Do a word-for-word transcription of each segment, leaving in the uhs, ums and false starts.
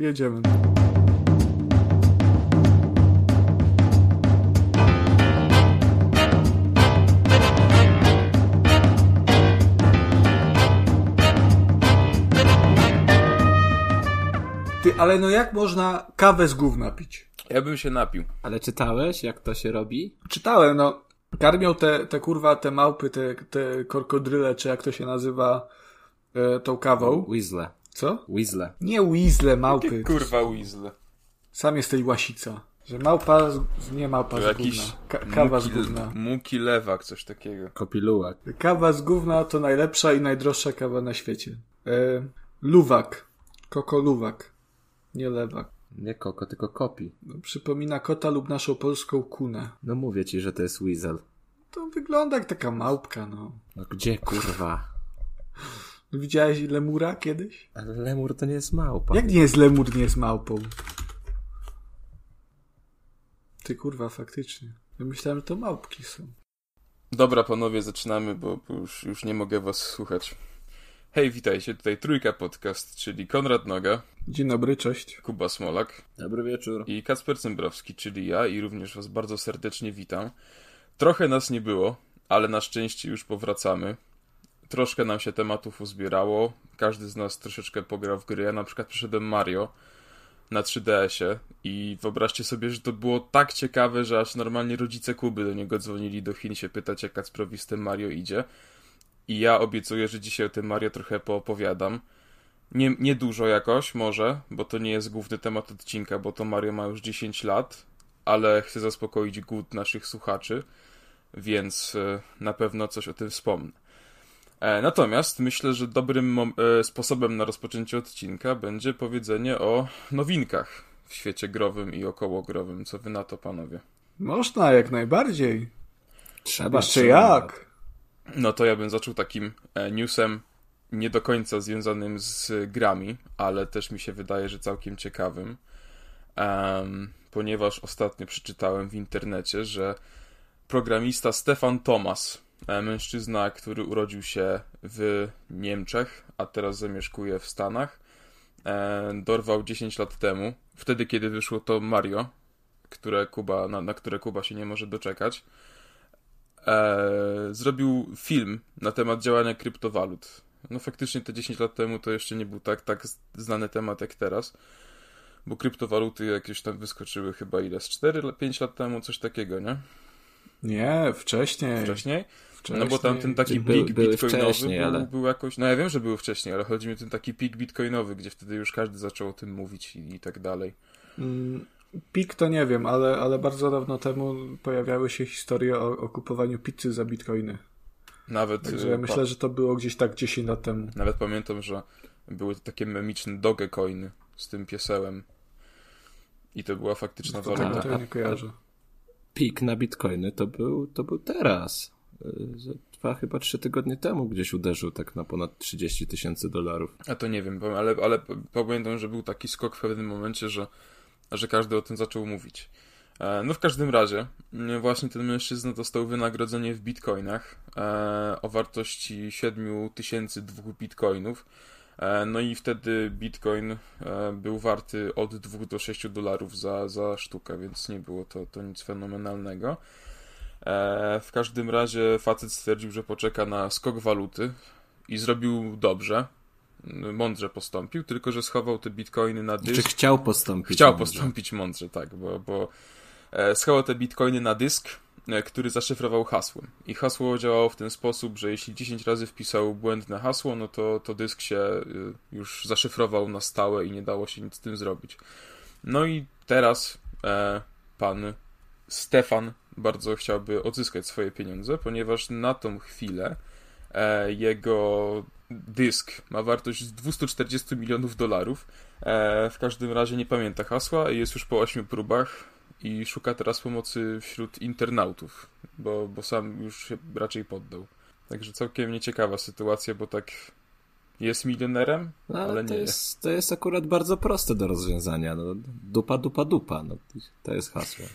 jedziemy. Ty, ale no jak można kawę z gówna pić? Ja bym się napił. Ale czytałeś, jak to się robi? Czytałem, no. Karmią te, te kurwa, te małpy, te, te krokodryle, czy jak to się nazywa, e, tą kawą. Weasle. Co? Weasle. Nie weasle, małpy. Jakie kurwa weasle. Sam jesteś łasica. Że małpa, z, nie małpa To z jakiś gówna. Ka- kawa muki, z gówna. Muki lewak, coś takiego. Kopilułak. Kawa z gówna to najlepsza i najdroższa kawa na świecie. E, luwak. Koko luwak. Nie lewak. Nie koko, tylko kopi. No, przypomina kota lub naszą polską kunę. No mówię ci, że to jest weasel. To wygląda jak taka małpka, no. No gdzie, kurwa? Widziałeś lemura kiedyś? Ale lemur to nie jest małpa. Jak nie jest lemur, nie jest małpą? Ty kurwa, faktycznie. Ja myślałem, że to małpki są. Dobra, panowie, zaczynamy, bo, bo już, już nie mogę was słuchać. Hej, witajcie, tutaj Trójka Podcast, czyli Konrad Noga, Dzień dobry, cześć. Kuba Smolak Dobry wieczór. i Kacper Cymbrowski, czyli ja, i również was bardzo serdecznie witam. Trochę nas nie było, ale na szczęście już powracamy. Troszkę nam się tematów uzbierało, każdy z nas troszeczkę pograł w gry. Ja na przykład przeszedłem Mario na trzy D S ie i wyobraźcie sobie, że to było tak ciekawe, że aż normalnie rodzice Kuby do niego dzwonili do Chin się pytać, jak Kacprowi z tym Mario idzie. I ja obiecuję, że dzisiaj o tym Mario trochę poopowiadam. Nie, nie dużo jakoś, może, bo to nie jest główny temat odcinka, bo to Mario ma już dziesięć lat, ale chcę zaspokoić głód naszych słuchaczy, więc na pewno coś o tym wspomnę. Natomiast myślę, że dobrym mom- sposobem na rozpoczęcie odcinka będzie powiedzenie o nowinkach w świecie growym i okołogrowym. Co wy na to, panowie? Można, jak najbardziej. Trzeba. Jeszcze trzeba. jak? No to ja bym zaczął takim newsem nie do końca związanym z grami, ale też mi się wydaje, że całkiem ciekawym, um, ponieważ ostatnio przeczytałem w internecie, że programista Stefan Thomas, mężczyzna, który urodził się w Niemczech, a teraz zamieszkuje w Stanach, dorwał dziesięć lat temu, wtedy kiedy wyszło to Mario, które Kuba, na, na które Kuba się nie może doczekać, e, zrobił film na temat działania kryptowalut. No faktycznie te dziesięć lat temu to jeszcze nie był tak, tak znany temat jak teraz, bo kryptowaluty jakieś tam wyskoczyły chyba ile? Z cztery pięć lat temu, coś takiego, nie? Nie, wcześniej. Wcześniej? Wcześniej. No bo tam ten taki By, pik były bitcoinowy był, ale... był jakoś... No ja wiem, że były wcześniej, ale chodzi mi o ten taki pik bitcoinowy, gdzie wtedy już każdy zaczął o tym mówić i, i tak dalej. Mm, pik to nie wiem, ale, ale bardzo dawno temu pojawiały się historie o, o kupowaniu pizzy za bitcoiny. Nawet... Także ja myślę, że to było gdzieś tak dziesięć lat temu. Nawet pamiętam, że były takie memiczne Dogecoiny z tym piesełem. I to była faktyczna To, waluta. to ja nie kojarzę. Pik na bitcoiny to był, to był teraz. Za dwa, chyba trzy tygodnie temu gdzieś uderzył tak na ponad trzydzieści tysięcy dolarów. A to nie wiem, ale, ale pamiętam, że był taki skok w pewnym momencie, że, że każdy o tym zaczął mówić. No w każdym razie, właśnie ten mężczyzna dostał wynagrodzenie w bitcoinach o wartości siedem tysięcy dwóch bitcoinów. No i wtedy bitcoin był warty od dwóch do sześciu dolarów za, za sztukę, więc nie było to, to nic fenomenalnego. W każdym razie facet stwierdził, że poczeka na skok waluty i zrobił dobrze, mądrze postąpił, tylko że schował te bitcoiny na dysk. Czy chciał postąpić Chciał mądrze. postąpić mądrze, tak, bo, bo schował te bitcoiny na dysk, który zaszyfrował hasłem. I hasło działało w ten sposób, że jeśli dziesięć razy wpisał błędne hasło, no to, to dysk się już zaszyfrował na stałe i nie dało się nic z tym zrobić. No i teraz e, pan Stefan bardzo chciałby odzyskać swoje pieniądze, ponieważ na tą chwilę e, jego dysk ma wartość dwieście czterdzieści milionów dolarów. E, w każdym razie nie pamięta hasła i jest już po ośmiu próbach i szuka teraz pomocy wśród internautów, bo, bo sam już się raczej poddał. Także całkiem nieciekawa sytuacja, bo tak jest milionerem, no, ale, ale to nie jest. To jest akurat bardzo proste do rozwiązania. No, dupa, dupa, dupa. No, to jest hasło.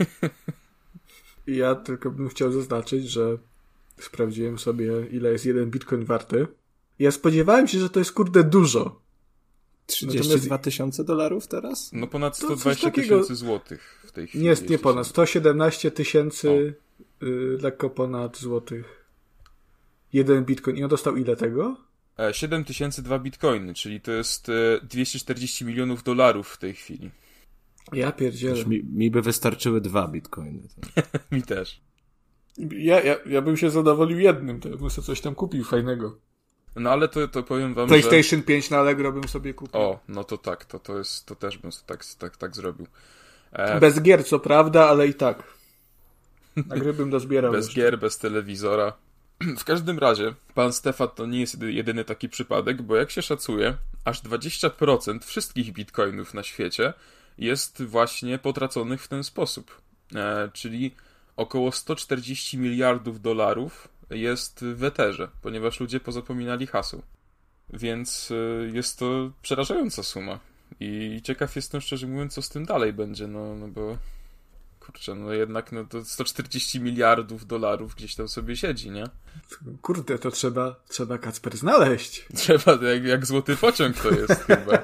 Ja tylko bym chciał zaznaczyć, że sprawdziłem sobie, ile jest jeden bitcoin warty. Ja spodziewałem się, że to jest kurde dużo. trzydzieści dwa tysiące dolarów teraz? No ponad sto dwadzieścia tysięcy złotych w tej chwili. Nie, nie ponad, sto siedemnaście tysięcy y, lekko ponad złotych. Jeden bitcoin. I on dostał ile tego? siedem tysięcy dwa bitcoiny, czyli to jest dwieście czterdzieści milionów dolarów w tej chwili. Ja pierdzielę. Mi, mi by wystarczyły dwa bitcoiny. Mi też. Ja, ja, ja bym się zadowolił jednym, to bym sobie coś tam kupił fajnego. No ale to, to powiem wam, PlayStation że... pięć na Allegro bym sobie kupił. O, no to tak, to, to, jest, to też bym tak, tak, tak zrobił. E... Bez gier, co prawda, ale i tak. Na gry bym dozbierał. Bez jeszcze. gier, bez telewizora. W każdym razie, pan Stefan to nie jest jedyny taki przypadek, bo jak się szacuje, aż dwadzieścia procent wszystkich bitcoinów na świecie jest właśnie potraconych w ten sposób. E, czyli około sto czterdzieści miliardów dolarów jest w eterze, ponieważ ludzie pozapominali haseł. Więc e, jest to przerażająca suma. I ciekaw jestem, szczerze mówiąc, co z tym dalej będzie, no, no bo kurczę, no jednak no to sto czterdzieści miliardów dolarów gdzieś tam sobie siedzi, nie? Kurde, to trzeba, trzeba Kacper znaleźć. Trzeba, jak, jak złoty pociąg to jest chyba.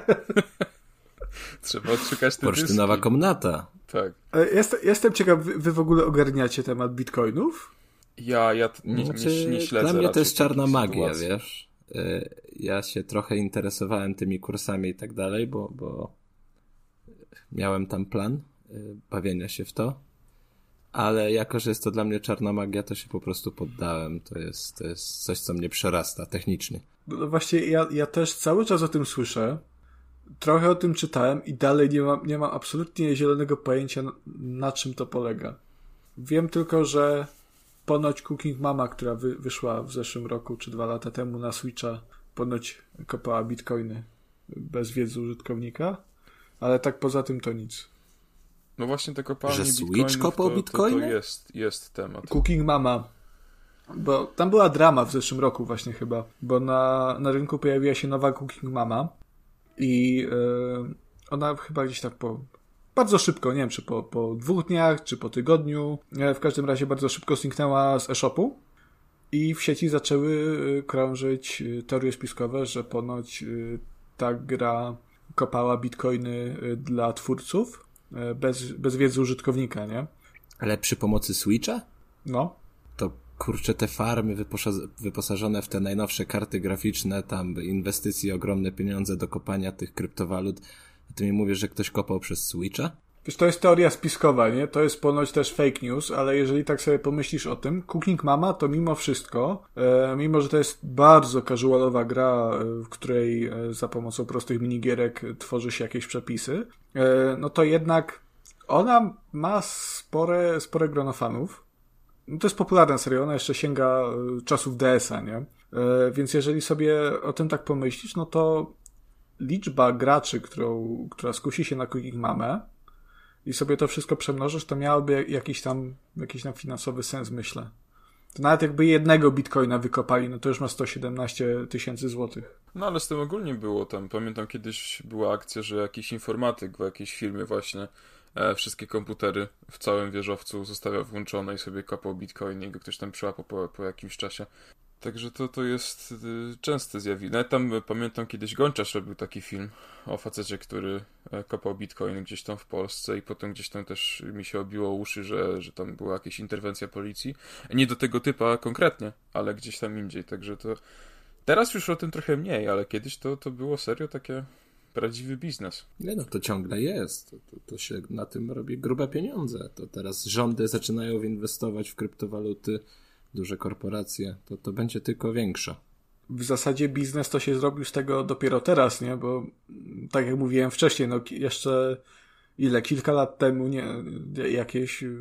Trzeba odszukać te Bursztynowa dyski. komnata. Tak. Jest, jestem ciekaw, wy, wy w ogóle ogarniacie temat bitcoinów? Ja, ja t- nie, Znaczy, nie, nie śledzę. dla mnie to jest czarna magia, sytuacji. wiesz. Ja się trochę interesowałem tymi kursami i tak dalej, bo, bo miałem tam plan bawienia się w to, ale jako, że jest to dla mnie czarna magia, to się po prostu poddałem. To jest, to jest coś, co mnie przerasta technicznie. No właśnie, ja, ja też cały czas o tym słyszę. Trochę o tym czytałem i dalej nie mam, nie mam absolutnie zielonego pojęcia, na, na czym to polega. Wiem tylko, że ponoć Cooking Mama, która wy, wyszła w zeszłym roku czy dwa lata temu na Switcha, ponoć kopała bitcoiny bez wiedzy użytkownika, ale tak poza tym to nic. No właśnie te kopalnie Że bitcoinów Switch kopał to, to, bitcoiny? to jest, jest temat. Cooking Mama. Bo tam była drama w zeszłym roku właśnie chyba, bo na, na rynku pojawiła się nowa Cooking Mama i yy, ona chyba gdzieś tak po bardzo szybko, nie wiem czy po, po dwóch dniach, czy po tygodniu, w każdym razie bardzo szybko zniknęła z e-shopu i w sieci zaczęły krążyć teorie spiskowe, że ponoć yy, ta gra kopała bitcoiny dla twórców bez, bez wiedzy użytkownika, nie? Ale przy pomocy Switcha? No. To kurczę, te farmy wyposa- wyposażone w te najnowsze karty graficzne, tam inwestycje, ogromne pieniądze do kopania tych kryptowalut. Ty mi mówisz, że ktoś kopał przez Switcha? Wiesz, to jest teoria spiskowa, nie? To jest ponoć też fake news, ale jeżeli tak sobie pomyślisz o tym, Cooking Mama to mimo wszystko, e, mimo że to jest bardzo casualowa gra, e, w której e, za pomocą prostych minigierek tworzy się jakieś przepisy, e, no to jednak ona ma spore, spore grono fanów. No to jest popularna seria, ona jeszcze sięga e, czasów D S a, nie? E, więc jeżeli sobie o tym tak pomyślisz, no to liczba graczy, którą, która skusi się na Cooking Mamę i sobie to wszystko przemnożysz, to miałoby jakiś tam, jakiś tam finansowy sens, myślę. To nawet jakby jednego bitcoina wykopali, no to już ma sto siedemnaście tysięcy złotych. No ale z tym ogólnie było tam. Pamiętam kiedyś była akcja, że jakiś informatyk w jakiejś firmie właśnie e, wszystkie komputery w całym wieżowcu zostawiał włączone i sobie kopał bitcoiny i go ktoś tam przyłapał po, po jakimś czasie. Także to, to jest y, częste zjawisko. Nawet tam y, pamiętam kiedyś Gonciarz robił taki film o facecie, który y, kopał bitcoin gdzieś tam w Polsce i potem gdzieś tam też mi się obiło uszy, że, że tam była jakaś interwencja policji. Nie do tego typa konkretnie, ale gdzieś tam indziej. Także to teraz już o tym trochę mniej, ale kiedyś to, to było serio takie prawdziwy biznes. Nie no, to ciągle jest. To, to, to się na tym robi grube pieniądze. To teraz rządy zaczynają inwestować w kryptowaluty, duże korporacje, to, to będzie tylko większa. W zasadzie biznes to się zrobił z tego dopiero teraz, nie? Bo tak jak mówiłem wcześniej, no jeszcze ile? Kilka lat temu, nie? Jakieś yy,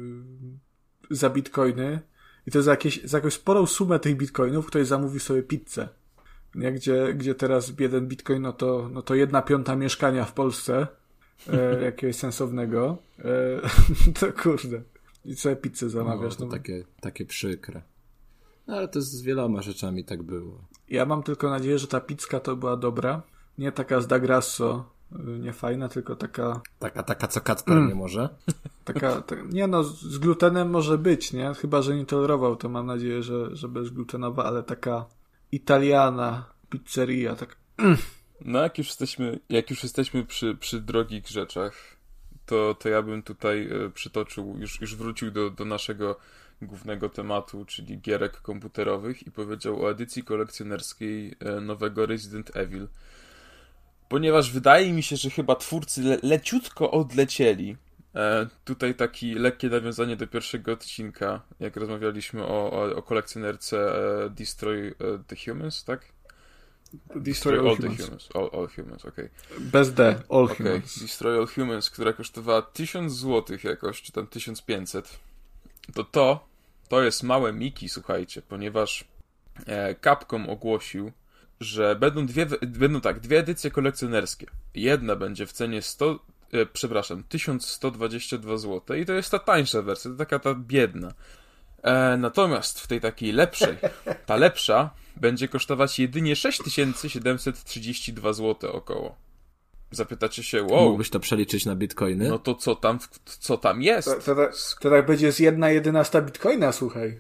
za bitcoiny i to za, jakieś, za jakąś sporą sumę tych bitcoinów ktoś zamówił sobie pizzę. Nie? Gdzie, gdzie teraz jeden bitcoin, no to, no to jedna piąta mieszkania w Polsce e, jakiegoś sensownego. E, to kurde. I sobie pizzę zamawiasz. No, to no. takie, takie przykre. No, ale to z wieloma rzeczami tak było. Ja mam tylko nadzieję, że ta pizzka to była dobra. Nie taka z Dagrasso, nie fajna, tylko taka... Taka, taka co Kacper Mm. nie może. taka ta, nie no, z glutenem może być, nie? Chyba, że nie tolerował, to mam nadzieję, że, że bezglutenowa, ale taka italiana pizzeria, tak... No jak już jesteśmy, jak już jesteśmy przy, przy drogich rzeczach, to, to ja bym tutaj e, przytoczył, już, już wrócił do, do naszego głównego tematu, czyli gierek komputerowych i powiedział o edycji kolekcjonerskiej e, nowego Resident Evil. Ponieważ wydaje mi się, że chyba twórcy le- leciutko odlecieli. E, tutaj takie lekkie nawiązanie do pierwszego odcinka, jak rozmawialiśmy o, o, o kolekcjonerce e, Destroy e, the Humans, tak? Destroy, Destroy all, all humans. the humans. All, all humans, okej. Okay. Bez D, all Okay. humans. Destroy all humans, która kosztowała tysiąc złotych jakoś, czy tam tysiąc pięćset. To to, to jest małe miki, słuchajcie, ponieważ e, Capcom ogłosił, że będą dwie, będą tak, dwie edycje kolekcjonerskie. Jedna będzie w cenie sto, e, przepraszam, tysiąc sto dwadzieścia dwa złote i to jest ta tańsza wersja, to taka ta biedna. E, natomiast w tej takiej lepszej, ta lepsza będzie kosztować jedynie sześć tysięcy siedemset trzydzieści dwa złote około. Zapytacie się, wow. Mógłbyś to przeliczyć na bitcoiny? No to co tam, co tam jest? To, to, to tak będzie z jedna jedenasta bitcoina, słuchaj.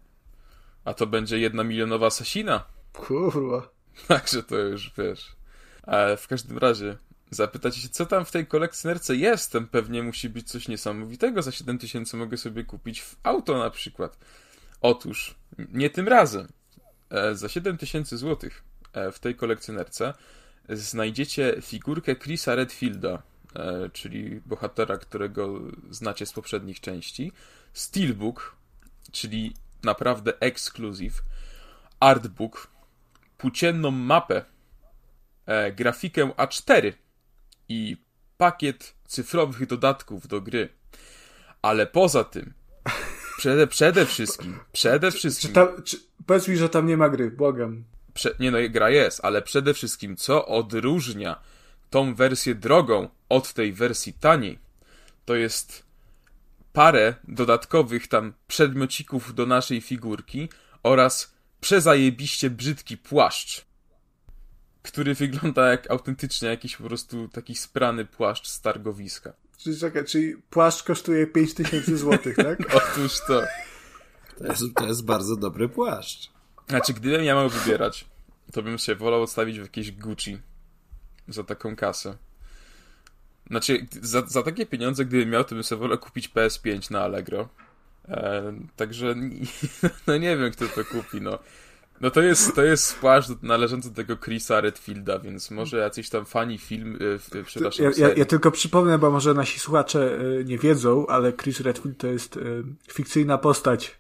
A to będzie jedna milionowa asasina. Kurwa. Także to już wiesz. Ale w każdym razie zapytacie się, co tam w tej kolekcjonerce jest? Tam pewnie musi być coś niesamowitego. Za siedem tysięcy mogę sobie kupić w auto na przykład. Otóż, nie tym razem. E, za siedem tysięcy złotych e, w tej kolekcjonerce znajdziecie figurkę Chrisa Redfielda, e, czyli bohatera, którego znacie z poprzednich części, Steelbook, czyli naprawdę ekskluzyw, artbook, płócienną mapę, e, grafikę A cztery i pakiet cyfrowych dodatków do gry. Ale poza tym, przede, przede wszystkim, przede wszystkim... Czy tam, czy, powiedz mi, że tam nie ma gry, błagam. Prze, nie no, gra jest, ale przede wszystkim, co odróżnia tą wersję drogą od tej wersji taniej, to jest parę dodatkowych tam przedmiocików do naszej figurki oraz przezajebiście brzydki płaszcz, który wygląda jak autentycznie jakiś po prostu taki sprany płaszcz z targowiska. Czyli, czekaj, czyli płaszcz kosztuje pięć tysięcy złotych, tak? Otóż to. To jest, to jest bardzo dobry płaszcz. Znaczy, gdybym ja miał wybierać, to bym się wolał odstawić w jakieś Gucci za taką kasę. Znaczy, za, za takie pieniądze, gdybym miał, to bym sobie wolał kupić P S pięć na Allegro. E, także, no nie wiem, kto to kupi, no. No to jest, to jest płaszcz należący do tego Chrisa Redfielda, więc może jacyś tam fani film, e, przepraszam, ja, ja, ja tylko przypomnę, bo może nasi słuchacze e, nie wiedzą, ale Chris Redfield to jest e, fikcyjna postać.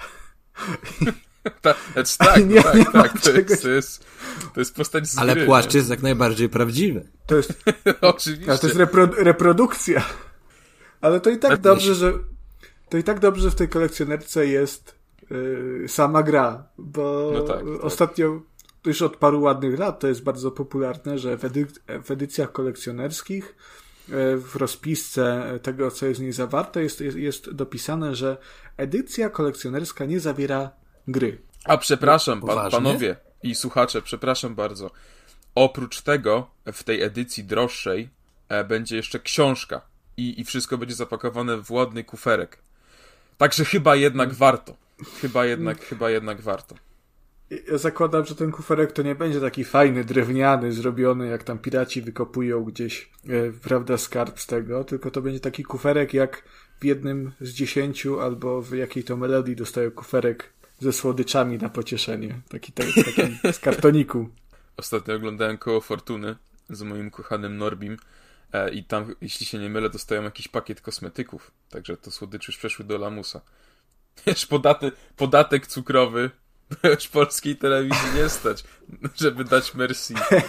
Ta, znaczy, tak, nie, tak, nie tak, to jest, to, jest, to jest postać z Ale gry, płaszcz nie? jest jak najbardziej prawdziwy. To jest, Oczywiście. ale to jest repro, reprodukcja. Ale to i tak dobrze, że to i tak dobrze, że w tej kolekcjonerce jest yy, sama gra, bo No tak, tak. ostatnio, już od paru ładnych lat, to jest bardzo popularne, że w, edy- w edycjach kolekcjonerskich yy, w rozpisce tego, co jest w niej zawarte, jest, jest, jest dopisane, że edycja kolekcjonerska nie zawiera gry. A przepraszam, pan, Poważnie? panowie i słuchacze, przepraszam bardzo. Oprócz tego w tej edycji droższej e, będzie jeszcze książka i, i wszystko będzie zapakowane w ładny kuferek. Także chyba jednak warto. Chyba jednak, chyba jednak warto. Ja zakładam, że ten kuferek to nie będzie taki fajny, drewniany, zrobiony, jak tam piraci wykopują gdzieś, e, prawda, skarb z tego, tylko to będzie taki kuferek, jak w jednym z dziesięciu, albo w jakiej to melodii dostają kuferek ze słodyczami na pocieszenie. Taki, taki, taki z kartoniku. Ostatnio oglądałem Koło Fortuny z moim kochanym Norbim e, i tam, jeśli się nie mylę, dostają jakiś pakiet kosmetyków. Także to słodycze już przeszły do lamusa. Wiesz, podatek, podatek cukrowy, to już polskiej telewizji nie stać, żeby dać merci.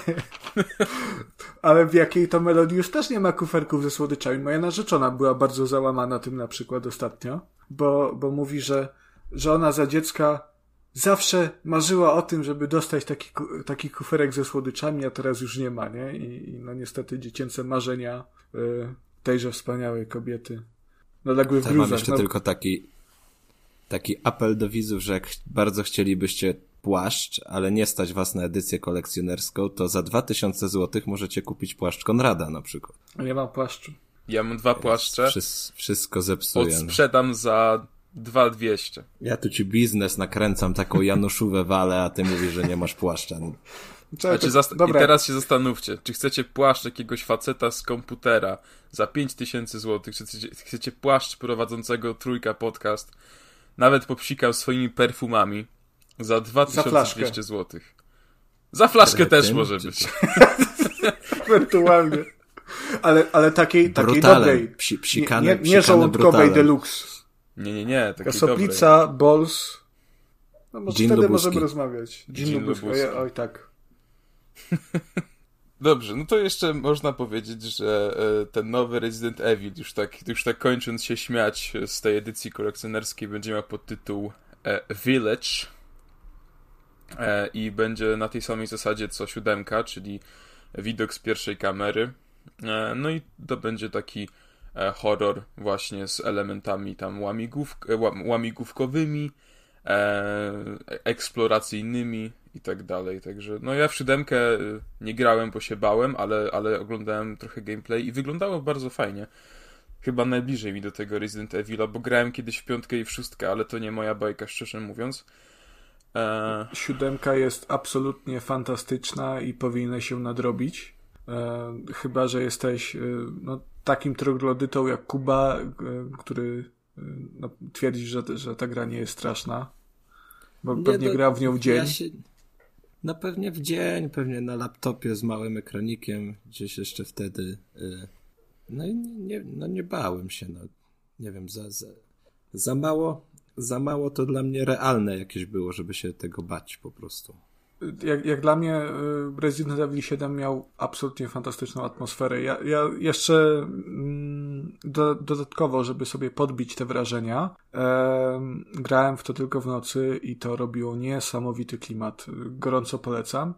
Ale w jakiej to melodii już też nie ma kuferków ze słodyczami. Moja narzeczona była bardzo załamana tym na przykład ostatnio, bo, bo mówi, że, że ona za dziecka zawsze marzyła o tym, żeby dostać taki, taki kuferek ze słodyczami, a teraz już nie ma, nie? I, i no niestety dziecięce marzenia y, tejże wspaniałej kobiety no legły w Tak, gruzach. mam jeszcze no, tylko taki taki apel do widzów, że jak bardzo chcielibyście płaszcz, ale nie stać was na edycję kolekcjonerską, to za dwa tysiące złotych możecie kupić płaszcz Konrada na przykład. nie mam płaszczu. Ja mam dwa płaszcze, Wszys- wszystko zepsuję. odsprzedam za dwa dwieście. Ja tu ci biznes nakręcam, taką Januszówę walę, a ty mówisz, że nie masz płaszcza. Znaczy, zast- I teraz się zastanówcie, czy chcecie płaszcz jakiegoś faceta z komputera za pięć tysięcy złotych, czy chcecie, chcecie płaszcz prowadzącego Trójka Podcast, nawet popsikał swoimi perfumami, za dwa tysiące dwieście złotych. Za flaszkę też może być. Ewentualnie. Ale, ale takiej, takiej dobrej. Psi, psikane, nie nie, nie żołądkowej deluxe. Nie, nie, nie. Kasoplica, Balls. No może Gin wtedy lubuski. możemy rozmawiać. Gin, Gin lubuski. Oj, oj, tak. Dobrze, no to jeszcze można powiedzieć, że ten nowy Resident Evil, już tak, już tak kończąc się śmiać z tej edycji kolekcjonerskiej, będzie miał podtytuł Village i będzie na tej samej zasadzie co siódemka, czyli widok z pierwszej kamery. No i to będzie taki horror właśnie z elementami tam łamigłów, łamigłówkowymi, eksploracyjnymi i tak dalej. Także no ja w siódemkę nie grałem, bo się bałem, ale, ale oglądałem trochę gameplay i wyglądało bardzo fajnie. Chyba najbliżej mi do tego Resident Evila, bo grałem kiedyś w piątkę i w szóstkę, ale to nie moja bajka, szczerze mówiąc. E... Siódemka jest absolutnie fantastyczna i powinna się nadrobić. E, chyba że jesteś e, no, takim troglodytą jak Kuba, e, który e, no, twierdzi, że, że ta gra nie jest straszna. Bo nie, pewnie no, grał w nią w dzień. Ja się... No pewnie w dzień, pewnie na laptopie z małym ekranikiem, gdzieś jeszcze wtedy. E... No i nie, no nie bałem się. No. Nie wiem, za, za, za mało za mało to dla mnie realne jakieś było, żeby się tego bać po prostu. Jak, jak dla mnie Resident Evil siedem miał absolutnie fantastyczną atmosferę. Ja, ja jeszcze mm, do, dodatkowo, żeby sobie podbić te wrażenia, e, grałem w to tylko w nocy i to robiło niesamowity klimat. Gorąco polecam.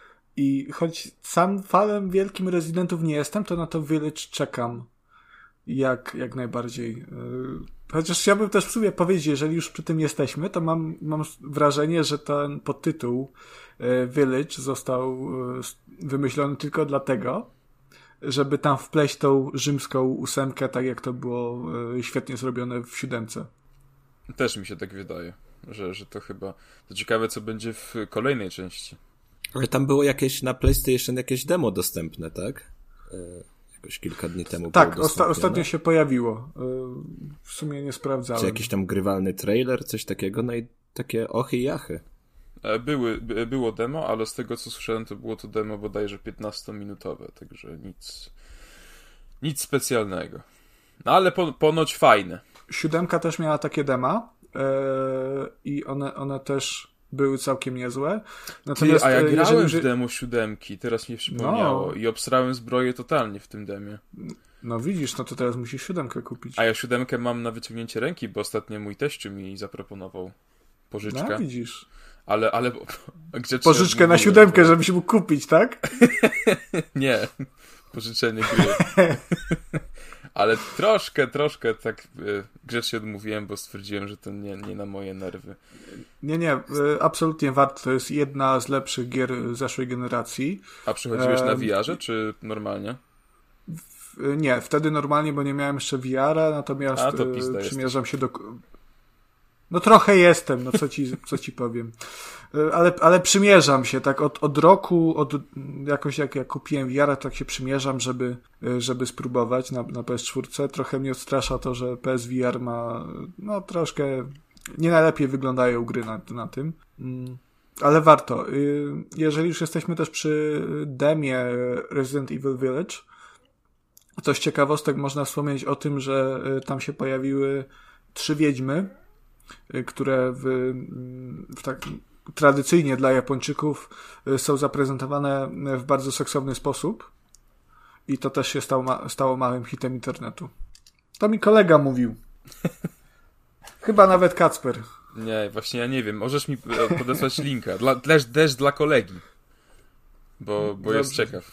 I choć sam fanem wielkim Residentów nie jestem, to na to Village czekam jak, jak najbardziej. Chociaż chciałbym też w sumie powiedzieć, jeżeli już przy tym jesteśmy, to mam, mam wrażenie, że ten podtytuł Village został wymyślony tylko dlatego, żeby tam wpleść tą rzymską ósemkę, tak jak to było świetnie zrobione w siódemce. Też mi się tak wydaje, że, że to chyba... To ciekawe, co będzie w kolejnej części. Ale tam było jakieś na PlayStation jakieś demo dostępne, tak? E, jakoś kilka dni temu. Tak, osta- ostatnio się pojawiło. E, w sumie nie sprawdzałem. Czy jakiś tam grywalny trailer, coś takiego? No i takie ochy i jachy. E, były, by, było demo, ale z tego co słyszałem, to było to demo bodajże piętnastominutowe, także nic nic specjalnego. No ale po, ponoć fajne. Siódemka też miała takie dema e, i one, one też były całkiem niezłe. Natomiast, Ty, a ja grałem jeżeli... w demo siódemki, teraz mi przypomniało. No. I obsrałem zbroję totalnie w tym demie. No widzisz, no to teraz musisz siódemkę kupić. A ja siódemkę mam na wyciągnięcie ręki, bo ostatnio mój teściu mi zaproponował pożyczkę. No widzisz. Ale, ale... Pożyczkę na siódemkę, żebyś mógł kupić, tak? Nie. Pożyczenie gry. Ale troszkę, troszkę tak grzecznie odmówiłem, bo stwierdziłem, że to nie, nie na moje nerwy. Nie, nie, absolutnie warto. To jest jedna z lepszych gier zeszłej generacji. A przychodziłeś na V R-ze, czy normalnie? W, nie, wtedy normalnie, bo nie miałem jeszcze V R-a, natomiast A, to przymierzam się do... No trochę jestem, no co ci, co ci powiem. Ale, ale przymierzam się, tak od, od roku, od jakoś jak ja kupiłem V R, tak się przymierzam, żeby, żeby spróbować na, na P S cztery. Trochę mnie odstrasza to, że P S V R ma, no troszkę, nie najlepiej wyglądają gry na, na tym. Ale warto. Jeżeli już jesteśmy też przy demie Resident Evil Village, coś ciekawostek można wspomnieć o tym, że tam się pojawiły trzy wiedźmy, które w, w tak tradycyjnie dla Japończyków są zaprezentowane w bardzo seksowny sposób i to też się stało, ma- stało małym hitem internetu. To mi kolega mówił. Chyba nawet Kacper. Nie, właśnie ja nie wiem. Możesz mi podesłać linka. Dla, też, też dla kolegi. Bo, bo jest ciekaw.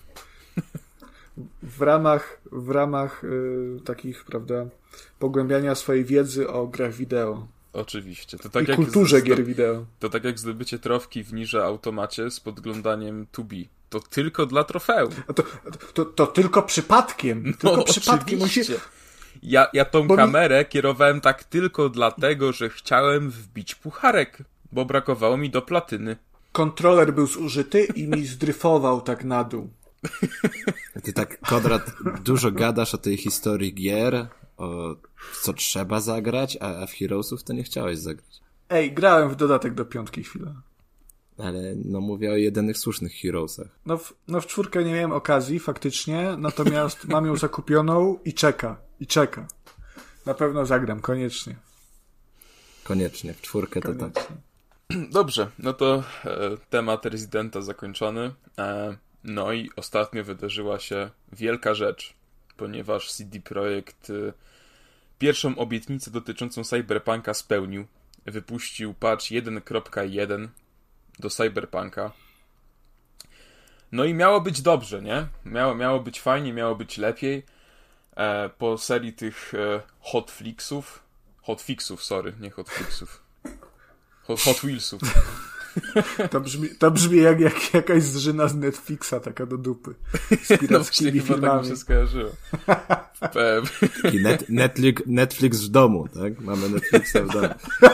W ramach, w ramach y, takich, prawda, pogłębiania swojej wiedzy o grach wideo. Oczywiście. To tak I jak kulturze z, gier wideo. To tak jak zdobycie trofki w Ninja Automacie z podglądaniem to be. To tylko dla trofeum. To, to, to, to tylko przypadkiem. No, tylko przypadkiem. Oczywiście. Musi... Ja, ja tą bo kamerę mi... kierowałem tak tylko dlatego, że chciałem wbić pucharek, bo brakowało mi do platyny. kontroler był zużyty i mi zdryfował tak na dół. Ty tak, Konrad, dużo gadasz o tej historii gier, o co trzeba zagrać, a, a w Heroesów to nie chciałeś zagrać. Ej, grałem w dodatek do piątki chwilę. Ale no mówię o jedynych słusznych Heroesach. No w, no w czwórkę nie miałem okazji faktycznie, natomiast mam ją zakupioną i czeka. I czeka. Na pewno zagram, koniecznie. Koniecznie, w czwórkę to Koniecznie. tak. Dobrze, no to e, temat Residenta zakończony. E, no i ostatnio wydarzyła się wielka rzecz, ponieważ C D Projekt e, pierwszą obietnicę dotyczącą Cyberpunka spełnił. Wypuścił patch jeden kropka jeden do Cyberpunka. No i miało być dobrze, nie? Miało, miało być fajnie, miało być lepiej. E, po serii tych e, hotflixów, hotfixów, sorry, nie hotflixów. Hot, hot Wheelsów. To brzmi, to brzmi jak, jak jakaś zżyna z Netflixa, taka do dupy. Z No pirackimi właśnie, chyba tak filmami. mi się skojarzyło. E, Taki net, Netflix, Netflix w domu, tak? Mamy Netflixa w domu.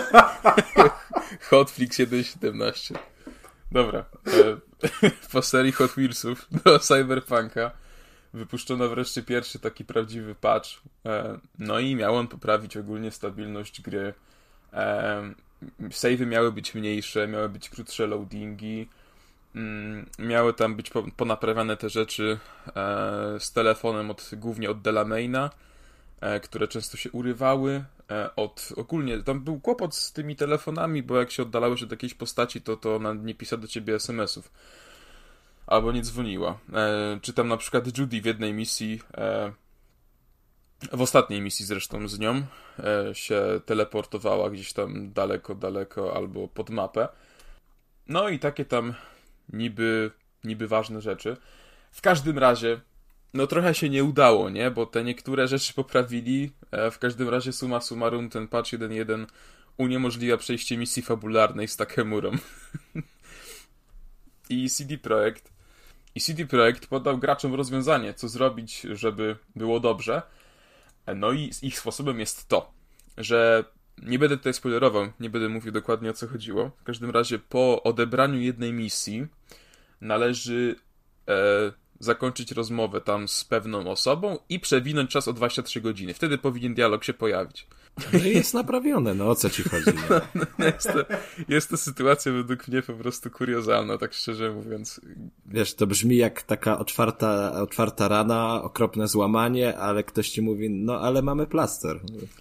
Hotflix jeden siedemnaście. Dobra. E, po serii Hot Wheelsów do Cyberpunka wypuszczono wreszcie pierwszy taki prawdziwy patch. E, no i miał on poprawić ogólnie stabilność gry. E, Save'y miały być mniejsze, miały być krótsze loadingi. Mm, miały tam być po, ponaprawiane te rzeczy e, z telefonem od, głównie od Delamaina, e, które często się urywały. E, od ogólnie tam był kłopot z tymi telefonami, bo jak się oddalały się do jakiejś postaci, to, to ona nie pisała do ciebie es em esów. Albo nie dzwoniła. E, czy tam na przykład Judy w jednej misji, e, w ostatniej misji zresztą z nią, e, się teleportowała gdzieś tam daleko, daleko albo pod mapę. No i takie tam niby, niby ważne rzeczy. W każdym razie, no trochę się nie udało, nie? Bo te niektóre rzeczy poprawili. E, w każdym razie summa summarum ten patch jeden jeden uniemożliwia przejście misji fabularnej z Takemurą. I C D Projekt I C D Projekt podał graczom rozwiązanie, co zrobić, żeby było dobrze. No i ich sposobem jest to, że nie będę tutaj spoilerował, nie będę mówił dokładnie o co chodziło. W każdym razie po odebraniu jednej misji należy e, zakończyć rozmowę tam z pewną osobą i przewinąć czas o dwadzieścia trzy godziny. Wtedy powinien dialog się pojawić. No i jest naprawione, no o co ci chodzi? No? No, jest, to, jest to sytuacja według mnie po prostu kuriozalna, tak szczerze mówiąc. Wiesz, to brzmi jak taka otwarta, otwarta rana, okropne złamanie, ale ktoś ci mówi, no ale mamy plaster.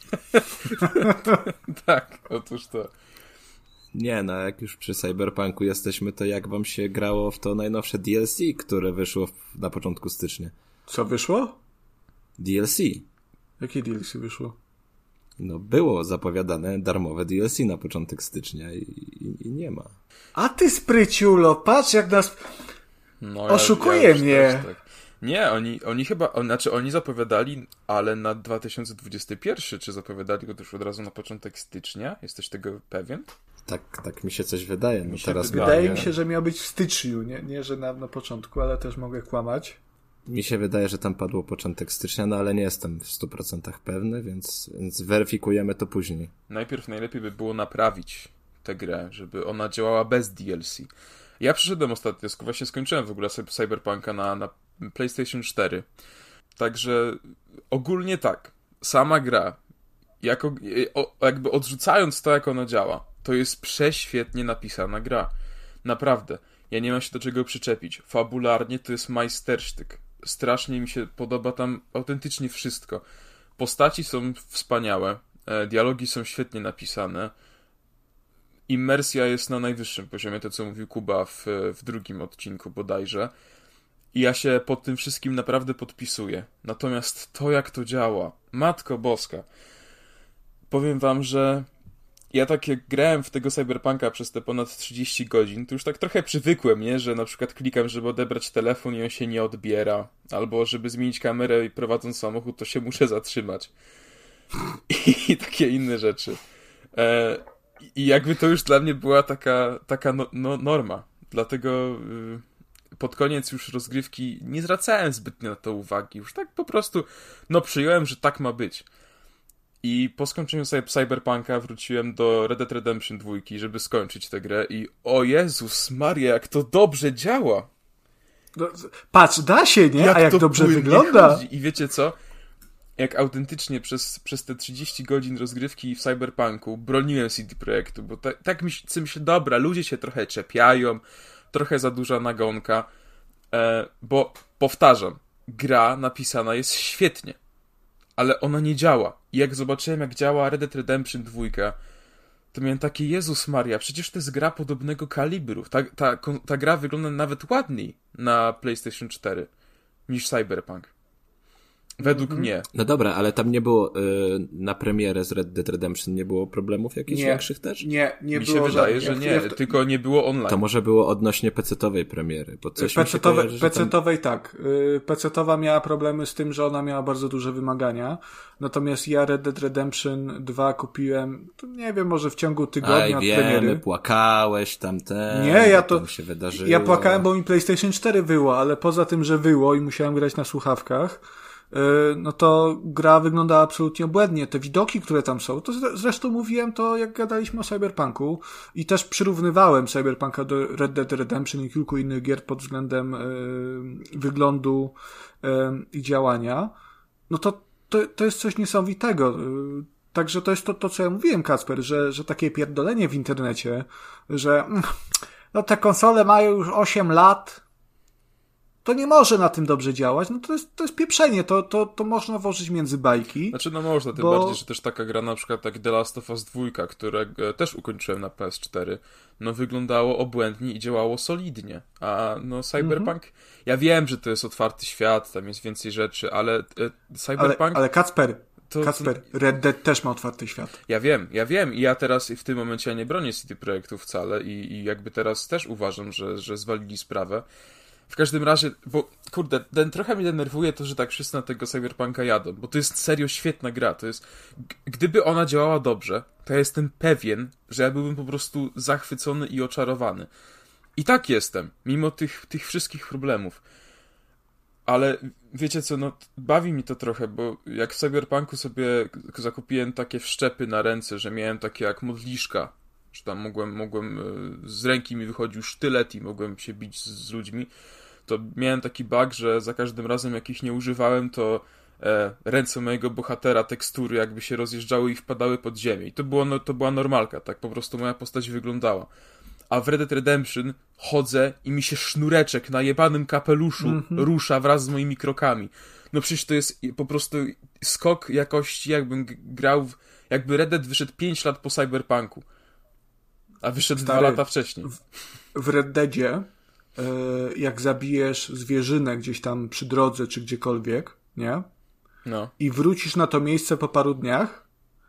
Tak, otóż to. Nie, no jak już przy Cyberpunku jesteśmy, to jak wam się grało w to najnowsze D L C, które wyszło w, na początku stycznia? Co wyszło? D L C. Jakie D L C wyszło? No było zapowiadane darmowe D L C na początek stycznia i, i, i nie ma. A ty spryciulo, patrz jak nas... No, Oszukuje ja, ja mnie. Tak. Nie, oni, oni chyba, on, znaczy oni zapowiadali, ale na dwa tysiące dwudziesty pierwszy, czy zapowiadali go też od razu na początek stycznia? Jesteś tego pewien? Tak, tak mi się coś wydaje. No się teraz Wydaje mamy- mi się, że miał być w styczniu, nie, nie że na, na początku, ale też mogę kłamać. Mi się wydaje, że tam padło początek stycznia, no ale nie jestem w stu procentach pewny, więc, więc weryfikujemy to później. Najpierw najlepiej by było naprawić tę grę, żeby ona działała bez D L C. Ja przyszedłem ostatnio, sk- właśnie skończyłem w ogóle Cy- Cyberpunka na, na PlayStation cztery. Także ogólnie tak, sama gra, jako, o, jakby odrzucając to, jak ona działa, to jest prześwietnie napisana gra. Naprawdę. Ja nie mam się do czego przyczepić. Fabularnie to jest majstersztyk. Strasznie mi się podoba tam autentycznie wszystko. Postaci są wspaniałe, e, dialogi są świetnie napisane, immersja jest na najwyższym poziomie, to co mówił Kuba w, w drugim odcinku bodajże. I ja się pod tym wszystkim naprawdę podpisuję. Natomiast to, jak to działa, Matko Boska. Powiem wam, że ja tak jak grałem w tego Cyberpunka przez te ponad trzydzieści godzin, to już tak trochę przywykłem, nie? Że na przykład klikam, żeby odebrać telefon i on się nie odbiera. Albo żeby zmienić kamerę i prowadząc samochód, to się muszę zatrzymać. I, i takie inne rzeczy. E, I jakby to już dla mnie była taka, taka no, no, norma. Dlatego y, pod koniec już rozgrywki nie zwracałem zbytnio na to uwagi. Już tak po prostu, no przyjąłem, że tak ma być. I po skończeniu sobie Cyberpunka wróciłem do Red Dead Redemption dwa, żeby skończyć tę grę i o Jezus Maria, jak to dobrze działa! No, patrz, da się, nie? Jak A jak to dobrze płynnie wygląda. chodzi. I wiecie co? Jak autentycznie przez, przez te trzydzieści godzin rozgrywki w Cyberpunku broniłem C D Projektu, bo ta, tak myślę, myślę, dobra, ludzie się trochę czepiają, trochę za duża nagonka, e, bo powtarzam, gra napisana jest świetnie, ale ona nie działa. I jak zobaczyłem, jak działa Red Dead Redemption dwa, to miałem takie, Jezus Maria, przecież to jest gra podobnego kalibru. Ta, ta, ta gra wygląda nawet ładniej na PlayStation cztery niż Cyberpunk. Według mm-hmm. mnie. No dobra, ale tam nie było y, na premierę z Red Dead Redemption nie było problemów jakichś nie, większych też? Nie, nie Mi było. się wydaje, żadnych. że nie, to... tylko nie było online. To może było odnośnie pecetowej premiery, bo coś Pecetowe, mi się kojarzy, pecetowej tam... tak. Yy, pecetowa miała problemy z tym, że ona miała bardzo duże wymagania. Natomiast ja Red Dead Redemption dwa kupiłem, to nie wiem, może w ciągu tygodnia Aj, od wiemy, premiery. płakałeś tamten. Nie, ja to tam się wydarzyło. Ja płakałem, bo mi PlayStation cztery wyło, ale poza tym, że wyło i musiałem grać na słuchawkach, no to gra wygląda absolutnie obłędnie. Te widoki, które tam są, to zresztą mówiłem to, jak gadaliśmy o Cyberpunku i też przyrównywałem Cyberpunka do Red Dead Redemption i kilku innych gier pod względem y, wyglądu y, i działania. No to, to, to jest coś niesamowitego. Y, także to jest to, to, co ja mówiłem, Kacper, że, że takie pierdolenie w internecie, że no te konsole mają już osiem lat, to nie może na tym dobrze działać, no to jest, to jest pieprzenie, to, to, to można włożyć między bajki. Znaczy no można, tym bo... bardziej, że też taka gra na przykład jak The Last of Us dwa, które też ukończyłem na P S cztery, no wyglądało obłędnie i działało solidnie, a no Cyberpunk, mhm. ja wiem, że to jest otwarty świat, tam jest więcej rzeczy, ale e, Cyberpunk... Ale, ale Kacper, to... Kacper, Red Dead też ma otwarty świat. Ja wiem, ja wiem i ja teraz w tym momencie ja nie bronię C D Projektu wcale i, i jakby teraz też uważam, że, że zwalili sprawę. W każdym razie, bo kurde, ten, trochę mnie denerwuje to, że tak wszyscy na tego Cyberpunka jadą, bo to jest serio świetna gra, to jest, g- gdyby ona działała dobrze, to ja jestem pewien, że ja byłbym po prostu zachwycony i oczarowany. I tak jestem, mimo tych, tych wszystkich problemów. Ale wiecie co, no bawi mi to trochę, bo jak w Cyberpunku sobie zakupiłem takie wszczepy na ręce, że miałem takie jak modliszka, że tam mogłem, mogłem, z ręki mi wychodził sztylet i mogłem się bić z, z ludźmi, to miałem taki bug, że za każdym razem jak ich nie używałem, to e, ręce mojego bohatera, tekstury jakby się rozjeżdżały i wpadały pod ziemię. I to, było, no, to była normalka, tak po prostu moja postać wyglądała. A w Red Dead Redemption chodzę i mi się sznureczek na jebanym kapeluszu mm-hmm. rusza wraz z moimi krokami. No przecież to jest po prostu skok jakości, jakbym grał, w, jakby Red Dead wyszedł pięć lat po Cyberpunku. A wyszedł Stary, dwa lata wcześniej. W, w Red Deadzie, yy, jak zabijesz zwierzynę gdzieś tam przy drodze, czy gdziekolwiek, nie? No. I wrócisz na to miejsce po paru dniach,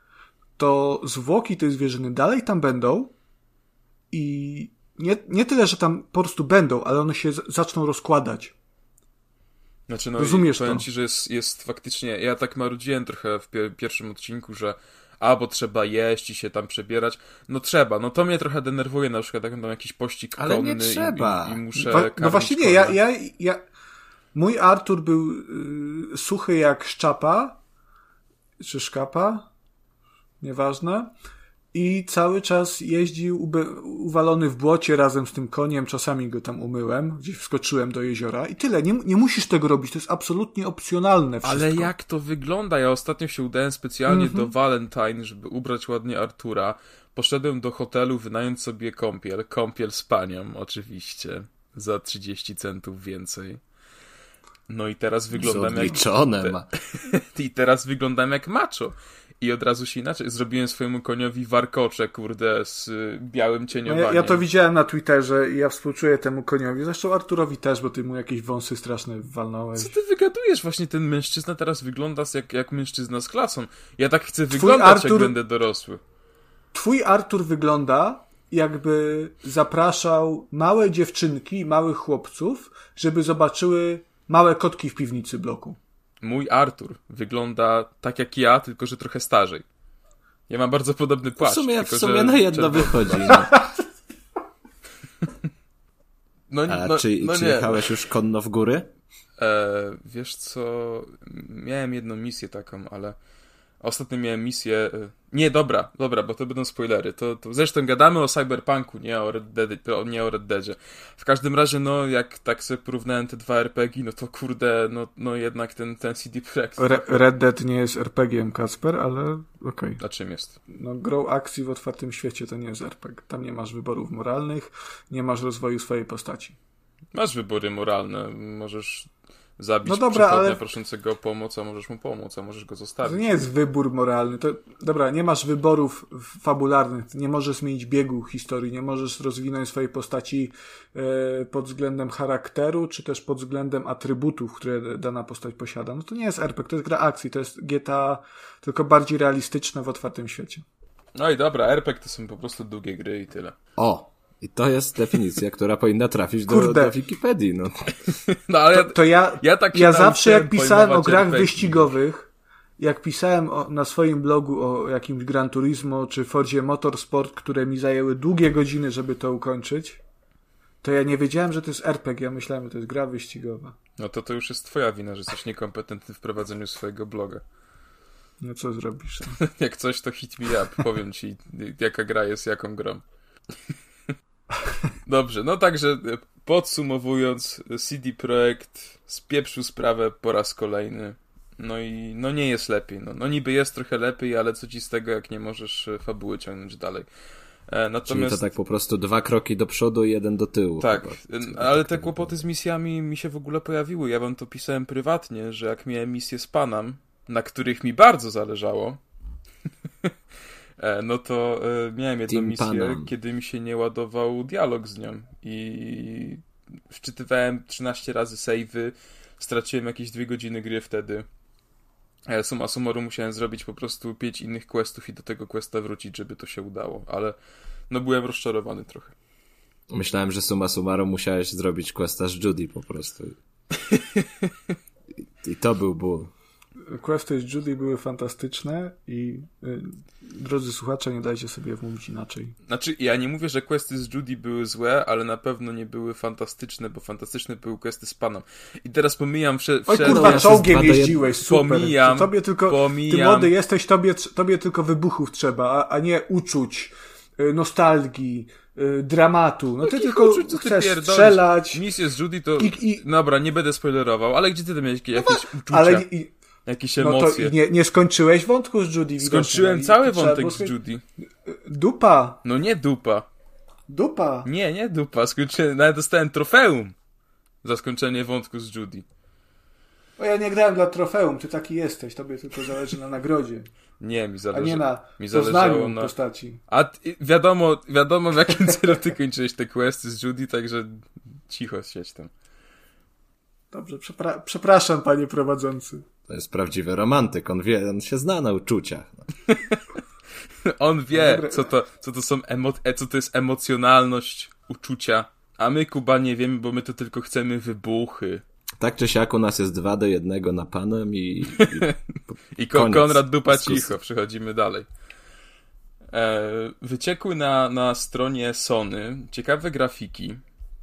to zwłoki tej zwierzyny dalej tam będą i nie, nie tyle, że tam po prostu będą, ale one się z, zaczną rozkładać. Znaczy, no rozumiesz i powiem to? ci, że jest, jest faktycznie, ja tak marudziłem trochę w pi- pierwszym odcinku, że a, bo trzeba jeść i się tam przebierać. No trzeba, no to mnie trochę denerwuje, na przykład jak tam jakiś pościg ale konny nie trzeba. I, i, i muszę Wa- no właśnie nie, ja, ja, ja mój Artur był y, suchy jak szczapa, czy szkapa, nieważne, i cały czas jeździł ube- uwalony w błocie razem z tym koniem, czasami go tam umyłem, gdzieś wskoczyłem do jeziora i tyle, nie, nie musisz tego robić, to jest absolutnie opcjonalne wszystko. Ale jak to wygląda? Ja ostatnio się udałem specjalnie mm-hmm. do Valentine, żeby ubrać ładnie Artura. Poszedłem do hotelu wynająć sobie kąpiel, kąpiel z panią oczywiście, za trzydzieści centów więcej. No i teraz wyglądam jak... ma. I teraz wyglądam jak macho. I od razu się inaczej. Zrobiłem swojemu koniowi warkocze, kurde, z białym cieniowaniem. No ja, ja to widziałem na Twitterze i ja współczuję temu koniowi. Zresztą Arturowi też, bo ty mu jakieś wąsy straszne walnąłeś. Co ty wygadujesz? Właśnie ten mężczyzna teraz wygląda jak, jak mężczyzna z klasą. Ja tak chcę Twój wyglądać, Artur, jak będę dorosły. Twój Artur wygląda, jakby zapraszał małe dziewczynki, małych chłopców, żeby zobaczyły małe kotki w piwnicy bloku. Mój Artur wygląda tak jak ja, tylko że trochę starzej. Ja mam bardzo podobny płaszcz. W sumie, tylko, w sumie że na jedno czerwony. wychodzi. No. No, A no, czy, no czy nie. jechałeś już konno w góry? E, wiesz co, miałem jedną misję taką, ale Ostatnio miałem misję... Nie, dobra, dobra, bo to będą spoilery. To, to zresztą gadamy o Cyberpunku, nie o Red Dead, nie o Red Deadzie. W każdym razie, no, jak tak sobie porównałem te dwa er pe gie, no to kurde, no, no jednak ten, ten C D Projekt... Re- Red Dead nie jest er pe gie em, Kacper, ale okej. Okay. A czym jest? No, grą akcji w otwartym świecie to nie jest er pe gie. Tam nie masz wyborów moralnych, nie masz rozwoju swojej postaci. Masz wybory moralne, możesz... zabić no dobra, przechodnia ale... proszącego o pomoc, a możesz mu pomóc, a możesz go zostawić. To nie jest wybór moralny. To, dobra, nie masz wyborów fabularnych, nie możesz zmienić biegu historii, nie możesz rozwinąć swojej postaci e, pod względem charakteru, czy też pod względem atrybutów, które dana postać posiada. No to nie jest er pe gie, to jest gra akcji, to jest G T A, tylko bardziej realistyczne w otwartym świecie. No i dobra, er pe gie to są po prostu długie gry i tyle. O! I to jest definicja, która powinna trafić do, do Wikipedii. No, no ale to, to ja, ja, tak ja zawsze jak pisałem o grach er pe gie. wyścigowych, jak pisałem o, na swoim blogu o jakimś Gran Turismo czy Fordzie Motorsport, które mi zajęły długie godziny, żeby to ukończyć, to ja nie wiedziałem, że to jest er pe gie. Ja myślałem, że to jest gra wyścigowa. No to to już jest twoja wina, że jesteś niekompetentny w prowadzeniu swojego bloga. No co zrobisz? Jak coś, to hit me up. Powiem ci, jaka gra jest jaką grą. Dobrze, no także podsumowując, C D Projekt spieprzył sprawę po raz kolejny. No i no nie jest lepiej. No, no niby jest trochę lepiej, ale co ci z tego, jak nie możesz fabuły ciągnąć dalej. E, natomiast... Czyli to tak po prostu dwa kroki do przodu i jeden do tyłu. Tak, chyba. Ale te kłopoty z misjami mi się w ogóle pojawiły. Ja wam to pisałem prywatnie, że jak miałem misję z Panam, na których mi bardzo zależało, no to e, miałem jedną Team misję, Panam. kiedy mi się nie ładował dialog z nią i wczytywałem trzynaście razy save'y, straciłem jakieś dwie godziny gry wtedy. E, summa summarum musiałem zrobić po prostu pięć innych questów i do tego questa wrócić, żeby to się udało, ale no byłem rozczarowany trochę. Myślałem, że summa summarum musiałeś zrobić questa z Judy po prostu. I, i to był ból. Questy z Judy były fantastyczne i y, drodzy słuchacze, nie dajcie sobie wmówić inaczej. Znaczy, ja nie mówię, że questy z Judy były złe, ale na pewno nie były fantastyczne, bo fantastyczne były questy z Panem. I teraz pomijam wsze... Oj wsze... kurwa, no, czołgiem jeździłeś, super. Pomijam, to tobie tylko, pomijam. Ty młody jesteś, tobie, tobie tylko wybuchów trzeba, a, a nie uczuć, y, nostalgii, y, dramatu. No ty Jakich tylko uczuć, co ty chcesz pierdolisz? strzelać. Misję z Judy to... I, i... Dobra, nie będę spoilerował, ale gdzie ty tam miałeś jakieś, jakieś uczucia? Ale i, Jakieś no emocje. to nie, nie skończyłeś wątku z Judy. Skończyłem widocznie. cały I trzeba wątek było z skoń- Judy. Dupa. No nie dupa. Dupa. Nie, nie dupa. Skończyłem, nawet dostałem trofeum za skończenie wątku z Judy. Bo ja nie grałem dla trofeum, ty taki jesteś, tobie tylko zależy na nagrodzie, Nie, mi a zależy. nie na mi zależało poznaniu na... postaci. A t- wiadomo, wiadomo w jakim celu ty kończyłeś te questy z Judy, także cicho siedź tam. Dobrze, przepra- przepraszam, panie prowadzący. To jest prawdziwy romantyk, on wie, on się zna na uczuciach. No. On wie, Dobre. co to, co to są emo- e, co to jest emocjonalność, uczucia. A my, Kuba, nie wiemy, bo my to tylko chcemy wybuchy. Tak czy siak u nas jest dwa do jednego na Panem i... i I Ko- koniec Konrad dupa dyskusji. cicho, przechodzimy dalej. E, wyciekły na, na stronie Sony ciekawe grafiki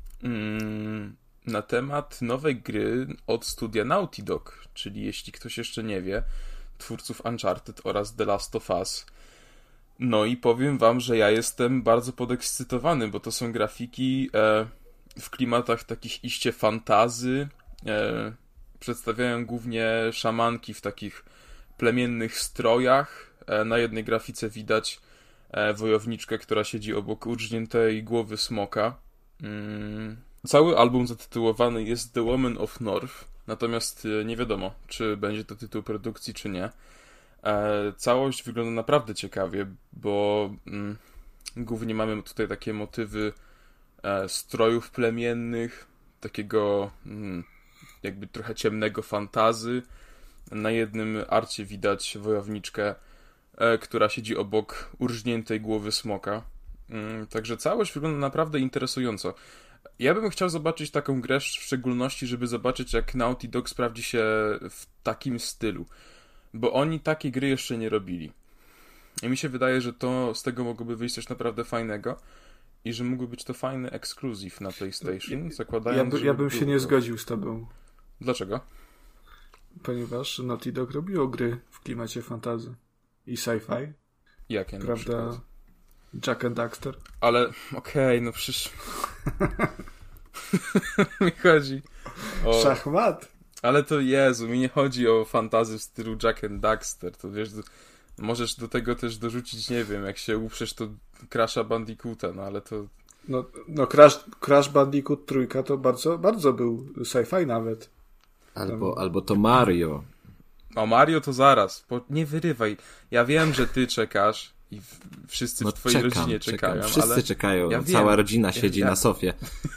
mm, na temat nowej gry od studia Naughty Dog, czyli jeśli ktoś jeszcze nie wie, twórców Uncharted oraz The Last of Us. No i powiem wam, że ja jestem bardzo podekscytowany, bo to są grafiki e, w klimatach takich iście fantazy. E, przedstawiają głównie szamanki w takich plemiennych strojach. E, na jednej grafice widać e, wojowniczkę, która siedzi obok urżniętej głowy smoka. Mm. Cały album zatytułowany jest The Woman of North, natomiast e, nie wiadomo, czy będzie to tytuł produkcji, czy nie. E, całość wygląda naprawdę ciekawie, bo mm, głównie mamy tutaj takie motywy e, strojów plemiennych, takiego mm, jakby trochę ciemnego fantazy. Na jednym arcie widać wojowniczkę, e, która siedzi obok urżniętej głowy smoka. Mm, także całość wygląda naprawdę interesująco. Ja bym chciał zobaczyć taką grę w szczególności, żeby zobaczyć, jak Naughty Dog sprawdzi się w takim stylu. Bo oni takie gry jeszcze nie robili. I mi się wydaje, że to z tego mogłoby wyjść coś naprawdę fajnego i że mógłby być to fajny ekskluzyw na PlayStation, zakładając, Ja, by, ja bym żeby się było... nie zgodził z tobą. Dlaczego? Ponieważ Naughty Dog robiło gry w klimacie fantazy. i sci-fi. Jakie na Prawda? przykład? Jak and Daxter. Ale okej, okay, no przecież mi chodzi o... Szachmat. Ale to Jezu, mi nie chodzi o fantazy w stylu Jak and Daxter, to wiesz, do... możesz do tego też dorzucić, nie wiem, jak się uprzesz to Crasha Bandicoota, no ale to... No, no Crash, Crash Bandicoot trójka to bardzo, bardzo był sci-fi nawet. Albo, albo to Mario. O Mario to zaraz, bo nie wyrywaj. Ja wiem, że ty czekasz i w... wszyscy no, w twojej czekam, rodzinie czekam. czekają, Wszyscy ale... czekają, ja cała wiem. rodzina siedzi ja, ja... na sofie.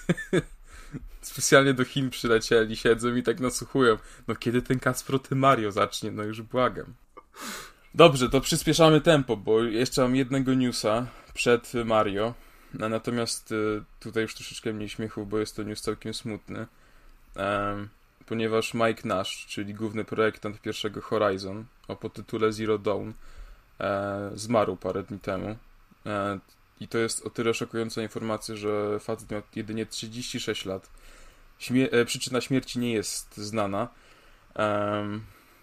Specjalnie do Chin przylecieli, siedzą i tak nasłuchują. No kiedy ten Kacpro ty Mario zacznie? No już błagam. Dobrze, to przyspieszamy tempo, bo jeszcze mam jednego newsa przed Mario. Natomiast tutaj już troszeczkę mniej śmiechu, bo jest to news całkiem smutny. Um, ponieważ Mike Nash, czyli główny projektant pierwszego Horizon o podtytule Zero Dawn, e, zmarł parę dni temu. E, I to jest o tyle szokująca informacja, że facet miał jedynie trzydzieści sześć lat. Śmier- e, przyczyna śmierci nie jest znana. Um,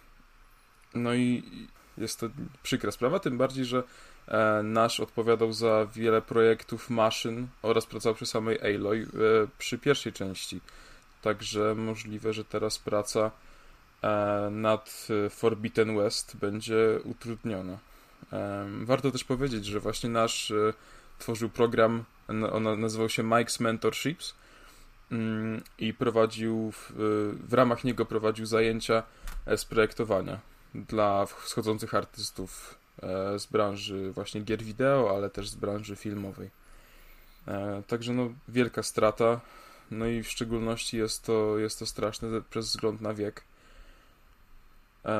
no i jest to przykra sprawa, tym bardziej, że e, Nash odpowiadał za wiele projektów maszyn oraz pracował przy samej Aloy e, przy pierwszej części. Także możliwe, że teraz praca e, nad Forbidden West będzie utrudniona. E, warto też powiedzieć, że właśnie Nash e, tworzył program, on nazywał się Mike's Mentorships mm, i prowadził, w, w ramach niego prowadził zajęcia z projektowania dla wschodzących artystów e, z branży właśnie gier wideo, ale też z branży filmowej. E, także no wielka strata. No i w szczególności jest to, jest to straszne przez wzgląd na wiek. E,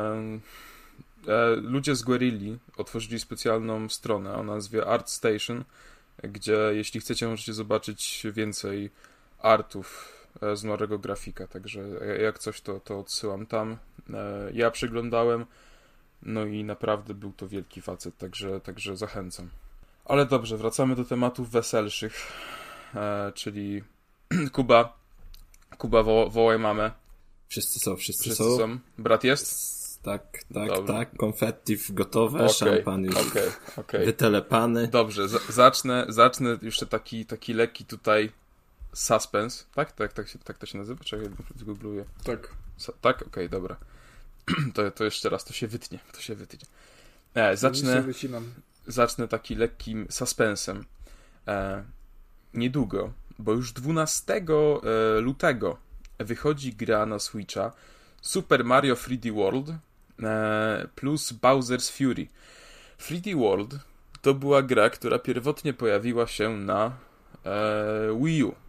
e, ludzie z Guerrilli otworzyli specjalną stronę o nazwie ArtStation, gdzie jeśli chcecie, możecie zobaczyć więcej artów e, zmarłego grafika. Także jak coś, to, to odsyłam tam. E, ja przeglądałem, no i naprawdę był to wielki facet, także, także zachęcam. Ale dobrze, wracamy do tematów weselszych, e, czyli Kuba, Kuba wo- wołaj mamę. Wszyscy są, wszyscy, wszyscy są. są. Brat jest? Tak, tak, Dobrze. tak. Konfetti gotowe, Okay, szampan już okay, okay. wytelepany. Dobrze, z- zacznę, zacznę jeszcze taki, taki lekki tutaj suspense. Tak? Tak, tak, się, tak to się nazywa? Czekaj, wygoogluję. Tak. Sa- tak? Okej, okay, dobra. to, to jeszcze raz, to się wytnie. To się wytnie. E, zacznę, zacznę taki lekkim suspensem. E, niedługo, bo już dwunastego lutego wychodzi gra na Switcha Super Mario trzy D World e, plus Bowser's Fury. trzy D World to była gra, która pierwotnie pojawiła się na e, Wii U.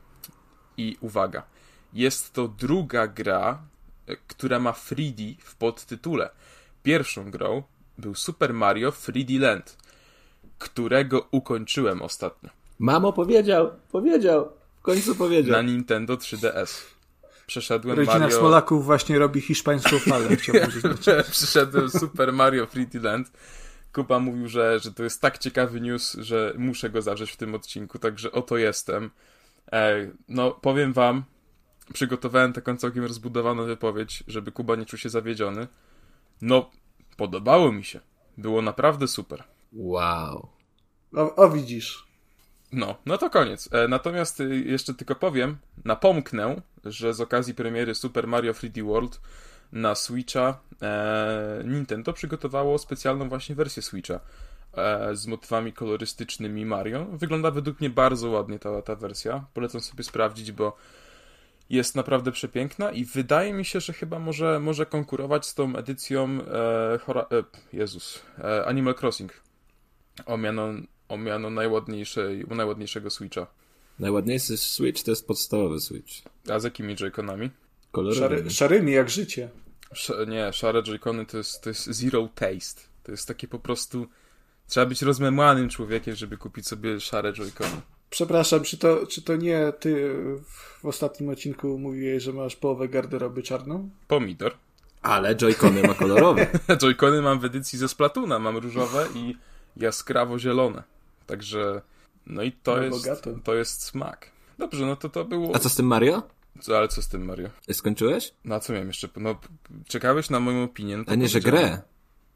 I uwaga, jest to druga gra, e, która ma trzy D w podtytule. Pierwszą grą był Super Mario trzy D Land, którego ukończyłem ostatnio. Mamo, powiedział, powiedział, w końcu powiedział. Na Nintendo trzy D S. Przeszedłem Rodzina Mario... Smolaków właśnie robi hiszpańską falę. Przeszedłem Super Mario trzy D Land. Kuba mówił, że, że to jest tak ciekawy news, że muszę go zawrzeć w tym odcinku, także oto jestem. E, no, powiem wam, przygotowałem taką całkiem rozbudowaną wypowiedź, żeby Kuba nie czuł się zawiedziony. No, podobało mi się. Było naprawdę super. Wow. O, o widzisz. No, no to koniec. E, natomiast y, jeszcze tylko powiem, napomknę, że z okazji premiery Super Mario trzy D World na Switcha e, Nintendo przygotowało specjalną właśnie wersję Switcha e, z motywami kolorystycznymi Mario. Wygląda według mnie bardzo ładnie ta, ta wersja. Polecam sobie sprawdzić, bo jest naprawdę przepiękna i wydaje mi się, że chyba może, może konkurować z tą edycją e, Hora, e, Jezus, e, Animal Crossing o miano, o miano najładniejszej, najładniejszego Switcha. Najładniejszy Switch to jest podstawowy Switch. A z jakimi Joy-Conami? Szary, szarymi jak życie. Sz- nie, szare Joy-Cony to jest, to jest zero taste. To jest takie po prostu... Trzeba być rozmemłanym człowiekiem, żeby kupić sobie szare Joy-Cony. Przepraszam, czy to, czy to nie ty w ostatnim odcinku mówiłeś, że masz połowę garderoby czarną? Pomidor. Ale Joy-Cony ma kolorowe. Joy-Cony mam w edycji ze Splatuna. Mam różowe i jaskrawo zielone. Także... No i to, no jest, bogato. to jest smak. Dobrze, no to to było... A co z tym Mario? Co, ale co z tym, Mario? Skończyłeś? No a co miałem jeszcze? No, czekałeś na moją opinię. No A nie, że grę.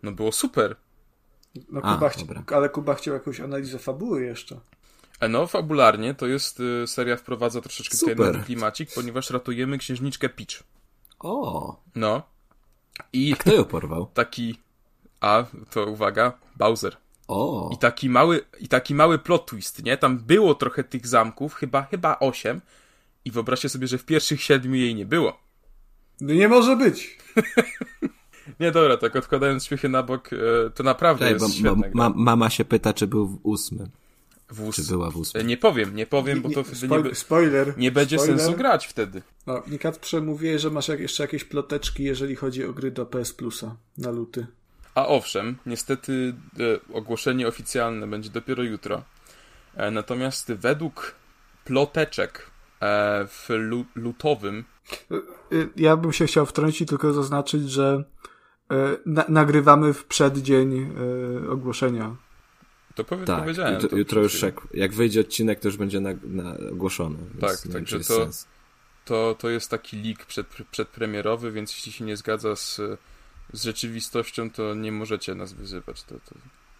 No było super. No Kuba A, chci- ale Kuba chciał jakąś analizę fabuły jeszcze. No, fabularnie to jest, y, seria wprowadza troszeczkę tutaj nowy klimacik, ponieważ ratujemy księżniczkę Peach. O. No. I a kto ją porwał? Taki, a to uwaga, Bowser. O. I taki mały, i taki mały plot twist, nie? Tam było trochę tych zamków, chyba, chyba osiem. I wyobraźcie sobie, że w pierwszych siedmiu jej nie było. No nie może być. Nie, dobra, tak odkładając śmiechy na bok, to naprawdę Daj, jest świetna ma, mama się pyta, czy był w ósmym. W ós... Czy była w ósmym? Nie powiem, nie powiem, bo to wtedy Spoil- nie, be... spoiler, nie będzie spoiler. sensu grać wtedy. No, Nikat przemówię, że masz jeszcze jakieś ploteczki, jeżeli chodzi o gry do P S Plusa na luty. A owszem, niestety e, ogłoszenie oficjalne będzie dopiero jutro. E, natomiast według ploteczek e, w lu- lutowym... Ja bym się chciał wtrącić, tylko zaznaczyć, że e, na- nagrywamy w przeddzień e, ogłoszenia. To powie- tak, powiedziałem. Jutro, to jutro już jak, jak wyjdzie odcinek, to już będzie na, na ogłoszony. Tak, także to, to, to jest taki leak przed, przedpremierowy, więc jeśli się nie zgadza z, z rzeczywistością, to nie możecie nas wyzywać. To, to...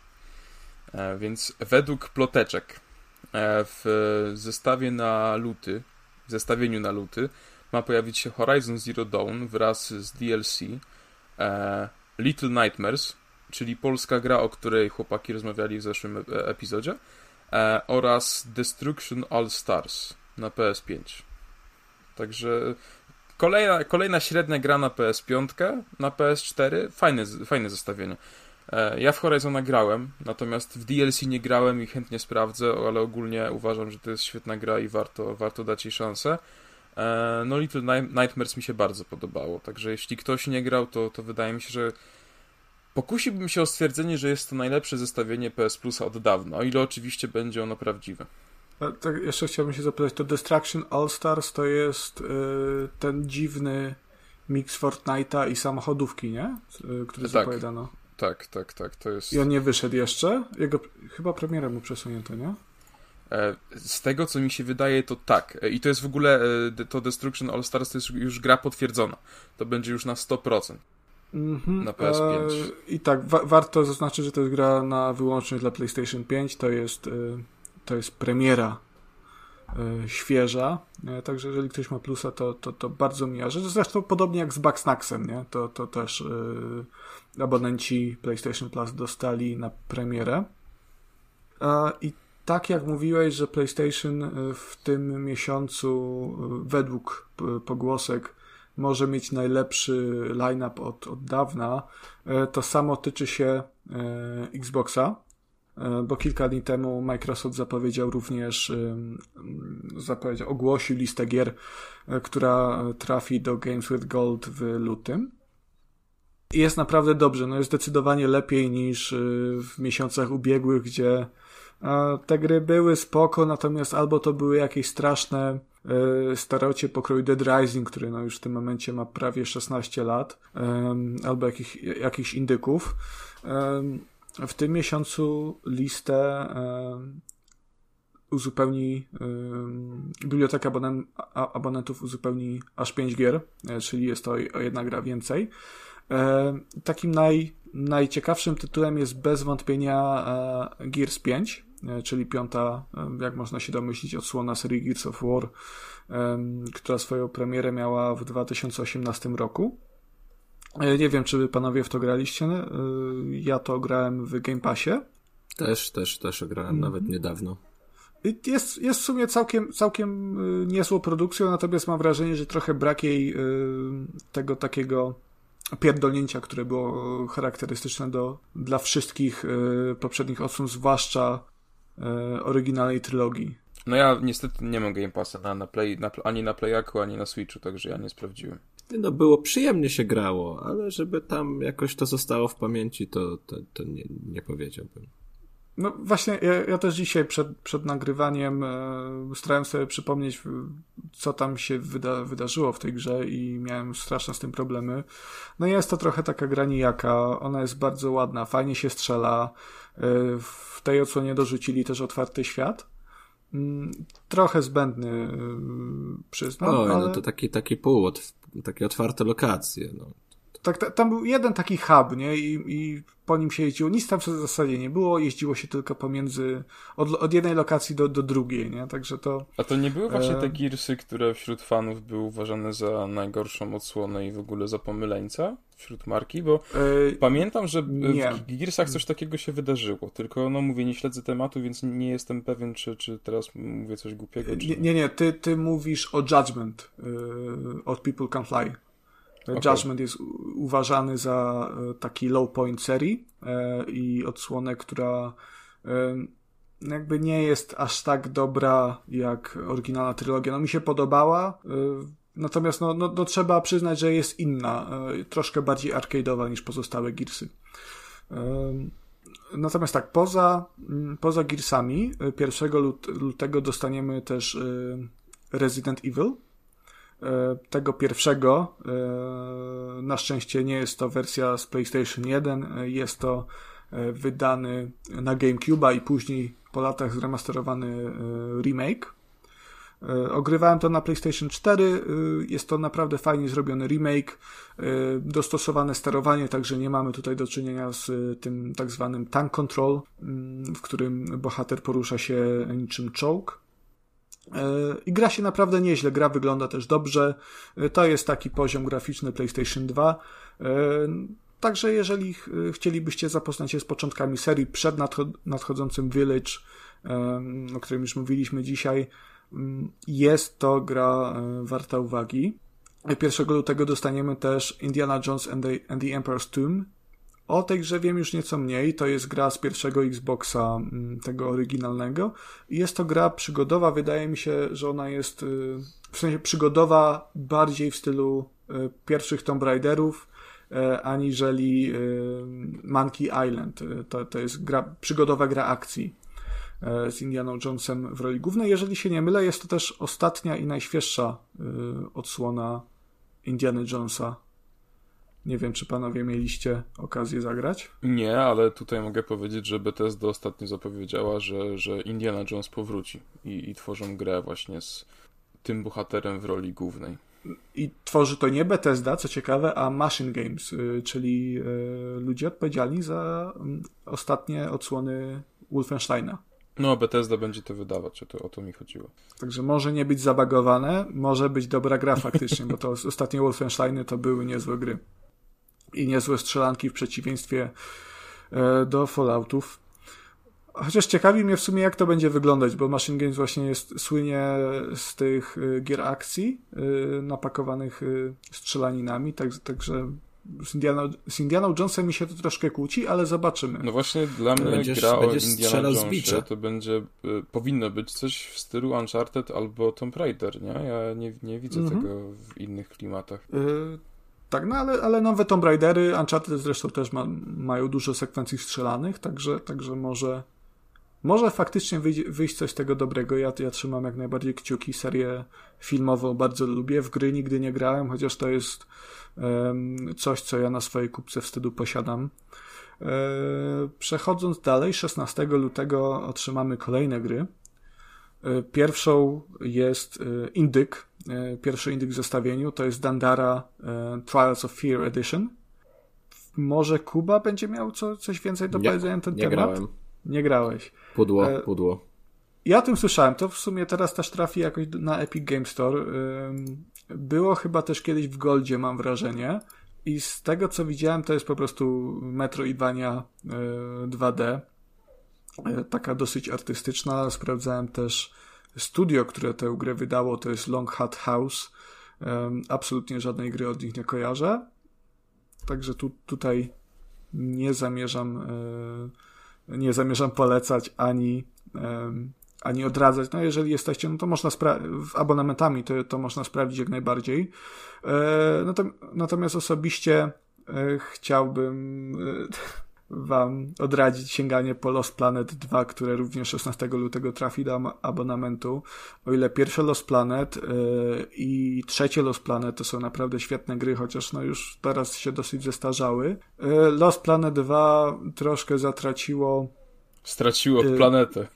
E, więc według ploteczek e, w zestawie na luty, w zestawieniu na luty ma pojawić się Horizon Zero Dawn wraz z D L C, e, Little Nightmares, czyli polska gra, o której chłopaki rozmawiali w zeszłym epizodzie, e, oraz Destruction All Stars na P S pięć. Także kolejna, kolejna średnia gra na P S pięć, na P S cztery, fajne, fajne zestawienie. E, ja w Horizona grałem, natomiast w D L C nie grałem i chętnie sprawdzę, ale ogólnie uważam, że to jest świetna gra i warto, warto dać jej szansę. E, no Little Nightmares mi się bardzo podobało, także jeśli ktoś nie grał, to, to wydaje mi się, że pokusiłbym się o stwierdzenie, że jest to najlepsze zestawienie P S Plusa od dawna, o ile oczywiście będzie ono prawdziwe. A tak, jeszcze chciałbym się zapytać, to Destruction All Stars to jest yy, ten dziwny mix Fortnite'a i samochodówki, nie? Yy, który tak, zapowiadano. Tak, tak, tak, to jest... I on nie wyszedł jeszcze? Jego chyba premierę mu przesunięto, nie? Z tego, co mi się wydaje, to tak. I to jest w ogóle, to Destruction All Stars to jest już gra potwierdzona. To będzie już na sto procent. Mm-hmm. Na P S pięć. E, I tak, wa- warto zaznaczyć, że to jest gra na wyłącznie dla PlayStation pięć. To jest, y, to jest premiera y, świeża. E, także jeżeli ktoś ma plusa, to, to, to bardzo mijarzy. Zresztą podobnie jak z Bugsnaxem, nie? To, to też y, abonenci PlayStation Plus dostali na premierę. E, I tak jak mówiłeś, że PlayStation w tym miesiącu według pogłosek może mieć najlepszy line-up od, od dawna, to samo tyczy się Xboxa, bo kilka dni temu Microsoft zapowiedział również, zapowiedział, ogłosił listę gier, która trafi do Games with Gold w lutym. I jest naprawdę dobrze, no jest zdecydowanie lepiej niż w miesiącach ubiegłych, gdzie te gry były spoko, natomiast albo to były jakieś straszne yy, starocie pokroju Dead Rising, który no już w tym momencie ma prawie szesnaście lat, yy, albo jakich, jakichś indyków. Yy, w tym miesiącu listę yy, uzupełni yy, biblioteka abonen- a, abonentów uzupełni aż pięć gier, yy, czyli jest to o jedna gra więcej. Yy, takim naj, najciekawszym tytułem jest bez wątpienia yy, Gears pięć, czyli piąta, jak można się domyślić, odsłona serii Gears of War, która swoją premierę miała w dwa tysiące osiemnastym roku. Nie wiem, czy wy panowie w to graliście. Ja to grałem w Game Passie. Też, też, też grałem mm. nawet niedawno. Jest, jest w sumie całkiem, całkiem niezłą produkcją, natomiast mam wrażenie, że trochę brak jej tego takiego pierdolnięcia, które było charakterystyczne do, dla wszystkich poprzednich odsłon, zwłaszcza oryginalnej trylogii. No ja niestety nie mam Game Passa na, na play, na, ani na Playaku, ani na Switchu, także ja nie sprawdziłem. No było, przyjemnie się grało, ale żeby tam jakoś to zostało w pamięci, to, to, to nie, nie powiedziałbym. No właśnie, ja, ja też dzisiaj przed, przed nagrywaniem e, starałem sobie przypomnieć, co tam się wyda, wydarzyło w tej grze i miałem straszne z tym problemy. No jest to trochę taka gra nijaka, ona jest bardzo ładna, fajnie się strzela. E, w tej odsłonie dorzucili też otwarty świat. Mm, trochę zbędny, e, przyznam. Oj, ale... no to taki, taki pół, takie otwarte lokacje, no. Tak, ta, tam był jeden taki hub, nie? I, i po nim się jeździło, nic tam w zasadzie nie było, jeździło się tylko pomiędzy, od, od jednej lokacji do, do drugiej, nie? Także to... A to nie były właśnie e... te Gearsy, które wśród fanów były uważane za najgorszą odsłonę i w ogóle za pomyleńca wśród marki? Bo e... pamiętam, że nie. w Gearsach coś takiego się wydarzyło, tylko no mówię, nie śledzę tematu, więc nie jestem pewien, czy, czy teraz mówię coś głupiego, czy... Nie, nie, nie. Ty, ty mówisz o Judgment yy, od People Can Fly. Okay. Judgment jest uważany za taki low point serii yy, i odsłonę, która yy, jakby nie jest aż tak dobra jak oryginalna trylogia. No mi się podobała, yy, natomiast no, no, no trzeba przyznać, że jest inna, yy, troszkę bardziej arcade'owa niż pozostałe Gearsy. Yy, Natomiast tak, poza, poza Gearsami pierwszego lutego dostaniemy też Resident Evil. Tego pierwszego, na szczęście nie jest to wersja z PlayStation jeden, jest to wydany na GameCube'a i później po latach zremasterowany remake. Ogrywałem to na PlayStation cztery, jest to naprawdę fajnie zrobiony remake, dostosowane sterowanie, także nie mamy tutaj do czynienia z tym tak zwanym tank control, w którym bohater porusza się niczym czołg. I gra się naprawdę nieźle, gra wygląda też dobrze, to jest taki poziom graficzny PlayStation dwa, także jeżeli chcielibyście zapoznać się z początkami serii przed nadchodzącym Village, o którym już mówiliśmy dzisiaj, jest to gra warta uwagi. pierwszego lutego dostaniemy też Indiana Jones and the, and the Emperor's Tomb. O tej grze wiem już nieco mniej. To jest gra z pierwszego Xboxa, tego oryginalnego. Jest to gra przygodowa. Wydaje mi się, że ona jest w sensie przygodowa bardziej w stylu pierwszych Tomb Raiderów, aniżeli Monkey Island. To, to jest gra, przygodowa gra akcji z Indianą Jonesem w roli głównej. Jeżeli się nie mylę, jest to też ostatnia i najświeższa y, odsłona Indiana Jonesa. Nie wiem, czy panowie mieliście okazję zagrać? Nie, ale tutaj mogę powiedzieć, że Bethesda ostatnio zapowiedziała, że, że Indiana Jones powróci i, i tworzą grę właśnie z tym bohaterem w roli głównej. I tworzy to nie Bethesda, co ciekawe, a Machine Games, y, czyli y, ludzie odpowiedzialni za y, ostatnie odsłony Wolfensteina. No, Bethesda będzie to wydawać, o to, o to mi chodziło. Także może nie być zabagowane, może być dobra gra faktycznie, bo to ostatnie Wolfensteiny to były niezłe gry. I niezłe strzelanki w przeciwieństwie e, do Falloutów. Chociaż ciekawi mnie w sumie, jak to będzie wyglądać, bo Machine Games właśnie jest słynie z tych y, gier akcji y, napakowanych y, strzelaninami, tak, także z Indiana, z Indianą Jonesem mi się to troszkę kłóci, ale zobaczymy. No właśnie dla mnie będziesz, gra będziesz o Indiana Jonesie to będzie, y, powinno być coś w stylu Uncharted albo Tomb Raider, nie? Ja nie, nie widzę mhm. tego w innych klimatach. Y- Tak, no ale, ale nowe Tomb Raidery, Uncharted zresztą też ma, mają dużo sekwencji strzelanych, także, także może może faktycznie wyjść, wyjść coś z tego dobrego. Ja, ja trzymam jak najbardziej kciuki. Serię filmową bardzo lubię. W gry nigdy nie grałem, chociaż to jest um, coś, co ja na swojej kupce wstydu posiadam. E, przechodząc dalej, szesnastego lutego otrzymamy kolejne gry. E, pierwszą jest e, indyk. E, pierwszy indyk w zestawieniu to jest Dandara e, Trials of Fear Edition. Może Kuba będzie miał co, coś więcej do nie, powiedzenia na ten nie temat? Grałem. Nie grałeś. Pudło, e, pudło. Ja o tym słyszałem. To w sumie teraz też trafi jakoś na Epic Game Store. Było chyba też kiedyś w Goldzie, mam wrażenie. I z tego, co widziałem, to jest po prostu Metroidvania dwa D. Taka dosyć artystyczna. Sprawdzałem też studio, które tę grę wydało. To jest Long Hut House. Absolutnie żadnej gry od nich nie kojarzę. Także tu, tutaj nie zamierzam nie zamierzam polecać ani ani odradzać. No jeżeli jesteście, no to można spra- w abonamentami to, to można sprawdzić jak najbardziej. E, natomiast osobiście e, chciałbym e, wam odradzić sięganie po Lost Planet dwa, które również szesnastego lutego trafi do abonamentu. O ile pierwsze Lost Planet e, i trzecie Lost Planet to są naprawdę świetne gry, chociaż no już teraz się dosyć zestarzały. E, Lost Planet dwa troszkę zatraciło Straciło e, planetę.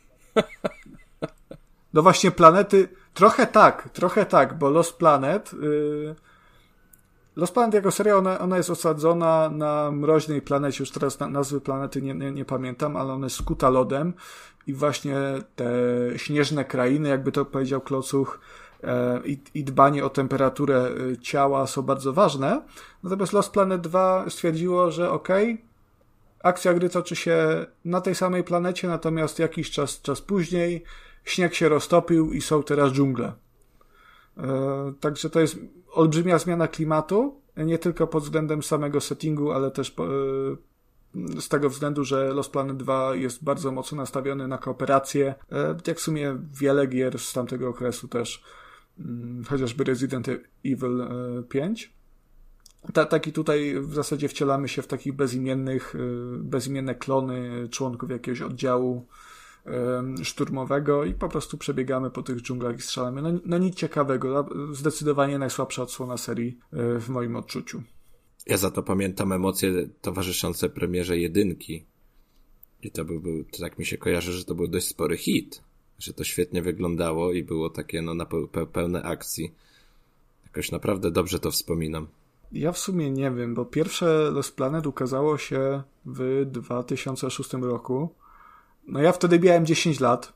No właśnie planety, trochę tak, trochę tak, bo Lost Planet yy, Lost Planet jako seria, ona, ona jest osadzona na mroźnej planecie, już teraz na, nazwy planety nie, nie, nie pamiętam, ale ona jest skuta lodem i właśnie te śnieżne krainy, jakby to powiedział Klocuch, e, i, i dbanie o temperaturę ciała są bardzo ważne. Natomiast Lost Planet dwa stwierdziło, że okej, okay, akcja gry toczy się na tej samej planecie, natomiast jakiś czas, czas później śnieg się roztopił i są teraz dżungle. E, także to jest olbrzymia zmiana klimatu, nie tylko pod względem samego settingu, ale też po, e, z tego względu, że Lost Planet dwa jest bardzo mocno nastawiony na kooperację, e, jak w sumie wiele gier z tamtego okresu też, m, chociażby Resident Evil e, pięć. Ta, taki tutaj w zasadzie wcielamy się w takich bezimiennych, e, bezimienne klony członków jakiegoś oddziału szturmowego i po prostu przebiegamy po tych dżunglach i strzelamy. No, no nic ciekawego. Zdecydowanie najsłabsza odsłona serii w moim odczuciu. Ja za to pamiętam emocje towarzyszące premierze jedynki. I to był, był, to tak mi się kojarzy, że to był dość spory hit. Że to świetnie wyglądało i było takie no, na pe- pełne akcji. Jakoś naprawdę dobrze to wspominam. Ja w sumie nie wiem, bo pierwsze Lost Planet ukazało się w dwa tysiące szóstym roku. No ja wtedy miałem dziesięć lat.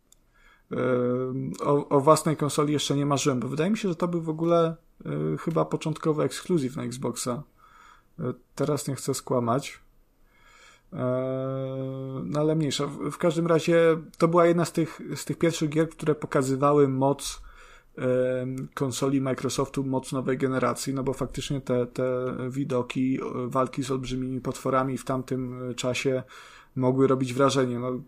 O, o własnej konsoli jeszcze nie marzyłem, bo wydaje mi się, że to był w ogóle chyba początkowy ekskluzyw na Xboxa. Teraz nie chcę skłamać. No ale mniejsza. W każdym razie to była jedna z tych, z tych pierwszych gier, które pokazywały moc konsoli Microsoftu, moc nowej generacji, no bo faktycznie te, te widoki walki z olbrzymimi potworami w tamtym czasie mogły robić wrażenie. No,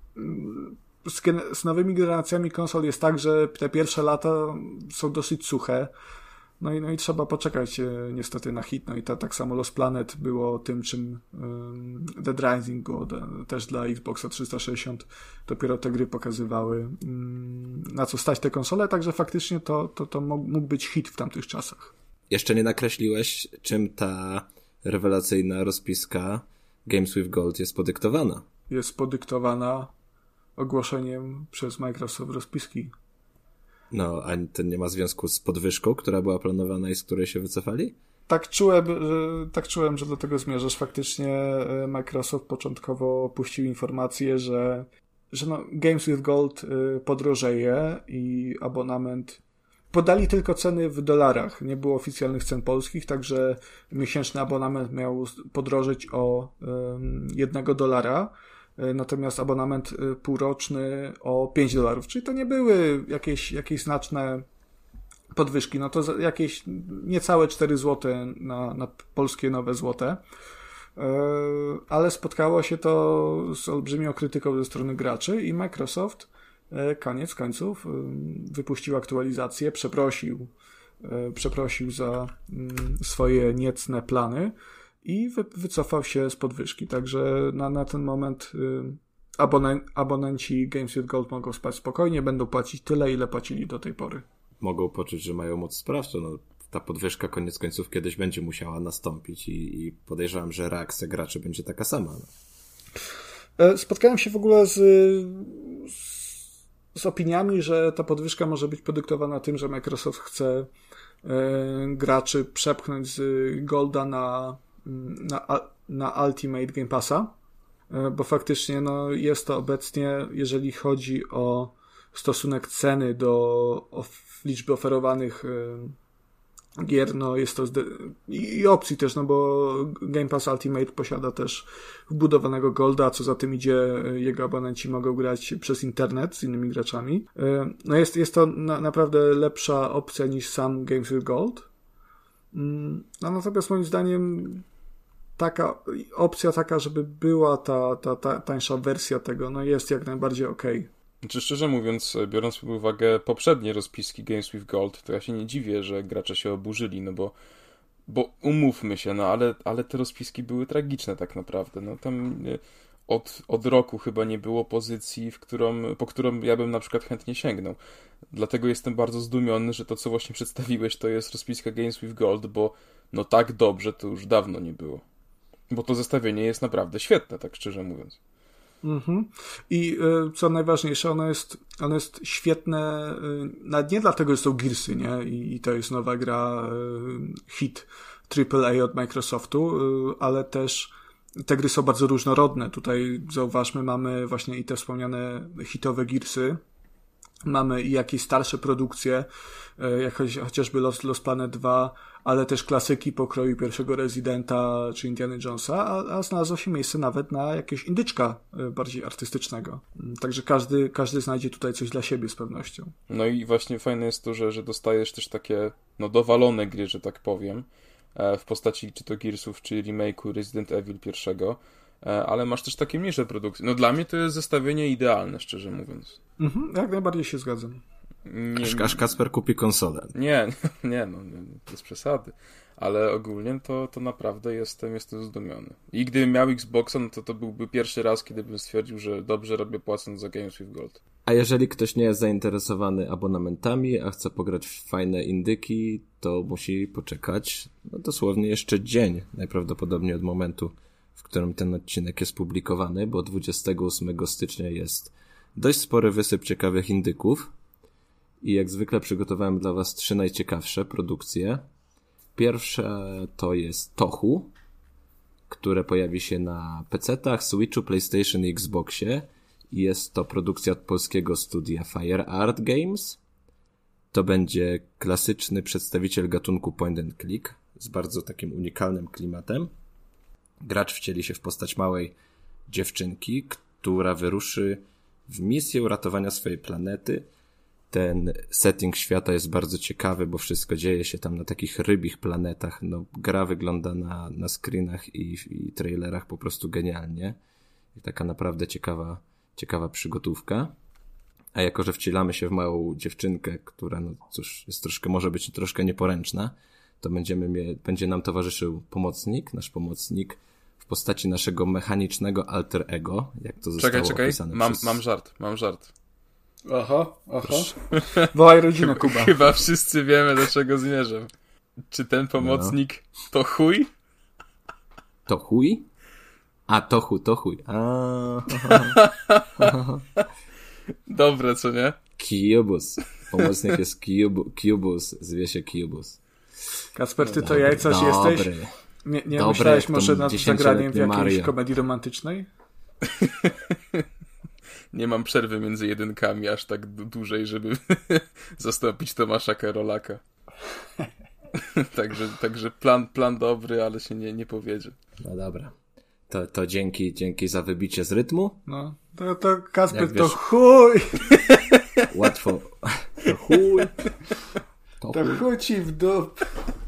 z, gen- z nowymi generacjami konsol jest tak, że te pierwsze lata są dosyć suche. No i, no i trzeba poczekać e, niestety na hit. No i ta, tak samo Lost Planet było tym, czym um, Dead Rising było de, też dla Xboxa trzysta sześćdziesiąt. Dopiero te gry pokazywały um, na co stać te konsole, także faktycznie to, to, to mógł być hit w tamtych czasach. Jeszcze nie nakreśliłeś, czym ta rewelacyjna rozpiska Games with Gold jest podyktowana. Jest podyktowana ogłoszeniem przez Microsoft rozpiski. No, a to nie ma związku z podwyżką, która była planowana i z której się wycofali? Tak czułem, że, tak czułem, że do tego zmierzasz. Faktycznie Microsoft początkowo puścił informację, że, że no, Games with Gold podrożeje i abonament podali tylko ceny w dolarach. Nie było oficjalnych cen polskich, także miesięczny abonament miał podrożyć o um, jednego dolara, natomiast abonament półroczny o pięć dolarów. Czyli to nie były jakieś, jakieś znaczne podwyżki. No to jakieś niecałe cztery złote na, na polskie nowe złote. Ale spotkało się to z olbrzymią krytyką ze strony graczy i Microsoft koniec końców wypuścił aktualizację, przeprosił, przeprosił za swoje niecne plany i wy, wycofał się z podwyżki. Także na, na ten moment abonen, abonenci Games with Gold mogą spać spokojnie, będą płacić tyle, ile płacili do tej pory. Mogą poczuć, że mają moc sprawczą. No, ta podwyżka koniec końców kiedyś będzie musiała nastąpić i, i podejrzewam, że reakcja graczy będzie taka sama. No. Spotkałem się w ogóle z, z z opiniami, że ta podwyżka może być podyktowana tym, że Microsoft chce y, graczy przepchnąć z Golda na, na, na Ultimate Game Passa, y, bo faktycznie no, jest to obecnie, jeżeli chodzi o stosunek ceny do o, liczby oferowanych y, gier, no jest to zde- i, i opcji też, no bo Game Pass Ultimate posiada też wbudowanego Golda, co za tym idzie, jego abonenci mogą grać przez internet z innymi graczami. No jest, jest to na, naprawdę lepsza opcja niż sam Games with Gold. No natomiast moim zdaniem taka opcja taka, żeby była ta, ta, ta tańsza wersja tego, no jest jak najbardziej okej. Okay. Znaczy, szczerze mówiąc, biorąc pod uwagę poprzednie rozpiski Games with Gold, to ja się nie dziwię, że gracze się oburzyli, no bo bo umówmy się, no ale, ale te rozpiski były tragiczne tak naprawdę. No tam od, od roku chyba nie było pozycji, w którą, po którą ja bym na przykład chętnie sięgnął. Dlatego jestem bardzo zdumiony, że to, co właśnie przedstawiłeś, to jest rozpiska Games with Gold, bo no tak dobrze to już dawno nie było. Bo to zestawienie jest naprawdę świetne, tak szczerze mówiąc. Mm-hmm. I y, co najważniejsze, ono jest, ono jest świetne, y, nawet nie dlatego, że są Gearsy, nie? I, i to jest nowa gra, y, hit, triple A od Microsoftu, ale też te gry są bardzo różnorodne. Tutaj zauważmy, mamy właśnie i te wspomniane hitowe Gearsy, mamy i jakieś starsze produkcje, jak chociażby Lost, Lost Planet dwa, ale też klasyki pokroju pierwszego Residenta czy Indiana Jonesa, a, a znalazło się miejsce nawet na jakiegoś indyczka bardziej artystycznego. Także każdy, każdy znajdzie tutaj coś dla siebie z pewnością. No i właśnie fajne jest to, że, że dostajesz też takie no dowalone gry, że tak powiem, w postaci czy to Gearsów, czy remake'u Resident Evil pierwszego, ale masz też takie mniejsze produkcje. No dla mnie to jest zestawienie idealne, szczerze mówiąc. Mhm, jak najbardziej się zgadzam. Nie, aż Kacper kupi konsolę. Nie, nie, no, bez przesady. Ale ogólnie to, to naprawdę jestem, jestem zdumiony. I gdybym miał Xboxa, no to to byłby pierwszy raz, kiedy bym stwierdził, że dobrze robię płacąc za Games with Gold. A jeżeli ktoś nie jest zainteresowany abonamentami, a chce pograć w fajne indyki, to musi poczekać no, dosłownie jeszcze dzień, najprawdopodobniej od momentu, w którym ten odcinek jest publikowany, bo dwudziestego ósmego stycznia jest dość spory wysyp ciekawych indyków. I jak zwykle przygotowałem dla was trzy najciekawsze produkcje. Pierwsza to jest Tohu, które pojawi się na pecetach, Switchu, PlayStation i Xboxie. Jest to produkcja od polskiego studia Fire Art Games. To będzie klasyczny przedstawiciel gatunku point and click z bardzo takim unikalnym klimatem. Gracz wcieli się w postać małej dziewczynki, która wyruszy w misję uratowania swojej planety. Ten setting świata jest bardzo ciekawy, bo wszystko dzieje się tam na takich rybich planetach. No, gra wygląda na, na screenach i, i trailerach po prostu genialnie. I taka naprawdę ciekawa, ciekawa przygotówka. A jako, że wcielamy się w małą dziewczynkę, która, no cóż, jest troszkę, może być troszkę nieporęczna, to będziemy mie- będzie nam towarzyszył pomocnik, nasz pomocnik w postaci naszego mechanicznego alter ego, jak to zostało czekaj, czekaj. opisane Mam, przez... mam żart, mam żart. Aha, aha. Wołaj rodzinę, Kuba. Chyba wszyscy wiemy, do czego zmierzam. Czy ten pomocnik no. to chuj? To chuj? A, to chuj, to chuj. A, Dobre, co nie? Cubus. Pomocnik jest Cubu, Cubus, zwie się Cubus. Kacper, ty to jajcarz Dobry. jesteś? Nie, nie Dobre, myślałeś może nad zagraniem w jakiejś Mario. komedii romantycznej? Nie mam przerwy między jedynkami aż tak d- dłużej, żeby zastąpić Tomasza Karolaka. także także plan, plan dobry, ale się nie, nie powiedzie. No dobra. To, to dzięki, dzięki za wybicie z rytmu. No, to, to Kacper, Jak to wiesz- chuj! Łatwo. To chuj. To To chuj. chuj ci w dup.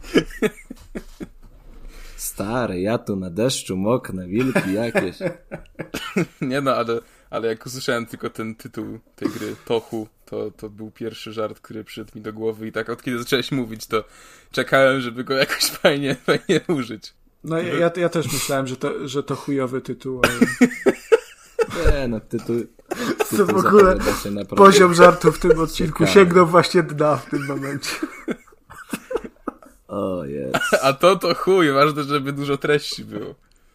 Stary, ja tu na deszczu moknę, wilki jakieś. Nie no, ale, ale jak usłyszałem tylko ten tytuł tej gry, Tohu, to, to był pierwszy żart, który przyszedł mi do głowy i tak od kiedy zacząłeś mówić, to czekałem, żeby go jakoś fajnie, fajnie użyć. No ja, ja, ja też myślałem, że to, że to chujowy tytuł, ale Nie no, tytuł... to tytuł w ogóle zapowiada się naprawdę- poziom żartu w tym odcinku Ciekawe. sięgnął właśnie dna w tym momencie. O jest. A to to chuj, ważne, żeby dużo treści było.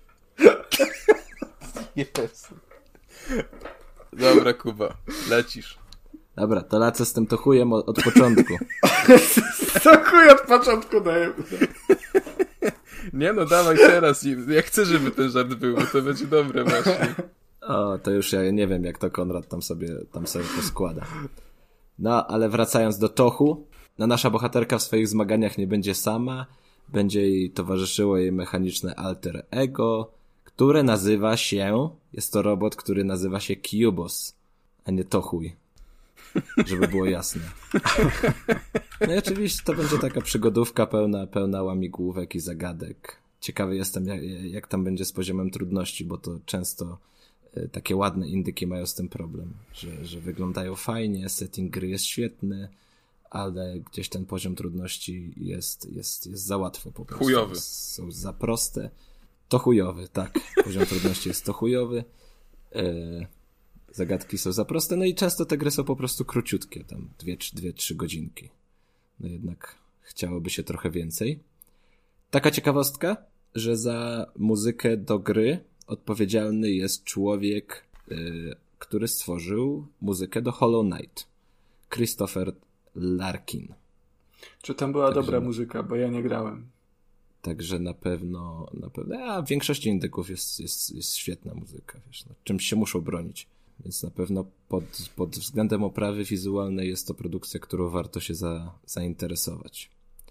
Jest. Dobra, Kuba, lecisz. Dobra, to lecę z tym to chujem od, od początku. To chuj od początku daję. Nie no, dawaj teraz. Ja chcę, żeby ten żart był, bo to będzie dobre właśnie. O, to już ja nie wiem, jak to Konrad tam sobie, tam sobie poskłada. No, ale wracając do Tohu, no nasza bohaterka w swoich zmaganiach nie będzie sama, będzie jej towarzyszyło jej mechaniczne alter ego, które nazywa się, jest to robot, który nazywa się Cubus, a nie Tohuj. Żeby było jasne. No i oczywiście to będzie taka przygodówka pełna, pełna łamigłówek i zagadek. Ciekawy jestem, jak, jak tam będzie z poziomem trudności, bo to często y, takie ładne indyki mają z tym problem, że, że wyglądają fajnie, setting gry jest świetny, ale gdzieś ten poziom trudności jest, jest, jest za łatwo po prostu. Chujowy. Są za proste. To chujowy, tak. Poziom trudności jest to chujowy. Y, Zagadki są za proste, no i często te gry są po prostu króciutkie, tam dwie, dwie, trzy godzinki. No jednak chciałoby się trochę więcej. Taka ciekawostka, że za muzykę do gry odpowiedzialny jest człowiek, yy, który stworzył muzykę do Hollow Knight. Christopher Larkin. Czy tam była Także- dobra muzyka, bo ja nie grałem. Także na pewno, na pewno, a w większości indyków jest, jest, jest świetna muzyka, wiesz, no, czymś się muszą bronić. Więc na pewno pod, pod względem oprawy wizualnej jest to produkcja, którą warto się za, zainteresować.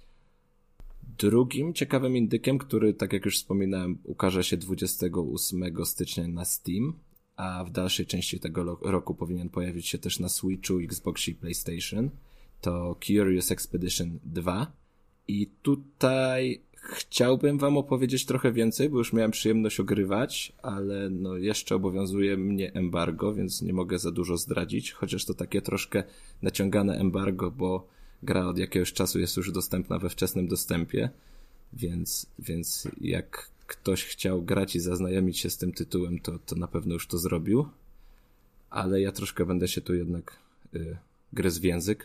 Drugim ciekawym indykiem, który, tak jak już wspominałem, ukaże się dwudziestego ósmego stycznia na Steam, a w dalszej części tego roku powinien pojawić się też na Switchu, Xboxie i PlayStation, to Curious Expedition dwa. I tutaj chciałbym wam opowiedzieć trochę więcej, bo już miałem przyjemność ogrywać, ale no jeszcze obowiązuje mnie embargo, więc nie mogę za dużo zdradzić, chociaż to takie troszkę naciągane embargo, bo gra od jakiegoś czasu jest już dostępna we wczesnym dostępie, więc, więc jak ktoś chciał grać i zaznajomić się z tym tytułem, to, to na pewno już to zrobił, ale ja troszkę będę się tu jednak y, gryzł w język.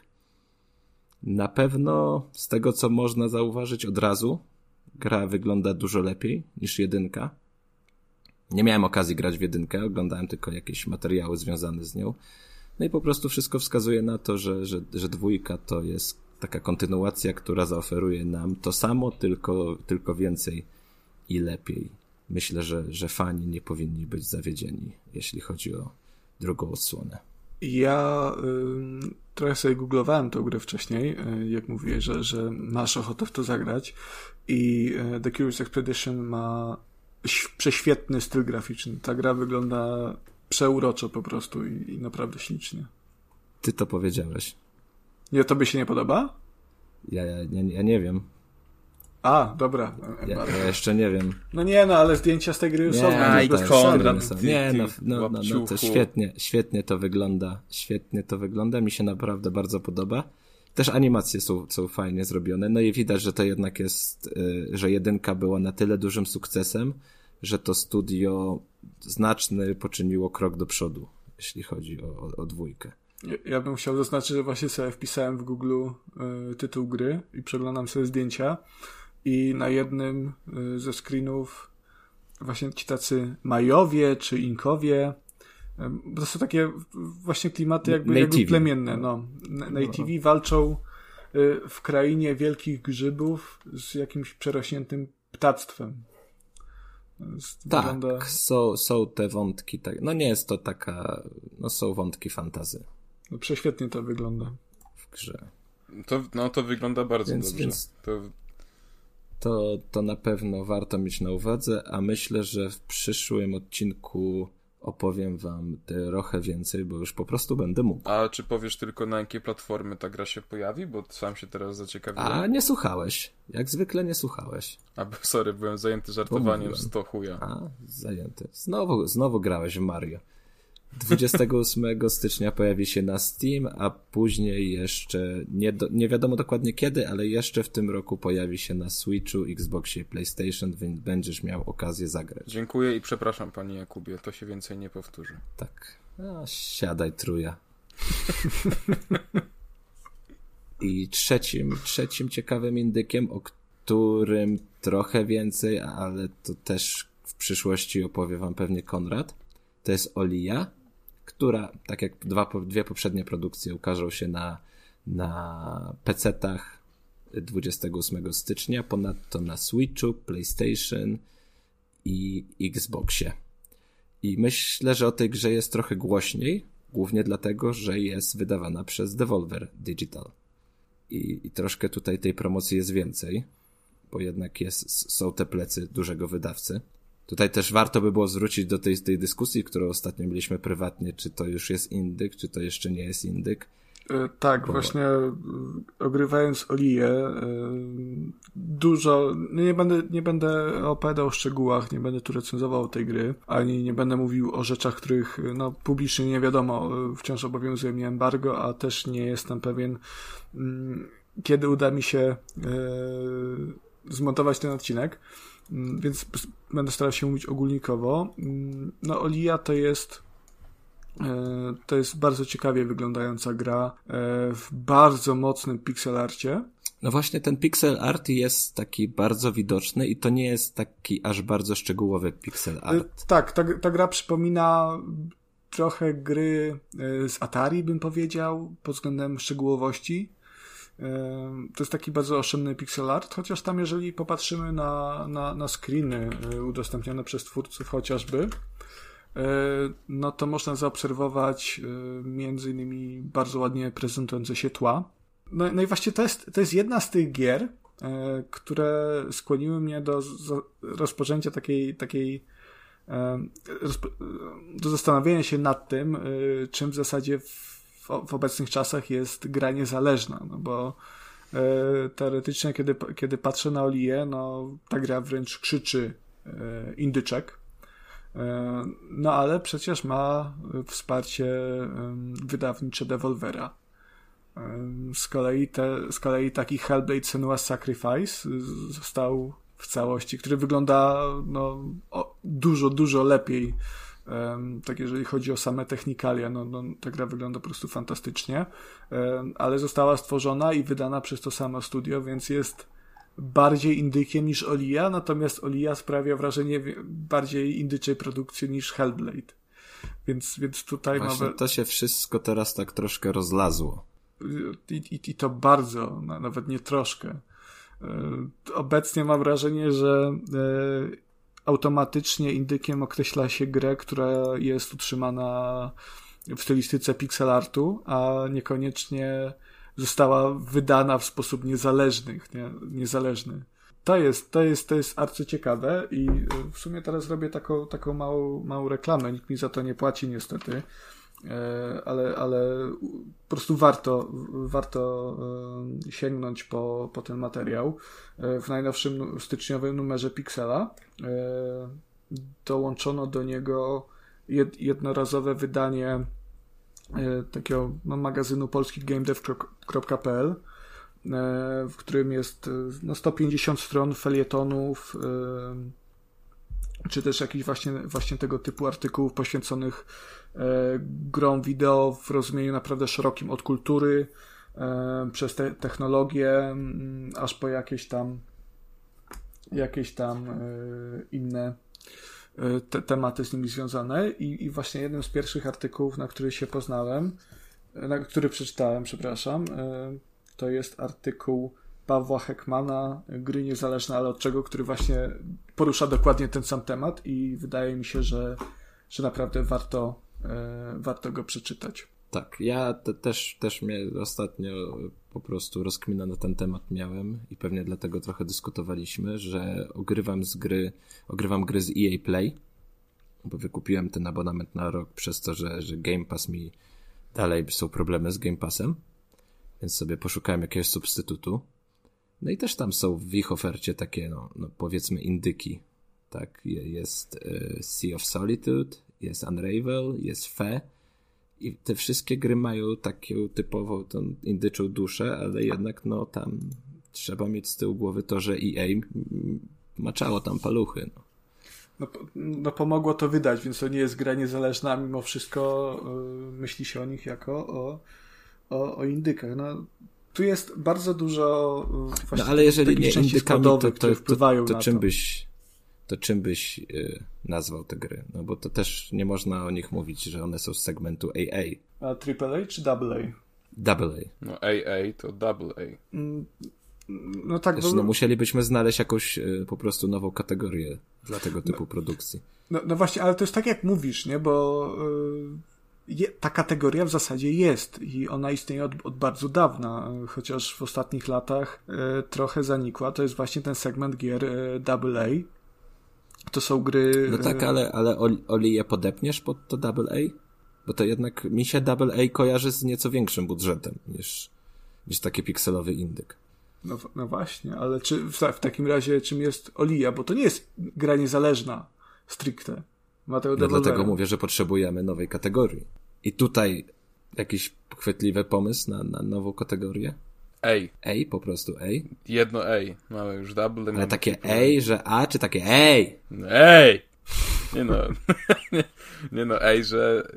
Na pewno z tego, co można zauważyć od razu, gra wygląda dużo lepiej niż jedynka. Nie miałem okazji grać w jedynkę, oglądałem tylko jakieś materiały związane z nią. No i po prostu wszystko wskazuje na to, że, że, że dwójka to jest taka kontynuacja, która zaoferuje nam to samo, tylko, tylko więcej i lepiej. Myślę, że, że fani nie powinni być zawiedzieni, jeśli chodzi o drugą odsłonę. Ja y, trochę sobie googlowałem tę grę wcześniej, y, jak mówię, że, że masz ochotę w to zagrać i y, The Curious Expedition ma ś- prześwietny styl graficzny. Ta gra wygląda przeuroczo po prostu i, i naprawdę ślicznie. Ty to powiedziałeś. Nie, tobie się nie podoba? Ja, ja, ja, ja nie wiem. A, dobra. Ja, ja jeszcze nie wiem. No nie, no ale zdjęcia z tej gry już nie, są. Aj, bez to przesady. Konrad, Nie, no, no, no, no to łapciuchu. świetnie, świetnie to wygląda. Świetnie to wygląda. Mi się naprawdę bardzo podoba. Też animacje są, są fajnie zrobione. No i widać, że to jednak jest, że jedynka była na tyle dużym sukcesem, że to studio znaczny poczyniło krok do przodu, jeśli chodzi o, o, o dwójkę. Ja bym chciał zaznaczyć, że właśnie sobie wpisałem w Google y, tytuł gry i przeglądam sobie zdjęcia i na jednym y, ze screenów właśnie ci tacy Majowie czy Inkowie, y, to są takie właśnie klimaty jakby, jakby plemienne, no. Nativi walczą y, w krainie wielkich grzybów z jakimś przerośniętym ptactwem. Tak, Wygląda... są, są te wątki, tak, no nie jest to taka, no są wątki fantazy. No prześwietnie to wygląda w grze. To, no to wygląda bardzo więc, dobrze. Więc to... To, to na pewno warto mieć na uwadze, a myślę, że w przyszłym odcinku opowiem wam trochę więcej, bo już po prostu będę mógł. A czy powiesz tylko, na jakie platformy ta gra się pojawi? Bo sam się teraz zaciekawiłem. A nie słuchałeś. Jak zwykle nie słuchałeś. A, sorry, byłem zajęty żartowaniem z to chuja. A, zajęty. Znowu, znowu grałeś w Mario. dwudziestego ósmego stycznia pojawi się na Steam, a później jeszcze, nie, do, nie wiadomo dokładnie kiedy, ale jeszcze w tym roku pojawi się na Switchu, Xboxie i PlayStation, więc będziesz miał okazję zagrać. Dziękuję i przepraszam, panie Jakubie, to się więcej nie powtórzy. Tak. A, siadaj, truja. I trzecim, trzecim ciekawym indykiem, o którym trochę więcej, ale to też w przyszłości opowie wam pewnie Konrad, to jest Olija, która, tak jak dwa, dwie poprzednie produkcje, ukażą się na, na pecetach dwudziestego ósmego stycznia, ponadto na Switchu, PlayStation i Xboxie. I myślę, że o tej grze jest trochę głośniej, głównie dlatego, że jest wydawana przez Devolver Digital. I, i troszkę tutaj tej promocji jest więcej, bo jednak jest, są te plecy dużego wydawcy. Tutaj też warto by było zwrócić do tej, tej dyskusji, którą ostatnio mieliśmy prywatnie, czy to już jest indyk, czy to jeszcze nie jest indyk. E, tak, bo... właśnie e, ogrywając Oliję, e, dużo, no nie będę, nie będę opowiadał o szczegółach, nie będę tu recenzował tej gry, ani nie będę mówił o rzeczach, których no, publicznie nie wiadomo, wciąż obowiązuje mnie embargo, a też nie jestem pewien, m, kiedy uda mi się e, zmontować ten odcinek. Więc będę starał się mówić ogólnikowo. No, Olija to jest to jest bardzo ciekawie wyglądająca gra w bardzo mocnym pixelarcie. No właśnie ten pixel art jest taki bardzo widoczny i to nie jest taki aż bardzo szczegółowy pixel art. Tak, ta, ta gra przypomina trochę gry z Atari, bym powiedział, pod względem szczegółowości. To jest taki bardzo oszczędny pixel art, chociaż tam jeżeli popatrzymy na, na, na screeny udostępnione przez twórców chociażby, no to można zaobserwować między innymi bardzo ładnie prezentujące się tła. No, no i właśnie to jest, to jest jedna z tych gier, które skłoniły mnie do rozpoczęcia takiej, takiej do zastanowienia się nad tym, czym w zasadzie w, w obecnych czasach jest gra niezależna, no bo teoretycznie, kiedy, kiedy patrzę na Olię, no ta gra wręcz krzyczy indyczek, no ale przecież ma wsparcie wydawnicze Devolvera. Z kolei, te, z kolei taki Hellblade Senua's Sacrifice został w całości, który wygląda no, o, dużo, dużo lepiej. Um, tak jeżeli chodzi o same technikalia, no, no, ta gra wygląda po prostu fantastycznie, um, ale została stworzona i wydana przez to samo studio, więc jest bardziej indykiem niż Olia, natomiast Olia sprawia wrażenie bardziej indyczej produkcji niż Hellblade. Więc, więc tutaj Właśnie mamy... to się wszystko teraz tak troszkę rozlazło. I, i, i to bardzo, no, nawet nie troszkę. Obecnie mam wrażenie, że automatycznie indykiem określa się grę, która jest utrzymana w stylistyce pixel artu, a niekoniecznie została wydana w sposób niezależny, nie? niezależny. To jest, to jest, to jest arcyciekawe i w sumie teraz robię taką, taką małą, małą reklamę, nikt mi za to nie płaci niestety, ale, ale po prostu warto, warto sięgnąć po, po ten materiał. W najnowszym styczniowym numerze Pixela dołączono do niego jednorazowe wydanie takiego no, magazynu polski gamedev kropka p l, w którym jest no, sto pięćdziesiąt stron felietonów, czy też jakichś właśnie, właśnie tego typu artykułów poświęconych e, grom wideo w rozumieniu naprawdę szerokim, od kultury e, przez te technologię m, aż po jakieś tam jakieś tam e, inne e, te, tematy z nimi związane i, i właśnie jednym z pierwszych artykułów, na który się poznałem, na który przeczytałem, przepraszam, e, to jest artykuł Pawła Heckmana, Gry niezależne, ale od czego, który właśnie porusza dokładnie ten sam temat i wydaje mi się, że, że naprawdę warto, e, warto go przeczytać. Tak, ja te, też, też mnie ostatnio po prostu rozkminę na ten temat miałem i pewnie dlatego trochę dyskutowaliśmy, że ogrywam z gry, ogrywam gry z E A Play, bo wykupiłem ten abonament na rok przez to, że, że Game Pass mi dalej są problemy z Game Passem, więc sobie poszukałem jakiegoś substytutu. No i też tam są w ich ofercie takie, no, no powiedzmy indyki, tak, jest y, Sea of Solitude, jest Unravel, jest Fe i te wszystkie gry mają taką typową tą indyczą duszę, ale jednak no tam trzeba mieć z tyłu głowy to, że E A maczało tam paluchy, no. No, no pomogło to wydać, więc to nie jest gra niezależna, mimo wszystko y, myśli się o nich jako o, o, o indykach, no. Tu jest bardzo dużo właśnie no, ale jeżeli nie indykami, to, to, które wpływają to, to, to na czym to. byś to czym byś yy, nazwał te gry? No bo to też nie można o nich mówić, że one są z segmentu A A. A triple A czy double A? Double A. No A A to double A. Mm, no tak. Wiesz, bo... no musielibyśmy znaleźć jakąś yy, po prostu nową kategorię dla tego typu no, produkcji. No, no właśnie, ale to jest tak jak mówisz, nie? Bo yy... Je, ta kategoria w zasadzie jest i ona istnieje od, od bardzo dawna, chociaż w ostatnich latach e, trochę zanikła. To jest właśnie ten segment gier e, double A. To są gry... No tak, ale, ale Oli, je podepniesz pod to double A? Bo to jednak mi się double A kojarzy z nieco większym budżetem niż, niż taki pikselowy indyk. No, no właśnie, ale czy w, w takim razie czym jest Olia? Bo to nie jest gra niezależna stricte. No dlatego mówię, że potrzebujemy nowej kategorii. I tutaj jakiś chwytliwy pomysł na, na nową kategorię? A. A, po prostu A? Jedno A. Mamy już double. Ale takie A, że A, czy takie A? No, A! Nie no. nie, nie no, A, że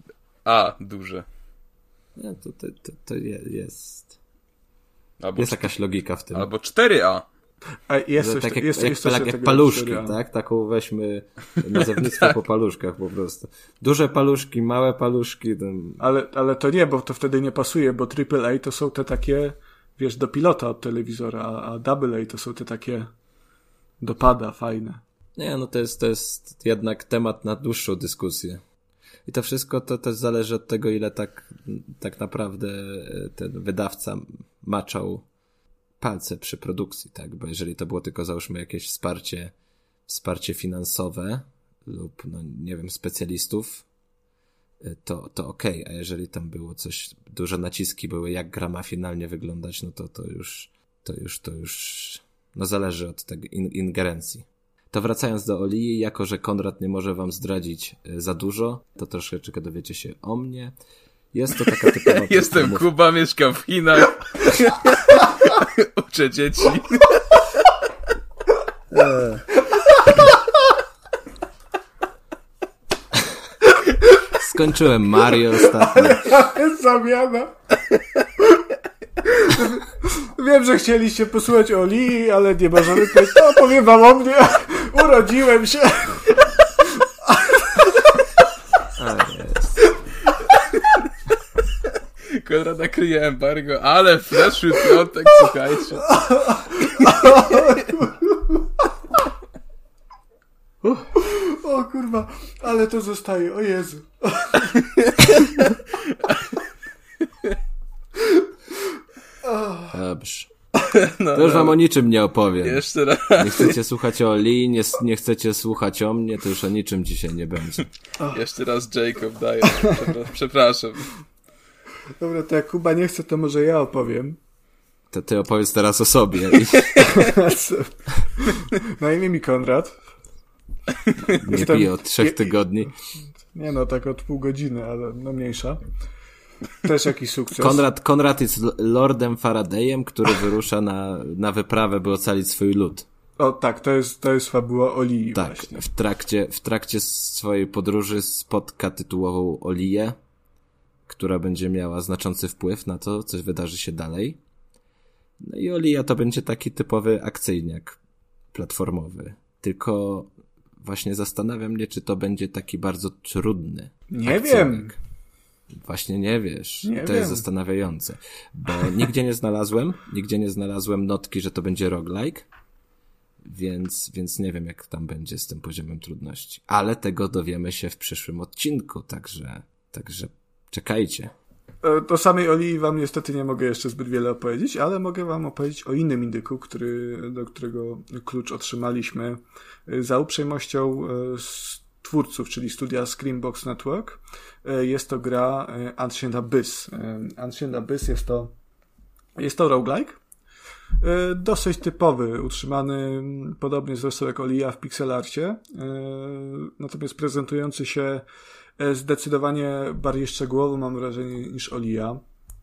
A duże. Nie, to, to, to, to jest... Albo jest jakaś logika w tym. Albo cztery A. A jest coś, tak jak, jest, jak, jest jak, coś jak paluszki, tak? Taką weźmy nazewnictwo tak. Po paluszkach po prostu. Duże paluszki, małe paluszki. Ten... Ale, ale to nie, bo to wtedy nie pasuje, bo triple A to są te takie wiesz, do pilota od telewizora, a, a double A to są te takie dopada fajne. Nie, no to jest, to jest jednak temat na dłuższą dyskusję. I to wszystko to też zależy od tego, ile tak, tak naprawdę ten wydawca maczał palce przy produkcji, tak? Bo jeżeli to było tylko, załóżmy, jakieś wsparcie, wsparcie finansowe lub, no nie wiem, specjalistów, to, to okej, okay. A jeżeli tam było coś, duże naciski były, jak gra ma finalnie wyglądać, no to, to już, to już, to już, no zależy od tego in, ingerencji. To wracając do Olii, jako że Konrad nie może wam zdradzić za dużo, to troszeczkę dowiecie się o mnie. Jest to taka typowa... Jestem filmów... Kuba, mieszkam w Chinach. Uczę dzieci. Skończyłem Mario ostatnio. Jest zamiana. Wiem, że chcieliście posłuchać o Olii, ale nie możemy powiedzieć, to powiem wam o mnie. Urodziłem się. Konrada kryje embargo, ale w zeszły piątek, słuchajcie. O kurwa, ale to zostaje, o Jezu. Dobrze. No, to już wam no. o niczym nie opowiem. Jeszcze raz. Nie chcecie słuchać o Oli, nie, nie chcecie słuchać o mnie, to już o niczym dzisiaj nie będzie. Oh. Jeszcze raz Jacob daje. Przepraszam. Dobra, to jak Kuba nie chce, to może ja opowiem. To ty opowiedz teraz o sobie. Na imię mi Konrad. Nie Jestem... piję od trzech tygodni. Nie no, tak od pół godziny, ale no mniejsza. Też jakiś sukces. Konrad, Konrad jest Lordem Faradayem, który wyrusza na, na wyprawę, by ocalić swój lud. O tak, to jest, to jest fabuła Olii. Tak, właśnie. w trakcie, w trakcie swojej podróży spotka tytułową Olię, która będzie miała znaczący wpływ na to, co wydarzy się dalej. No i Olija to będzie taki typowy akcyjniak platformowy. Tylko właśnie zastanawiam mnie, czy to będzie taki bardzo trudny Nie akcyjnik. wiem. Właśnie nie wiesz. Nie to wiem. jest zastanawiające. Bo nigdzie nie znalazłem, nigdzie nie znalazłem notki, że to będzie roguelike, więc, więc nie wiem, jak tam będzie z tym poziomem trudności. Ale tego dowiemy się w przyszłym odcinku, także, także czekajcie. O samej Olii wam niestety nie mogę jeszcze zbyt wiele opowiedzieć, ale mogę wam opowiedzieć o innym indyku, który, do którego klucz otrzymaliśmy za uprzejmością z twórców, czyli studia Screambox Network. Jest to gra Ancient Abyss. Ancient Abyss jest to jest to roguelike. Dosyć typowy, utrzymany podobnie zresztą jak Olija w pixelarcie, natomiast prezentujący się zdecydowanie bardziej szczegółowo, mam wrażenie, niż Olija.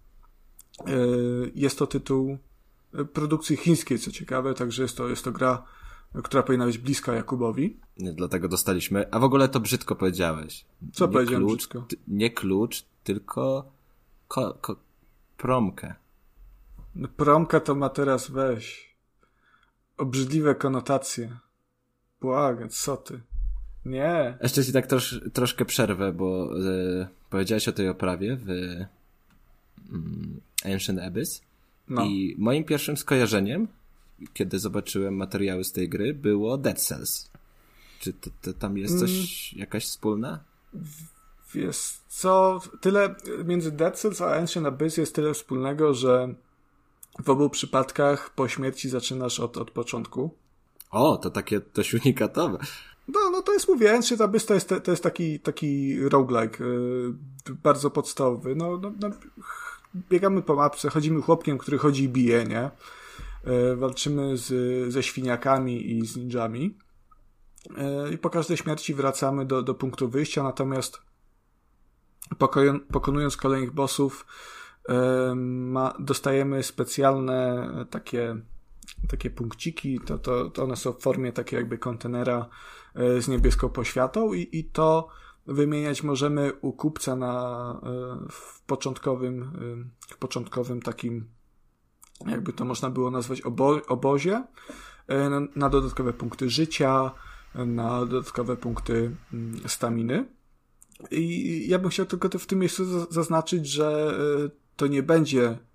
Jest to tytuł produkcji chińskiej, co ciekawe, także jest to, jest to gra, która powinna być bliska Jakubowi. Nie, dlatego dostaliśmy, a w ogóle to brzydko powiedziałeś. Co nie powiedziałem klucz, brzydko? T- nie klucz, tylko ko- ko- promkę. No, promka to ma teraz, weź, obrzydliwe konotacje. Błagam, co ty? Nie. Jeszcze ci tak trosz, troszkę przerwę, bo y, powiedziałeś o tej oprawie w y, Ancient Abyss no. I moim pierwszym skojarzeniem, kiedy zobaczyłem materiały z tej gry, było Dead Cells. Czy to, to tam jest coś, mm. jakaś wspólna? Wiesz co, tyle między Dead Cells a Ancient Abyss jest tyle wspólnego, że w obu przypadkach po śmierci zaczynasz od, od początku. O, to takie dość unikatowe. No, no to jest, mówię, Ancient Abyss to jest, to jest taki, taki roguelike, yy, bardzo podstawowy. No, no, no, biegamy po mapce, chodzimy chłopkiem, który chodzi i bije, nie? Yy, walczymy z, ze świniakami i z ninjami. Yy, I po każdej śmierci wracamy do, do punktu wyjścia, natomiast pokoju, pokonując kolejnych bossów yy, ma, dostajemy specjalne takie takie punkciki, to, to, to one są w formie takiej jakby kontenera z niebieską poświatą i, i to wymieniać możemy u kupca na, w początkowym, w początkowym takim, jakby to można było nazwać, obo, obozie, na, na dodatkowe punkty życia, na dodatkowe punkty staminy. I ja bym chciał tylko w tym miejscu zaznaczyć, że to nie będzie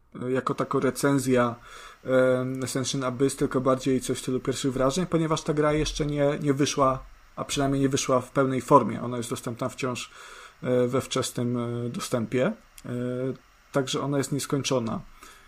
jako tako recenzja Ascension Abyss, tylko bardziej coś w stylu pierwszych wrażeń, ponieważ ta gra jeszcze nie, nie wyszła, a przynajmniej nie wyszła w pełnej formie. Ona jest dostępna wciąż we wczesnym dostępie, także ona jest nieskończona.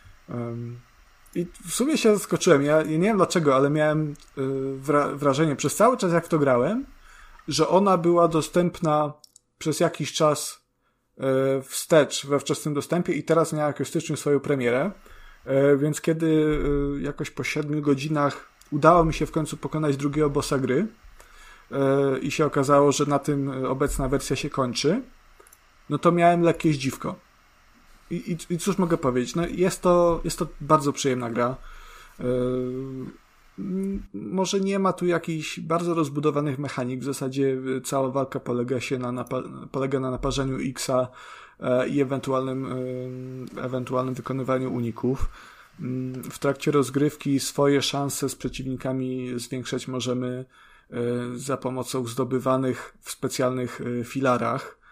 I w sumie się zaskoczyłem. Ja, ja nie wiem dlaczego, ale miałem wra- wrażenie przez cały czas, jak w to grałem, że ona była dostępna przez jakiś czas wstecz we wczesnym dostępie i teraz miała jakoś w styczniu swoją premierę. Więc kiedy jakoś po siedmiu godzinach udało mi się w końcu pokonać drugiego bossa gry i się okazało, że na tym obecna wersja się kończy, no to miałem lekkie zdziwko. I, i, i cóż mogę powiedzieć? No jest to, jest to bardzo przyjemna gra. Może nie ma tu jakichś bardzo rozbudowanych mechanik. W zasadzie cała walka polega się na, napa- polega na naparzaniu X-a i ewentualnym, ewentualnym wykonywaniu uników. W trakcie rozgrywki swoje szanse z przeciwnikami zwiększać możemy za pomocą zdobywanych w specjalnych filarach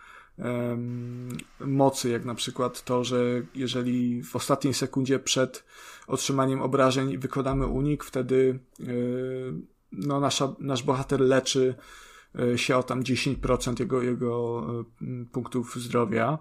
mocy, jak na przykład to, że jeżeli w ostatniej sekundzie przed otrzymaniem obrażeń wykonamy unik, wtedy no, nasza, nasz bohater leczy się o tam dziesięć procent jego, jego punktów zdrowia.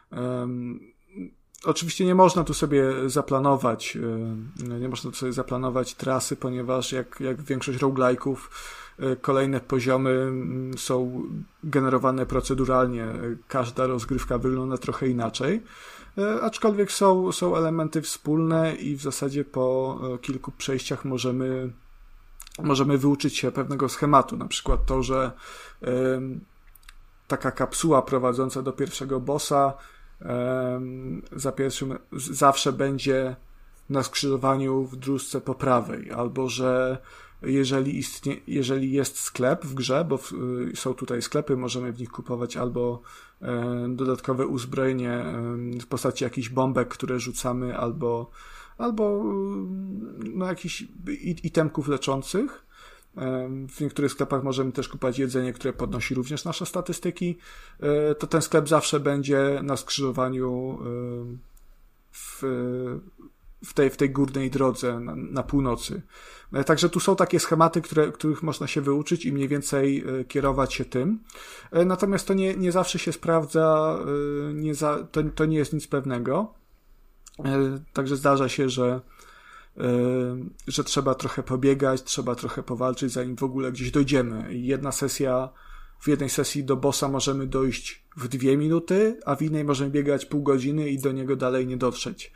Oczywiście nie można tu sobie zaplanować nie można tu sobie zaplanować trasy, ponieważ jak, jak większość roguelike'ów kolejne poziomy są generowane proceduralnie. Każda rozgrywka wygląda trochę inaczej, aczkolwiek są, są elementy wspólne i w zasadzie po kilku przejściach możemy możemy wyuczyć się pewnego schematu. Na przykład to, że y, taka kapsuła prowadząca do pierwszego bossa y, za pierwszym zawsze będzie na skrzyżowaniu w dróżce po prawej, albo że jeżeli istnie, jeżeli jest sklep w grze, bo w, y, są tutaj sklepy, możemy w nich kupować albo y, dodatkowe uzbrojenie y, w postaci jakichś bombek, które rzucamy, albo albo no, jakichś itemków leczących. W niektórych sklepach możemy też kupować jedzenie, które podnosi również nasze statystyki. To ten sklep zawsze będzie na skrzyżowaniu w, w, tej, w tej górnej drodze na, na północy. Także tu są takie schematy, które, których można się wyuczyć i mniej więcej kierować się tym. Natomiast to nie, nie zawsze się sprawdza, nie za, to, to nie jest nic pewnego. Także zdarza się, że, że trzeba trochę pobiegać, trzeba trochę powalczyć, zanim w ogóle gdzieś dojdziemy. I jedna sesja, w jednej sesji do bossa możemy dojść w dwie minuty, a w innej możemy biegać pół godziny i do niego dalej nie dotrzeć.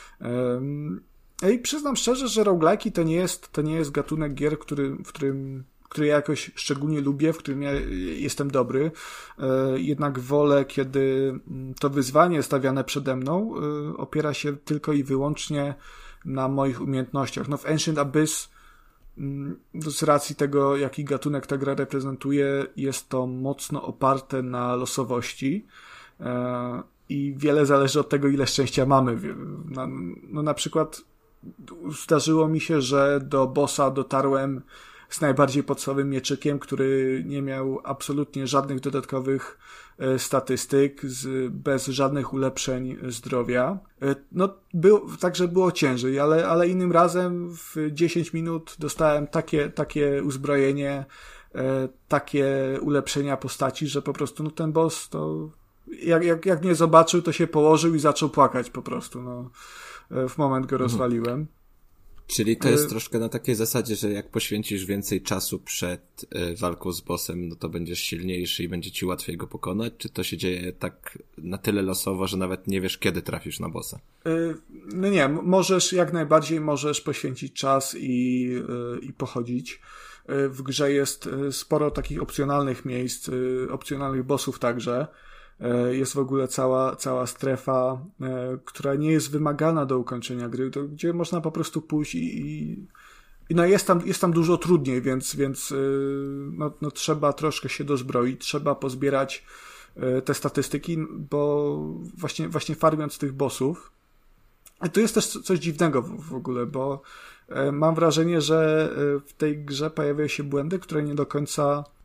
I przyznam szczerze, że roguelike'i to nie jest, to nie jest gatunek gier, który, w którym który ja jakoś szczególnie lubię, w którym ja jestem dobry. Jednak wolę, kiedy to wyzwanie stawiane przede mną opiera się tylko i wyłącznie na moich umiejętnościach. No w Ancient Abyss z racji tego, jaki gatunek ta gra reprezentuje, jest to mocno oparte na losowości i wiele zależy od tego, ile szczęścia mamy. No na przykład zdarzyło mi się, że do bossa dotarłem z najbardziej podstawowym mieczykiem, który nie miał absolutnie żadnych dodatkowych e, statystyk, z, bez żadnych ulepszeń zdrowia. E, no, był, także było ciężej, ale, ale innym razem w dziesięć minut dostałem takie, takie uzbrojenie, e, takie ulepszenia postaci, że po prostu no, ten boss to jak, jak, jak mnie zobaczył, to się położył i zaczął płakać po prostu. No, e, w moment go rozwaliłem. Czyli to jest troszkę na takiej zasadzie, że jak poświęcisz więcej czasu przed y, walką z bossem, no to będziesz silniejszy i będzie ci łatwiej go pokonać? Czy to się dzieje tak na tyle losowo, że nawet nie wiesz, kiedy trafisz na bossa? Y, no nie, możesz, jak najbardziej możesz poświęcić czas i, y, i pochodzić. Y, w grze jest sporo takich opcjonalnych miejsc, y, opcjonalnych bossów także. Jest w ogóle cała, cała strefa, e, która nie jest wymagana do ukończenia gry, to, gdzie można po prostu pójść i, i, i no jest tam, jest tam dużo trudniej, więc, więc e, no, no trzeba troszkę się dozbroić, trzeba pozbierać e, te statystyki, bo właśnie, właśnie farmiąc tych bossów. I tu jest też coś dziwnego w, w ogóle, bo e, mam wrażenie, że w tej grze pojawiają się błędy, które nie do końca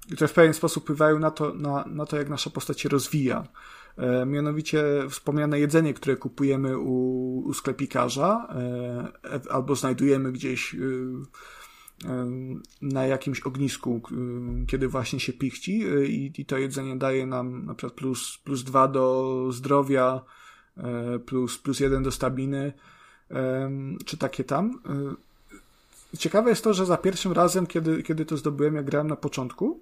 które w pewien sposób wpływają na to, na, na to, jak nasza postać się rozwija. E, mianowicie wspomniane jedzenie, które kupujemy u, u sklepikarza e, albo znajdujemy gdzieś e, e, na jakimś ognisku, e, kiedy właśnie się pichci e, i, i to jedzenie daje nam na przykład plus, plus dwa do zdrowia, e, plus, plus jeden do staminy, e, czy takie tam. E, ciekawe jest to, że za pierwszym razem, kiedy, kiedy to zdobyłem, jak grałem na początku,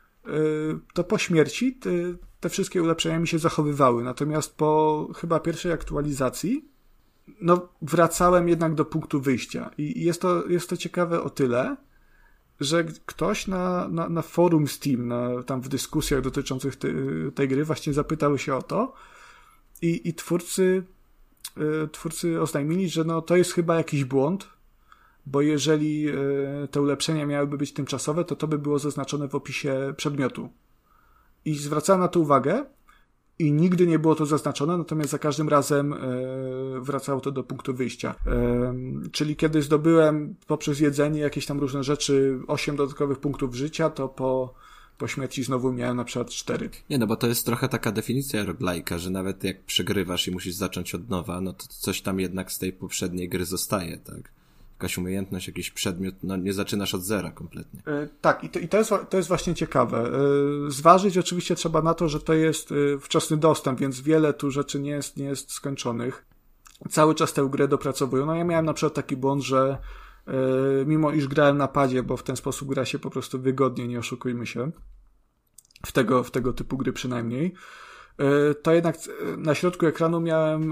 to po śmierci te, te wszystkie ulepszenia mi się zachowywały. Natomiast po chyba pierwszej aktualizacji no wracałem jednak do punktu wyjścia. I jest to, jest to ciekawe o tyle, że ktoś na, na, na forum Steam, na, tam w dyskusjach dotyczących te, tej gry właśnie zapytał się o to i, i twórcy, twórcy oznajmili, że no to jest chyba jakiś błąd, bo jeżeli te ulepszenia miałyby być tymczasowe, to to by było zaznaczone w opisie przedmiotu. I zwracałem na to uwagę i nigdy nie było to zaznaczone, natomiast za każdym razem wracało to do punktu wyjścia. Czyli kiedy zdobyłem poprzez jedzenie jakieś tam różne rzeczy osiem dodatkowych punktów życia, to po, po śmierci znowu miałem na przykład cztery. Nie, no bo to jest trochę taka definicja roguelike'a, że nawet jak przegrywasz i musisz zacząć od nowa, no to coś tam jednak z tej poprzedniej gry zostaje, tak? Jakaś umiejętność, jakiś przedmiot, no nie zaczynasz od zera kompletnie. Yy, tak, i, to, i to, jest, to jest właśnie ciekawe. Yy, zważyć oczywiście trzeba na to, że to jest yy, wczesny dostęp, więc wiele tu rzeczy nie jest, nie jest skończonych. Cały czas tę grę dopracowują. No ja miałem na przykład taki błąd, że yy, mimo iż grałem na padzie, bo w ten sposób gra się po prostu wygodnie, nie oszukujmy się, w tego, w tego typu gry przynajmniej, yy, to jednak na środku ekranu miałem,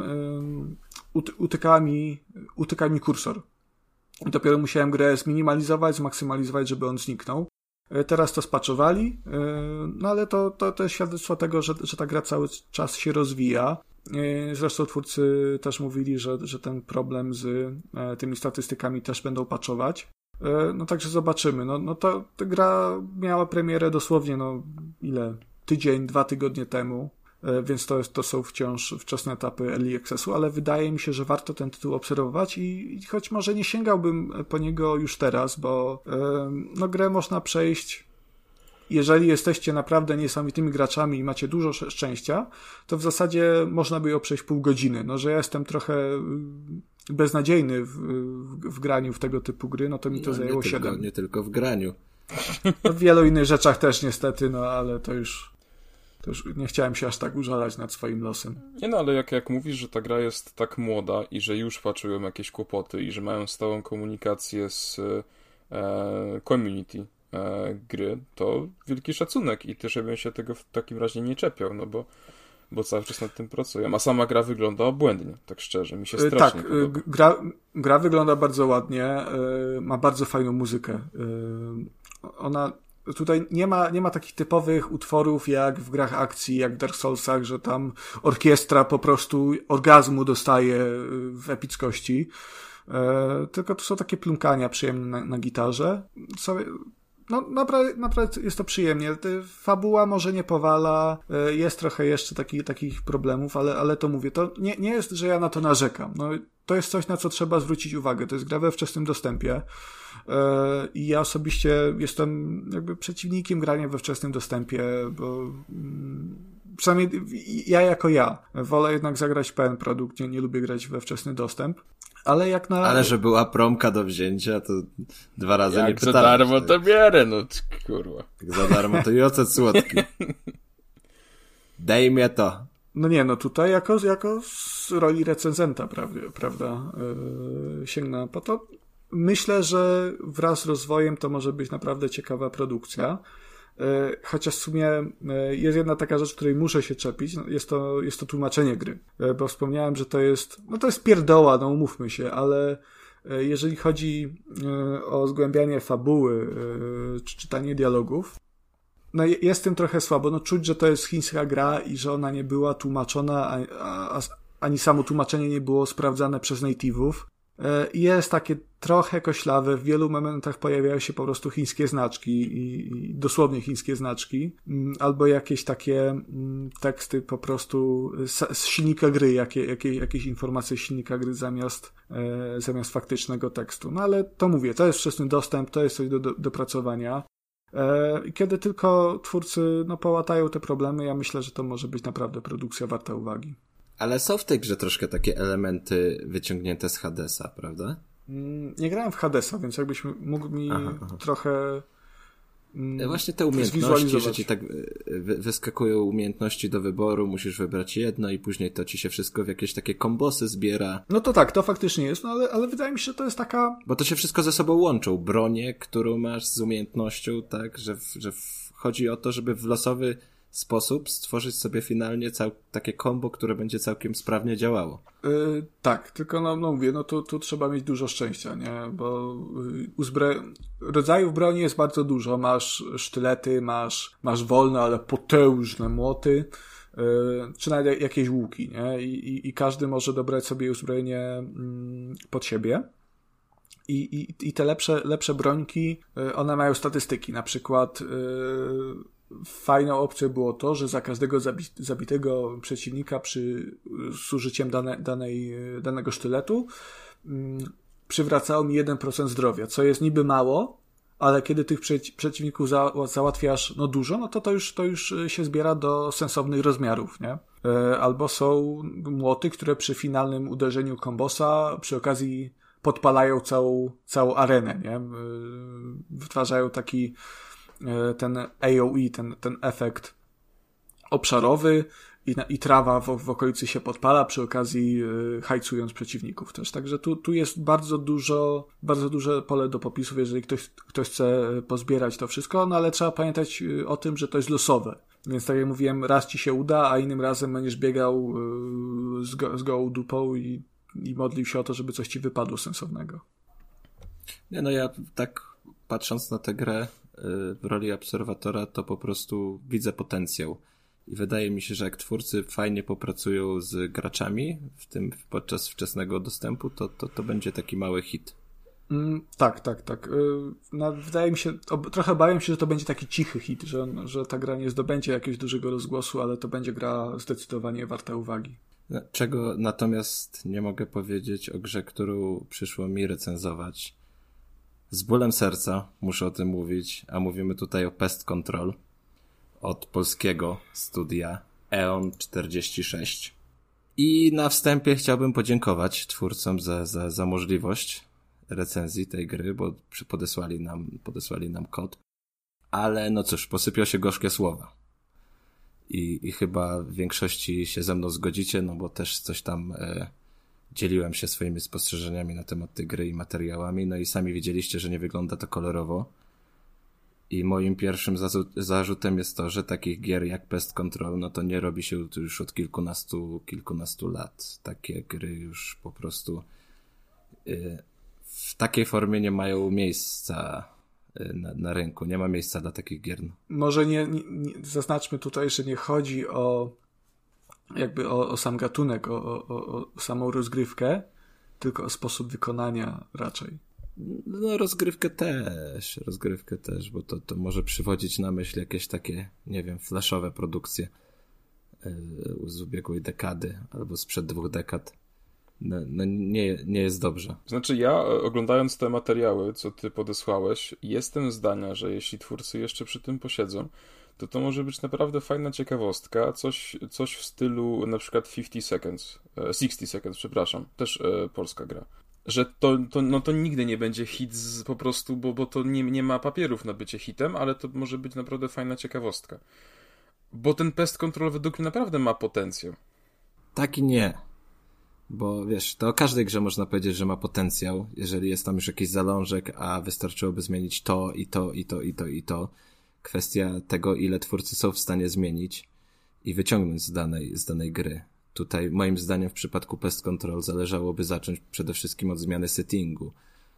yy, utykała mi, utyka mi kursor. Dopiero musiałem grę zminimalizować, zmaksymalizować, żeby on zniknął. Teraz to spaczowali, no ale to, to, to jest świadectwo tego, że, że ta gra cały czas się rozwija. Zresztą twórcy też mówili, że, że ten problem z tymi statystykami też będą patchować. No także zobaczymy. No, no to ta gra miała premierę dosłownie, no ile? Tydzień, dwa tygodnie temu. Więc to, jest, to są wciąż wczesne etapy Early Accessu, ale wydaje mi się, że warto ten tytuł obserwować i, i choć może nie sięgałbym po niego już teraz, bo yy, no grę można przejść, jeżeli jesteście naprawdę niesamowitymi graczami i macie dużo szczęścia, to w zasadzie można by ją przejść pół godziny. No, że ja jestem trochę beznadziejny w, w, w graniu w tego typu gry, no to mi to no, zajęło nie siedem. Tylko, nie tylko w graniu. No, w wielu innych rzeczach też niestety, no ale to już... To już nie chciałem się aż tak użalać nad swoim losem. Nie no, ale jak, jak mówisz, że ta gra jest tak młoda i że już patrzyłem jakieś kłopoty i że mają stałą komunikację z e, community e, gry, to wielki szacunek i też ja bym się tego w takim razie nie czepiał, no bo, bo cały czas nad tym pracuję. A sama gra wygląda obłędnie, tak szczerze, mi się strasznie tak, podoba. Gra, gra wygląda bardzo ładnie, ma bardzo fajną muzykę. Ona... Tutaj nie ma, nie ma takich typowych utworów jak w grach akcji, jak w Dark Soulsach, że tam orkiestra po prostu orgazmu dostaje w epickości. E, tylko to są takie plumkania przyjemne na, na gitarze. Co, no naprawdę, naprawdę jest to przyjemnie. Fabuła może nie powala, e, jest trochę jeszcze taki, takich problemów, ale, ale to mówię, to nie, nie jest, że ja na to narzekam. No, to jest coś, na co trzeba zwrócić uwagę. To jest gra we wczesnym dostępie. I ja osobiście jestem jakby przeciwnikiem grania we wczesnym dostępie, bo przynajmniej ja jako ja wolę jednak zagrać pełen produkt, nie, nie lubię grać we wczesny dostęp. Ale jak na... Ale że była promka do wzięcia, to dwa razy jak nie pytałem. Jak za darmo to bierę, no kurwa. Jak za darmo to i ocet słodki. Daj mnie to. No nie, no tutaj jako, jako z roli recenzenta, prawda, prawda yy, sięgnę po to. Myślę, że wraz z rozwojem to może być naprawdę ciekawa produkcja. Chociaż w sumie jest jedna taka rzecz, której muszę się czepić, jest to, jest to tłumaczenie gry. Bo wspomniałem, że to jest, no to jest pierdoła, no umówmy się, ale jeżeli chodzi o zgłębianie fabuły, czy czytanie dialogów, no jest tym trochę słabo. No czuć, że to jest chińska gra i że ona nie była tłumaczona, a, a, ani samo tłumaczenie nie było sprawdzane przez native'ów. Jest takie trochę koślawe, w wielu momentach pojawiają się po prostu chińskie znaczki i, i dosłownie chińskie znaczki, albo jakieś takie teksty po prostu z, z silnika gry, jakie, jakie, jakieś informacje z silnika gry zamiast, e, zamiast faktycznego tekstu. No ale to mówię, to jest wczesny dostęp, to jest coś do, do dopracowania. I kiedy tylko twórcy no, połatają te problemy, ja myślę, że to może być naprawdę produkcja warta uwagi. Ale są w tej grze troszkę takie elementy wyciągnięte z Hadesa, prawda? Nie grałem w Hadesa, więc jakbyś mógł mi aha, aha. trochę mm, właśnie te umiejętności, że ci tak wyskakują umiejętności do wyboru, musisz wybrać jedno i później to ci się wszystko w jakieś takie kombosy zbiera. No to tak, to faktycznie jest, no ale, ale wydaje mi się, że to jest taka... Bo to się wszystko ze sobą łączą. Bronię, którą masz z umiejętnością, tak, że, że chodzi o to, żeby w losowy sposób stworzyć sobie finalnie cał- takie kombo, które będzie całkiem sprawnie działało. Yy, tak, tylko no, no mówię, no tu, tu trzeba mieć dużo szczęścia, nie? Bo yy, uzbro- rodzajów broni jest bardzo dużo. Masz sztylety, masz, masz wolne, ale potężne młoty, yy, czy nawet jakieś łuki, nie? I, i, i każdy może dobrać sobie uzbrojenie mm, pod siebie. I, i, i te lepsze, lepsze brońki, yy, one mają statystyki, na przykład yy, fajną opcją było to, że za każdego zabi- zabitego przeciwnika przy z użyciem dane, danej, danego sztyletu mm, przywracało mi jeden procent zdrowia, co jest niby mało, ale kiedy tych przeci- przeciwników za- załatwiasz no dużo, no to to już, to już się zbiera do sensownych rozmiarów, nie? E, albo są młoty, które przy finalnym uderzeniu kombosa przy okazji podpalają całą, całą arenę, nie? E, wytwarzają taki ten A O E, ten, ten efekt obszarowy i, i trawa w, w okolicy się podpala przy okazji yy, hajcując przeciwników też. Także tu, tu jest bardzo dużo, bardzo duże pole do popisów, jeżeli ktoś, ktoś chce pozbierać to wszystko, no ale trzeba pamiętać o tym, że to jest losowe. Więc tak jak mówiłem, raz ci się uda, a innym razem będziesz biegał yy, z, go, z gołą dupą i, i modlił się o to, żeby coś ci wypadło sensownego. Nie, no ja tak patrząc na tę grę w roli obserwatora, to po prostu widzę potencjał. I wydaje mi się, że jak twórcy fajnie popracują z graczami, w tym podczas wczesnego dostępu, to, to, to będzie taki mały hit. Mm, tak, tak, tak. Yy, no, wydaje mi się, ob, trochę bawię się, że to będzie taki cichy hit, że, że ta gra nie zdobędzie jakiegoś dużego rozgłosu, ale to będzie gra zdecydowanie warta uwagi. Czego natomiast nie mogę powiedzieć o grze, którą przyszło mi recenzować. Z bólem serca muszę o tym mówić, a mówimy tutaj o Pest Control od polskiego studia E O N czterdzieści sześć. I na wstępie chciałbym podziękować twórcom za, za, za możliwość recenzji tej gry, bo podesłali nam, podesłali nam kod. Ale no cóż, posypią się gorzkie słowa. I, i chyba w większości się ze mną zgodzicie, no bo też coś tam... E, dzieliłem się swoimi spostrzeżeniami na temat tej gry i materiałami, no i sami widzieliście, że nie wygląda to kolorowo. I moim pierwszym zazu- zarzutem jest to, że takich gier jak Pest Control, no to nie robi się tu już od kilkunastu, kilkunastu lat. Takie gry już po prostu yy, w takiej formie nie mają miejsca yy, na, na rynku. Nie ma miejsca dla takich gier. Może nie, nie, nie zaznaczmy tutaj, że nie chodzi o jakby o, o sam gatunek, o, o, o samą rozgrywkę, tylko o sposób wykonania raczej. No rozgrywkę też, rozgrywkę też, bo to, to może przywodzić na myśl jakieś takie, nie wiem, flashowe produkcje yy, z ubiegłej dekady albo sprzed dwóch dekad. No, no nie, nie jest dobrze. Znaczy ja, oglądając te materiały, co ty podesłałeś, jestem zdania, że jeśli twórcy jeszcze przy tym posiedzą, to to może być naprawdę fajna ciekawostka, coś, coś w stylu na przykład fifty seconds, sixty seconds, przepraszam, też e, polska gra. Że to, to, no to nigdy nie będzie hit z, po prostu, bo, bo to nie, nie ma papierów na bycie hitem, ale to może być naprawdę fajna ciekawostka. Bo ten Pest Control według mnie naprawdę ma potencjał. Tak i nie. Bo wiesz, to o każdej grze można powiedzieć, że ma potencjał, jeżeli jest tam już jakiś zalążek, a wystarczyłoby zmienić to i to i to i to i to. Kwestia tego, ile twórcy są w stanie zmienić i wyciągnąć z danej, z danej gry. Tutaj moim zdaniem w przypadku Pest Control zależałoby zacząć przede wszystkim od zmiany settingu,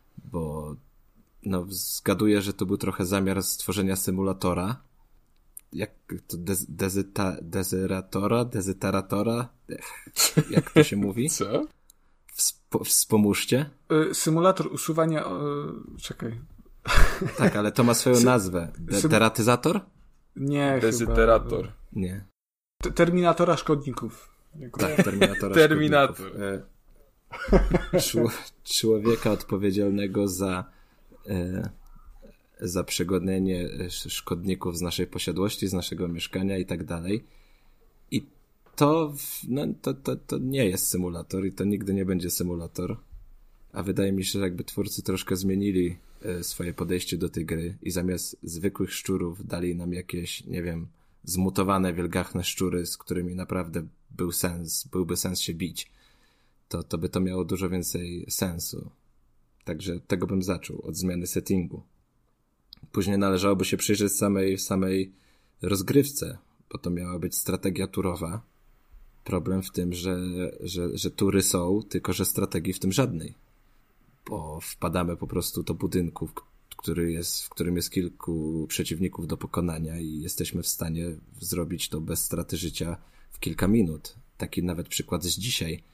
bo no zgaduję, że to był trochę zamiar stworzenia symulatora. Jak to dez, dezyta, dezeratora? Dezyteratora? Jak to się mówi? Co? Wsp- wspomóżcie? Y, symulator usuwania... Y, czekaj... Tak, ale to ma swoją nazwę. De- teratyzator? Nie, Dezyterator. chyba... Nie. T- terminatora szkodników. Tak, Terminatora Terminator. Czł- człowieka odpowiedzialnego za e, za przegonienie szkodników z naszej posiadłości, z naszego mieszkania i tak dalej. I to, no, to, to, to nie jest symulator i to nigdy nie będzie symulator. A wydaje mi się, że jakby twórcy troszkę zmienili swoje podejście do tej gry i zamiast zwykłych szczurów dali nam jakieś, nie wiem, zmutowane, wielgachne szczury, z którymi naprawdę był sens, byłby sens się bić, to, to by to miało dużo więcej sensu. Także tego bym zaczął, od zmiany settingu. Później należałoby się przyjrzeć samej, samej rozgrywce, bo to miała być strategia turowa. Problem w tym, że, że, że tury są, tylko że strategii w tym żadnej. Bo wpadamy po prostu do budynku, który jest, w którym jest kilku przeciwników do pokonania i jesteśmy w stanie zrobić to bez straty życia w kilka minut. Taki nawet przykład z dzisiaj.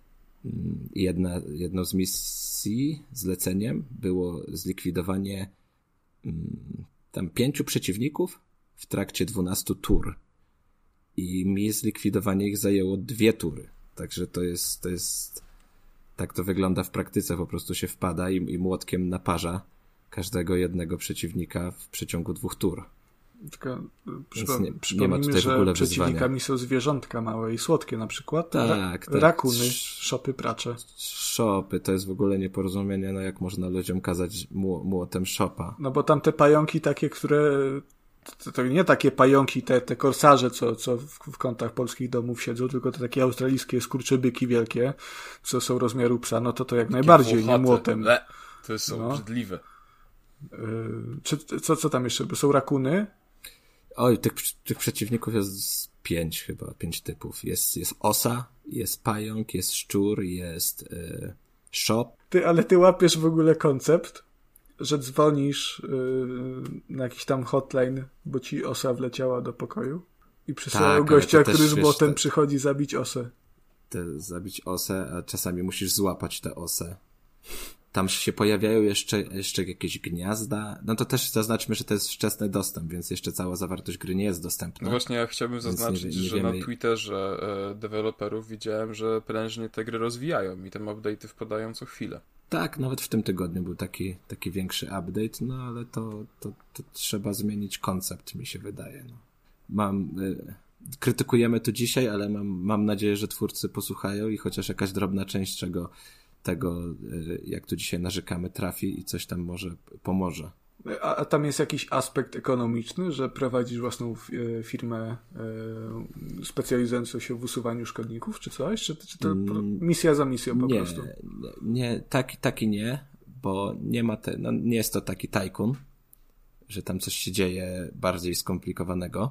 Jedna, jedną z misji, zleceniem było zlikwidowanie tam pięciu przeciwników w trakcie dwunastu tur. I mi zlikwidowanie ich zajęło dwie tury. Także to jest, to jest, tak to wygląda w praktyce. Po prostu się wpada i, i młotkiem naparza każdego jednego przeciwnika w przeciągu dwóch tur. Tylko przypom- nie, przypomnijmy, nie że przeciwnikami są zwierzątka małe i słodkie na przykład. Tak, tak. Rakuny, szopy, pracze. Szopy, to jest w ogóle nieporozumienie, no jak można ludziom kazać mł- młotem szopa. No bo tam te pająki takie, które... To, to nie takie pająki, te, te korsarze, co, co w, w kątach polskich domów siedzą, tylko te takie australijskie skurczybyki wielkie, co są rozmiaru psa, no to to jak takie najbardziej, włochate. Nie młotem. Le, to jest są no. obrzydliwe. Yy, czy, co, co tam jeszcze? Bo są rakuny? Oj, tych, tych przeciwników jest pięć chyba, pięć typów. Jest, jest osa, jest pająk, jest szczur, jest yy, szop. Ty, ale ty łapiesz w ogóle koncept, że dzwonisz yy, na jakiś tam hotline, bo ci osa wleciała do pokoju i przysyłają tak, gościa, który z młotem te... przychodzi zabić osę. Te, zabić osę, a czasami musisz złapać tę osę. Tam się pojawiają jeszcze, jeszcze jakieś gniazda. No to też zaznaczmy, że to jest wczesny dostęp, więc jeszcze cała zawartość gry nie jest dostępna. No właśnie ja chciałbym zaznaczyć, nie, nie że wiemy... na Twitterze e, deweloperów widziałem, że prężnie te gry rozwijają i te update'y wpadają co chwilę. Tak, nawet w tym tygodniu był taki, taki większy update, no ale to, to, to trzeba zmienić koncept, mi się wydaje. No. Mam... Y- krytykujemy to dzisiaj, ale mam, mam nadzieję, że twórcy posłuchają i chociaż jakaś drobna część czego tego, jak tu dzisiaj narzekamy, trafi i coś tam może pomoże. A, a tam jest jakiś aspekt ekonomiczny, że prowadzisz własną firmę e, specjalizującą się w usuwaniu szkodników, czy coś? Czy, czy to mm, misja za misją po nie, prostu? Nie, nie taki, taki nie, bo nie ma te, no nie jest to taki tajkun, że tam coś się dzieje bardziej skomplikowanego.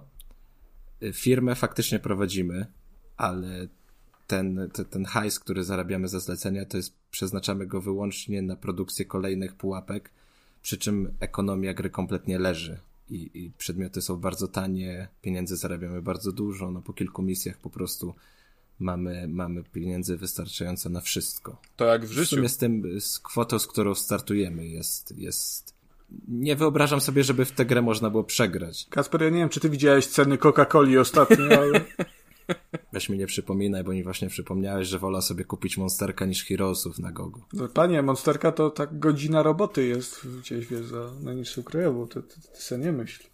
Firmę faktycznie prowadzimy, ale ten, ten, ten hajs, który zarabiamy za zlecenia, to jest, przeznaczamy go wyłącznie na produkcję kolejnych pułapek, przy czym ekonomia gry kompletnie leży i, i przedmioty są bardzo tanie, pieniędzy zarabiamy bardzo dużo, no po kilku misjach po prostu mamy, mamy pieniędzy wystarczająco na wszystko. To jak w życiu. W sumie z tym, z kwotą, z którą startujemy jest, jest nie wyobrażam sobie, żeby w tę grę można było przegrać. Kasper, ja nie wiem, czy ty widziałeś ceny Coca-Coli ostatnio, ale... Weź mi nie przypominaj, bo mi właśnie przypomniałeś, że wola sobie kupić Monsterka niż Heroesów na Gogu. No, panie, Monsterka to tak godzina roboty jest gdzieś, wiesz, za najniższą krajową. To ty, ty sobie nie myśl.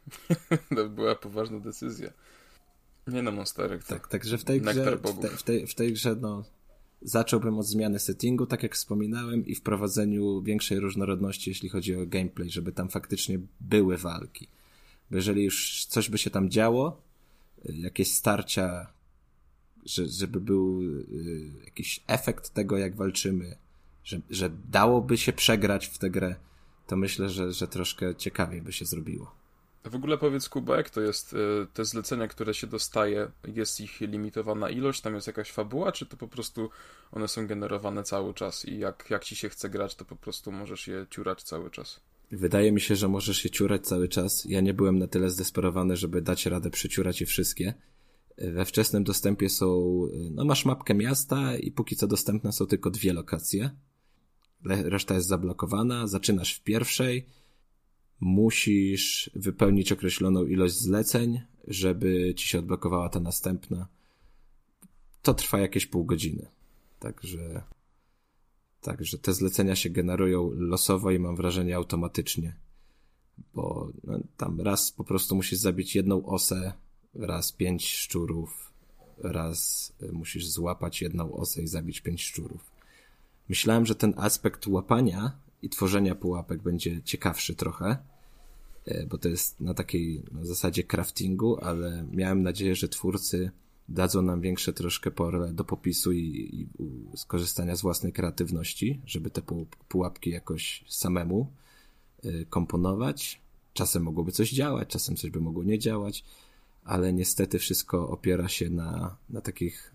To była poważna decyzja. Nie na Monsterek. Tak, tak także w tej grze, w tej, w, tej, w tej grze no, zacząłbym od zmiany settingu, tak jak wspominałem, i wprowadzeniu większej różnorodności, jeśli chodzi o gameplay, żeby tam faktycznie były walki. Bo jeżeli już coś by się tam działo, jakieś starcia, że, żeby był y, jakiś efekt tego, jak walczymy, że, że dałoby się przegrać w tę grę, to myślę, że, że troszkę ciekawiej by się zrobiło. W ogóle powiedz, Kuba, jak to jest, y, te zlecenia, które się dostaje, jest ich limitowana ilość, tam jest jakaś fabuła, czy to po prostu one są generowane cały czas i jak, jak ci się chce grać, to po prostu możesz je ciurać cały czas? Wydaje mi się, że możesz się ciurać cały czas. Ja nie byłem na tyle zdesperowany, żeby dać radę przyciurać je wszystkie. We wczesnym dostępie są, no masz mapkę miasta i póki co dostępne są tylko dwie lokacje. Reszta jest zablokowana. Zaczynasz w pierwszej. Musisz wypełnić określoną ilość zleceń, żeby ci się odblokowała ta następna. To trwa jakieś pół godziny. Także... Także te zlecenia się generują losowo i mam wrażenie automatycznie. bo no, tam raz po prostu musisz zabić jedną osę, raz pięć szczurów, raz musisz złapać jedną osę i zabić pięć szczurów. Myślałem, że ten aspekt łapania i tworzenia pułapek będzie ciekawszy trochę, bo to jest na takiej na zasadzie craftingu, ale miałem nadzieję, że twórcy dadzą nam większe troszkę pole do popisu i, i skorzystania z własnej kreatywności, żeby te pułapki jakoś samemu y, komponować. Czasem mogłoby coś działać, czasem coś by mogło nie działać, ale niestety wszystko opiera się na, na takich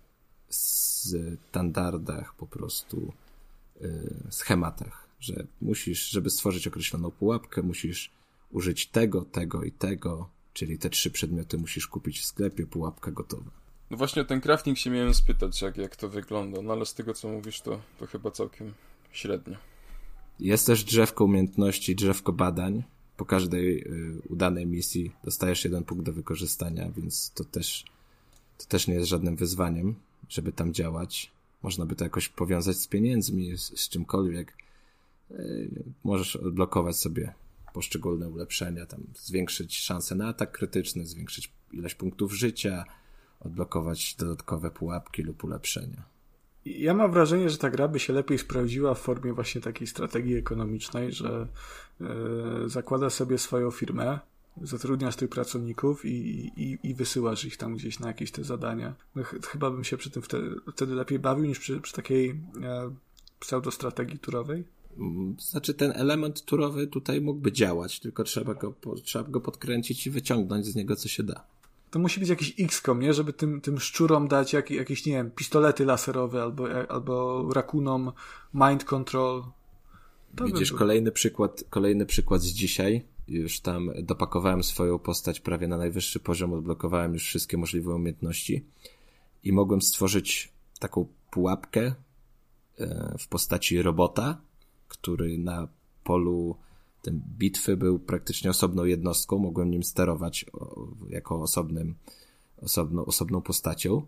standardach, po prostu y, schematach, że musisz, żeby stworzyć określoną pułapkę, musisz użyć tego, tego i tego, czyli te trzy przedmioty musisz kupić w sklepie, pułapka gotowa. No właśnie o ten crafting się miałem spytać, jak, jak to wygląda, no ale z tego co mówisz, to, to chyba całkiem średnio. Jest też drzewko umiejętności, drzewko badań. Po każdej y, udanej misji dostajesz jeden punkt do wykorzystania, więc to też, to też nie jest żadnym wyzwaniem, żeby tam działać. Można by to jakoś powiązać z pieniędzmi, z, z czymkolwiek. Y, możesz odblokować sobie poszczególne ulepszenia, tam zwiększyć szanse na atak krytyczny, zwiększyć ilość punktów życia, odblokować dodatkowe pułapki lub ulepszenia. Ja mam wrażenie, że ta gra by się lepiej sprawdziła w formie właśnie takiej strategii ekonomicznej, że yy, zakładasz sobie swoją firmę, zatrudniasz tych pracowników i, i, i wysyłasz ich tam gdzieś na jakieś te zadania. No, ch- chyba bym się przy tym wtedy, wtedy lepiej bawił niż przy, przy takiej e, pseudostrategii turowej. Znaczy ten element turowy tutaj mógłby działać, tylko trzeba go, po, trzeba go podkręcić i wyciągnąć z niego co się da. To musi być jakiś X-kom, nie? Żeby tym, tym szczurom dać jak, jakieś, nie wiem, pistolety laserowe albo, albo rakunom mind control. To Widzisz, kolejny przykład, kolejny przykład z dzisiaj. Już tam dopakowałem swoją postać prawie na najwyższy poziom, odblokowałem już wszystkie możliwe umiejętności i mogłem stworzyć taką pułapkę w postaci robota, który na polu tej bitwy był praktycznie osobną jednostką, mogłem nim sterować jako osobnym, osobną, osobną postacią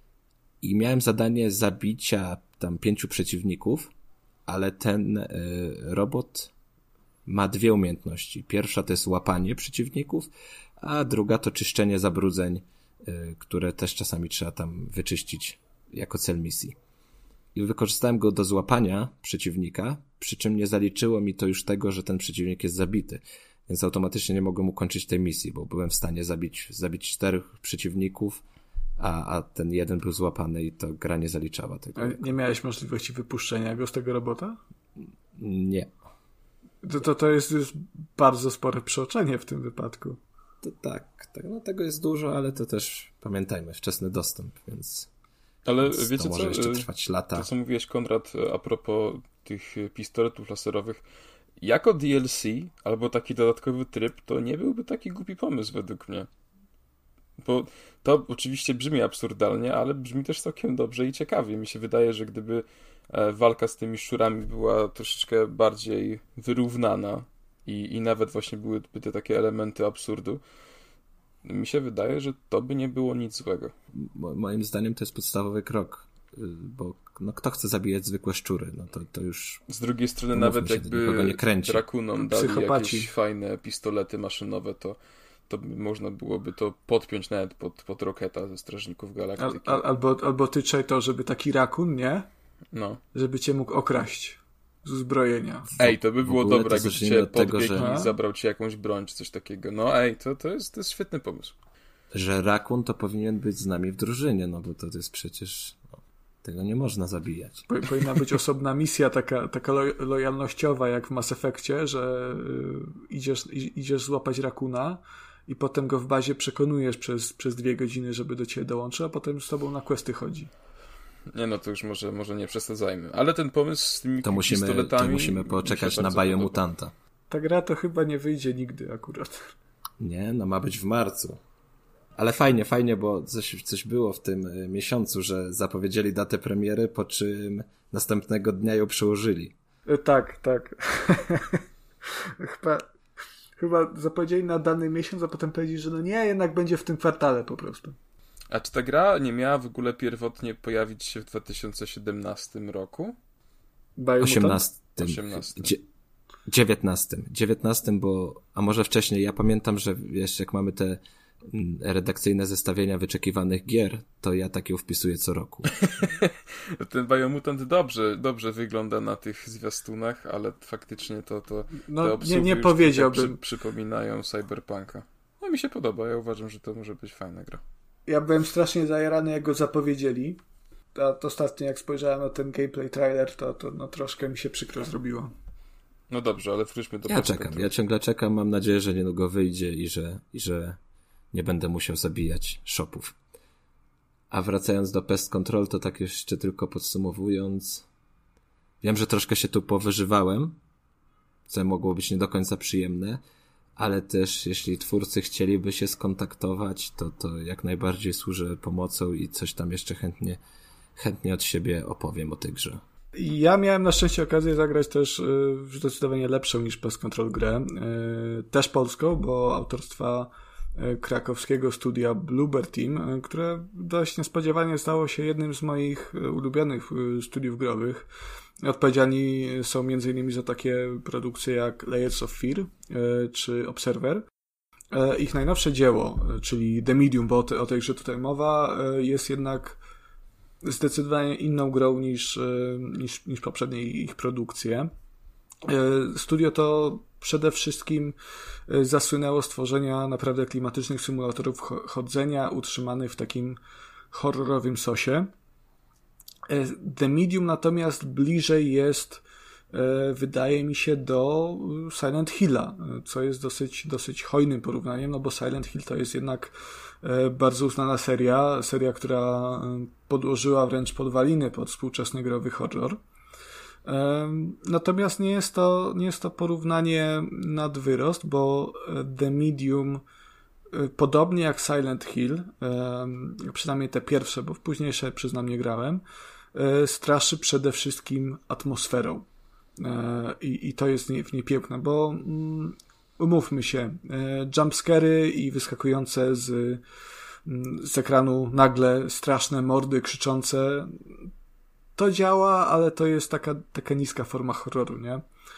i miałem zadanie zabicia tam pięciu przeciwników, ale ten y, robot ma dwie umiejętności. Pierwsza to jest łapanie przeciwników, a druga to czyszczenie zabrudzeń, y, które też czasami trzeba tam wyczyścić jako cel misji. I wykorzystałem go do złapania przeciwnika, przy czym nie zaliczyło mi to już tego, że ten przeciwnik jest zabity. Więc automatycznie nie mogłem ukończyć tej misji, bo byłem w stanie zabić, zabić czterech przeciwników, a, a ten jeden był złapany i to gra nie zaliczała tego. A nie miałeś możliwości wypuszczenia go z tego robota? Nie. To, to, to jest już bardzo spore przeoczenie w tym wypadku. To tak, tak, no tego jest dużo, ale to też pamiętajmy, wczesny dostęp, więc... Ale Więc wiecie to może co? jeszcze trwać lata. To co mówiłeś, Konrad, a propos tych pistoletów laserowych, jako D L C albo taki dodatkowy tryb, to nie byłby taki głupi pomysł według mnie. Bo to oczywiście brzmi absurdalnie, ale brzmi też całkiem dobrze i ciekawie. Mi się wydaje, że gdyby walka z tymi szczurami była troszeczkę bardziej wyrównana i, i nawet właśnie byłyby te takie elementy absurdu, mi się wydaje, że to by nie było nic złego. Mo- moim zdaniem to jest podstawowy krok, bo no, kto chce zabijać zwykłe szczury, no to, to już... Z drugiej strony nawet się, jakby Drakunom dali Psychopaci. jakieś fajne pistolety maszynowe, to, to można byłoby to podpiąć nawet pod, pod Roketa ze Strażników Galaktyki. Al, al, albo, albo ty czaj to, żeby taki rakun, nie? No. Żeby cię mógł okraść z uzbrojenia. Ej, to by było dobre, jakby cię podbiegł że... i zabrał ci jakąś broń czy coś takiego. No ej, to, to, jest, to jest świetny pomysł. Że rakun to powinien być z nami w drużynie, no bo to jest przecież... No, tego nie można zabijać. Po, powinna być osobna misja taka, taka lo, lojalnościowa jak w Mass Effectie, że y, idziesz, i, idziesz złapać rakuna i potem go w bazie przekonujesz przez, przez dwie godziny, żeby do ciebie dołączył, a potem z tobą na questy chodzi. Nie no, to już może, może nie przesadzajmy. Ale ten pomysł z tymi to musimy, pistoletami... To musimy poczekać na Biomutanta. Ta gra to chyba nie wyjdzie nigdy akurat. Nie, no ma być w marcu. Ale fajnie, fajnie, bo coś, coś było w tym miesiącu, że zapowiedzieli datę premiery, po czym następnego dnia ją przełożyli. E, tak, tak. chyba, chyba zapowiedzieli na dany miesiąc, a potem powiedzieli, że no nie, jednak będzie w tym kwartale po prostu. A czy ta gra nie miała w ogóle pierwotnie pojawić się w dwa tysiące siedemnastym roku? osiemnastym. osiemnastym. Gdzie, dziewiętnastym. dziewiętnastym, bo, a może wcześniej, ja pamiętam, że wiesz, jak mamy te redakcyjne zestawienia wyczekiwanych gier, to ja takie wpisuję co roku. Ten Biomutant dobrze, dobrze wygląda na tych zwiastunach, ale faktycznie to, to no, te obsługi nie, nie już powiedziałbym. Przy, przypominają Cyberpunka. No mi się podoba, ja uważam, że to może być fajna gra. Ja byłem strasznie zajarany, jak go zapowiedzieli. A to ostatnio, jak spojrzałem na ten gameplay trailer, to, to no, troszkę mi się przykro zrobiło. No dobrze, ale wróćmy do Ja czekam, ja ciągle czekam, mam nadzieję, że niedługo wyjdzie i że, i że nie będę musiał zabijać shopów. A wracając do Pest Control, to tak jeszcze tylko podsumowując, wiem, że troszkę się tu powyżywałem, co mogło być nie do końca przyjemne, ale też jeśli twórcy chcieliby się skontaktować, to, to jak najbardziej służę pomocą i coś tam jeszcze chętnie, chętnie od siebie opowiem o tej grze. Ja miałem na szczęście okazję zagrać też y, zdecydowanie lepszą niż Pest Control grę, y, też polską, bo autorstwa y, krakowskiego studia Bloober Team, y, które dość niespodziewanie stało się jednym z moich y, ulubionych y, studiów growych. Odpowiedzialni są między innymi za takie produkcje jak Layers of Fear y, czy Observer. Y, ich najnowsze dzieło, y, czyli The Medium, bo o, te, o tej grze tutaj mowa, y, jest jednak zdecydowanie inną grą niż, niż, niż poprzednie ich produkcje. Studio to przede wszystkim zasłynęło stworzenia naprawdę klimatycznych symulatorów chodzenia, utrzymanych w takim horrorowym sosie. The Medium natomiast bliżej jest, wydaje mi się, do Silent Hilla, co jest dosyć, dosyć hojnym porównaniem, no bo Silent Hill to jest jednak bardzo uznana seria, seria, która podłożyła wręcz podwaliny pod współczesny growy horror. Natomiast nie jest to, nie jest to porównanie nad wyrost, bo The Medium, podobnie jak Silent Hill, przynajmniej te pierwsze, bo w późniejsze, przyznam, nie grałem, straszy przede wszystkim atmosferą. I, i to jest w niej piękne, bo umówmy się, jumpscary i wyskakujące z, z ekranu nagle straszne mordy krzyczące, to działa, ale to jest taka, taka niska forma horroru, nie?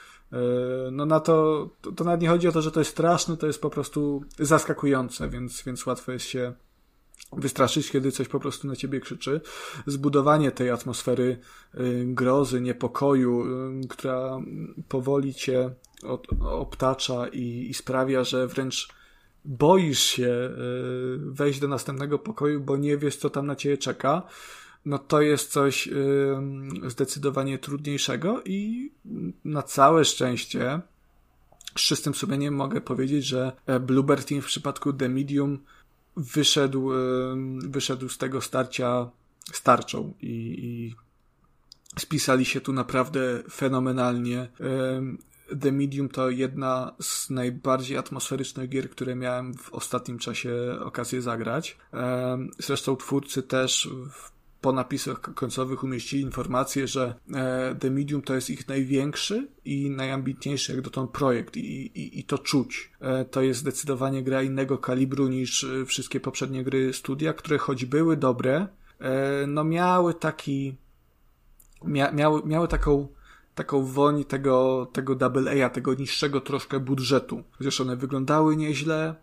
No na to, to, to nawet nie chodzi o to, że to jest straszne, to jest po prostu zaskakujące, więc, więc łatwo jest się wystraszyć, kiedy coś po prostu na ciebie krzyczy. Zbudowanie tej atmosfery y, grozy, niepokoju, y, która powoli cię od, obtacza i, i sprawia, że wręcz boisz się y, wejść do następnego pokoju, bo nie wiesz, co tam na ciebie czeka, no to jest coś y, zdecydowanie trudniejszego i na całe szczęście z czystym sumieniem mogę powiedzieć, że Bloober Team w przypadku The Medium wyszedł, wyszedł z tego starcia starczą i, i spisali się tu naprawdę fenomenalnie. The Medium to jedna z najbardziej atmosferycznych gier, które miałem w ostatnim czasie okazję zagrać. Zresztą twórcy też po napisach końcowych umieścili informację, że The Medium to jest ich największy i najambitniejszy jak dotąd projekt i, i, i to czuć. To jest zdecydowanie gra innego kalibru niż wszystkie poprzednie gry studia, które choć były dobre, no miały taki mia, miały, miały taką taką woń tego, tego double A, tego niższego troszkę budżetu. Chociaż one wyglądały nieźle,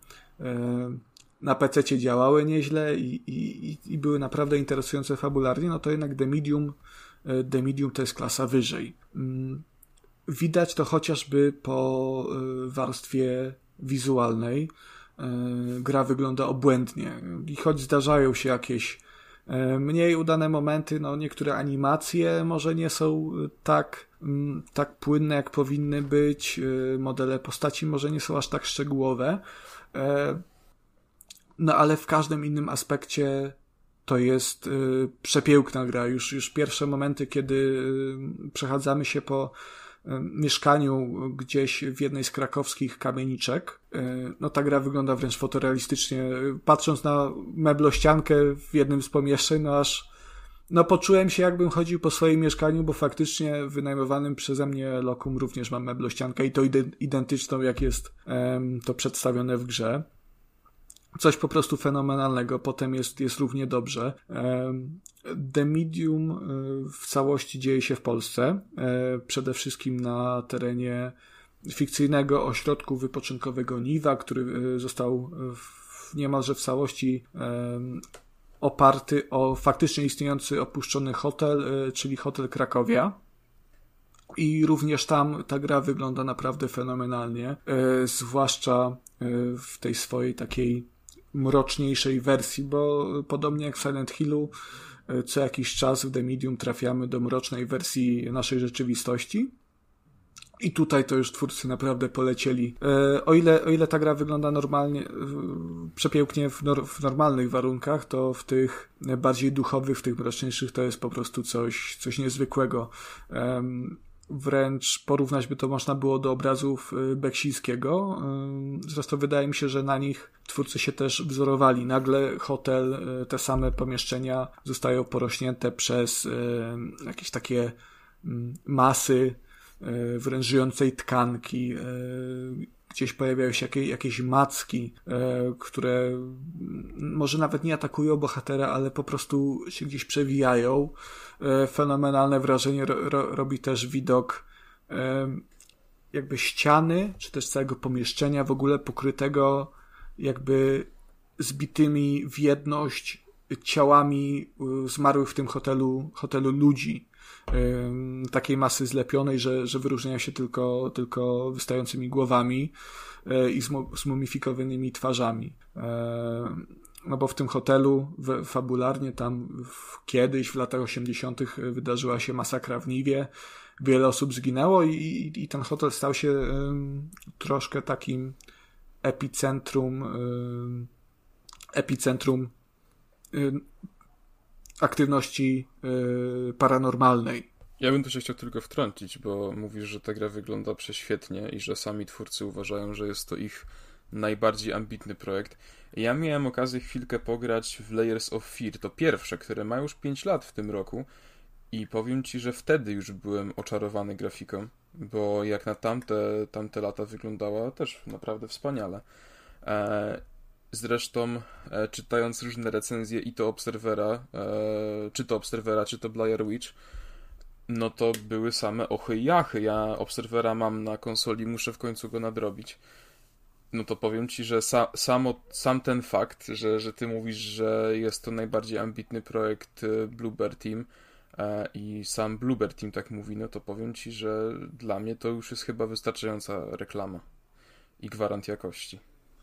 na pececie działały nieźle i, i, i były naprawdę interesujące fabularnie, no to jednak The Medium, The Medium to jest klasa wyżej. Widać to chociażby po warstwie wizualnej. Gra wygląda obłędnie i choć zdarzają się jakieś mniej udane momenty, no niektóre animacje może nie są tak, tak płynne, jak powinny być, modele postaci może nie są aż tak szczegółowe, no ale w każdym innym aspekcie to jest y, przepiękna gra. Już, już pierwsze momenty, kiedy y, przechadzamy się po y, mieszkaniu gdzieś w jednej z krakowskich kamieniczek, y, no ta gra wygląda wręcz fotorealistycznie. Patrząc na meblościankę w jednym z pomieszczeń, no aż no poczułem się, jakbym chodził po swoim mieszkaniu, bo faktycznie w wynajmowanym przeze mnie lokum również mam meblościankę i to identyczną, jak jest y, to przedstawione w grze. Coś po prostu fenomenalnego, potem jest, jest równie dobrze. The Medium w całości dzieje się w Polsce, przede wszystkim na terenie fikcyjnego ośrodku wypoczynkowego Niwa, który został w, niemalże w całości um, oparty o faktycznie istniejący opuszczony hotel, czyli hotel Krakowia. I również tam ta gra wygląda naprawdę fenomenalnie, e, zwłaszcza e, w tej swojej takiej mroczniejszej wersji, bo podobnie jak w Silent Hillu, e, co jakiś czas w The Medium trafiamy do mrocznej wersji naszej rzeczywistości. I tutaj to już twórcy naprawdę polecieli. E, o ile, o ile ta gra wygląda normalnie, e, przepięknie w, nor- w normalnych warunkach, to w tych bardziej duchowych, w tych mroczniejszych to jest po prostu coś, coś niezwykłego. E, Wręcz porównać by to można było do obrazów Beksińskiego. Zresztą wydaje mi się, że na nich twórcy się też wzorowali. Nagle hotel, te same pomieszczenia zostają porośnięte przez jakieś takie masy wręcz żyjącej tkanki. Gdzieś pojawiają się jakieś, jakieś macki, które może nawet nie atakują bohatera, ale po prostu się gdzieś przewijają. Fenomenalne wrażenie ro, ro, robi też widok jakby ściany, czy też całego pomieszczenia w ogóle pokrytego jakby zbitymi w jedność ciałami zmarłych w tym hotelu, hotelu ludzi. Takiej masy zlepionej, że, że wyróżniają się tylko, tylko wystającymi głowami i zmumifikowanymi twarzami. No bo w tym hotelu w, fabularnie tam w, kiedyś w latach osiemdziesiątych wydarzyła się masakra w Niwie. Wiele osób zginęło i, i, i ten hotel stał się um, troszkę takim epicentrum um, epicentrum um, aktywności um, paranormalnej. Ja bym tu się chciał tylko wtrącić, bo mówisz, że ta gra wygląda prześwietnie i że sami twórcy uważają, że jest to ich najbardziej ambitny projekt. Ja miałem okazję chwilkę pograć w Layers of Fear, to pierwsze, które ma już pięć lat w tym roku i powiem Ci, że wtedy już byłem oczarowany grafiką, bo jak na tamte, tamte lata wyglądała też naprawdę wspaniale. E, zresztą e, czytając różne recenzje i to Obserwera, e, czy to Obserwera, czy to Blair Witch, no to były same ochy i jachy. Ja Obserwera mam na konsoli, muszę w końcu go nadrobić. No to powiem Ci, że sa, samo, sam ten fakt, że, że Ty mówisz, że jest to najbardziej ambitny projekt Bloober Team e, i sam Bloober Team tak mówi, no to powiem Ci, że dla mnie to już jest chyba wystarczająca reklama i gwarant jakości.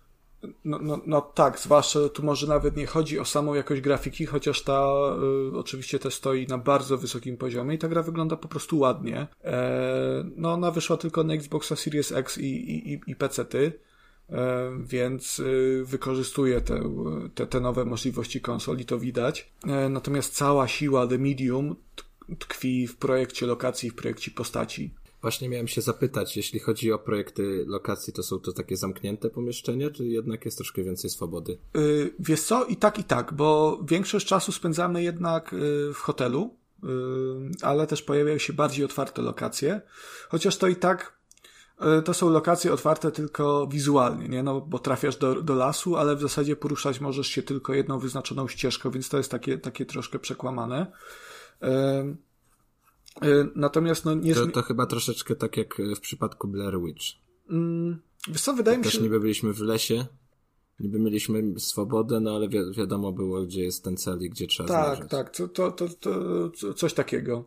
No, no, no tak, zwłaszcza tu może nawet nie chodzi o samą jakość grafiki, chociaż ta y, oczywiście też stoi na bardzo wysokim poziomie i ta gra wygląda po prostu ładnie. E, no ona wyszła tylko na Xboxa Series X i, i, i pecety, e, więc y, wykorzystuje te, te, te nowe możliwości konsol i to widać. E, natomiast cała siła The Medium tkwi w projekcie lokacji, w projekcie postaci. Właśnie miałem się zapytać, jeśli chodzi o projekty lokacji, to są to takie zamknięte pomieszczenia, czy jednak jest troszkę więcej swobody? Yy, wiesz co, i tak, i tak, bo większość czasu spędzamy jednak yy, w hotelu, yy, ale też pojawiają się bardziej otwarte lokacje, chociaż to i tak yy, to są lokacje otwarte tylko wizualnie, nie? No, bo trafiasz do, do lasu, ale w zasadzie poruszać możesz się tylko jedną wyznaczoną ścieżką, więc to jest takie, takie troszkę przekłamane. Yy, Natomiast no nie... To, to chyba troszeczkę tak jak w przypadku Blair Witch. Mm, wiesz co, wydaje mi się... Też niby byliśmy w lesie, niby mieliśmy swobodę, no ale wi- wiadomo było, gdzie jest ten cel i gdzie trzeba tak, zmierzać. Tak, tak, to, to, to, to coś takiego.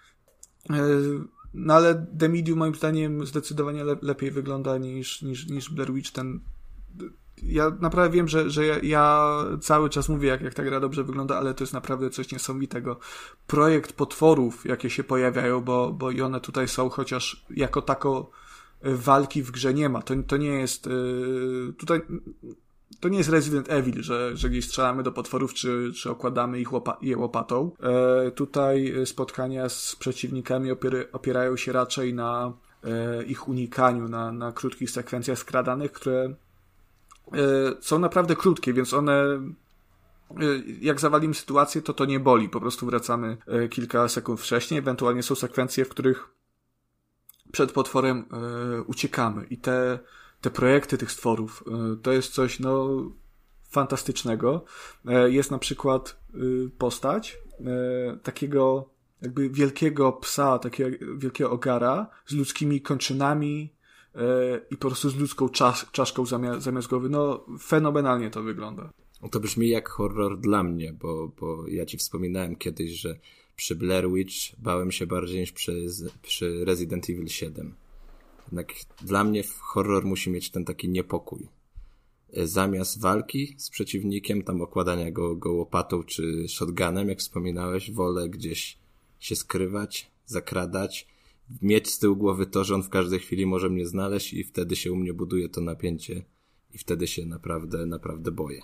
No ale The Medium moim zdaniem zdecydowanie le- lepiej wygląda niż, niż, niż Blair Witch. Ten... Ja naprawdę wiem, że, że ja, ja cały czas mówię, jak, jak ta gra dobrze wygląda, ale to jest naprawdę coś niesamowitego. Projekt potworów, jakie się pojawiają, bo, bo i one tutaj są, chociaż jako tako walki w grze nie ma. To, to nie jest yy, tutaj to nie jest Resident Evil, że, że gdzieś strzelamy do potworów, czy, czy okładamy ich łopa- je łopatą. Yy, tutaj spotkania z przeciwnikami opier- opierają się raczej na yy, ich unikaniu, na, na krótkich sekwencjach skradanych, które są naprawdę krótkie, więc one jak zawalimy sytuację, to to nie boli. Po prostu wracamy kilka sekund wcześniej. Ewentualnie są sekwencje, w których przed potworem uciekamy. I te, te projekty tych stworów to jest coś no fantastycznego. Jest na przykład postać takiego jakby wielkiego psa, takiego wielkiego ogara z ludzkimi kończynami, i po prostu z ludzką czas, czaszką zamiast, zamiast głowy. No, fenomenalnie to wygląda. To brzmi jak horror dla mnie, bo, bo ja ci wspominałem kiedyś, że przy Blair Witch bałem się bardziej niż przy, przy Resident Evil siedem. Jednak dla mnie horror musi mieć ten taki niepokój. Zamiast walki z przeciwnikiem, tam okładania go, go łopatą czy shotgunem, jak wspominałeś, wolę gdzieś się skrywać, zakradać, mieć z tyłu głowy to, że on w każdej chwili może mnie znaleźć i wtedy się u mnie buduje to napięcie i wtedy się naprawdę, naprawdę boję.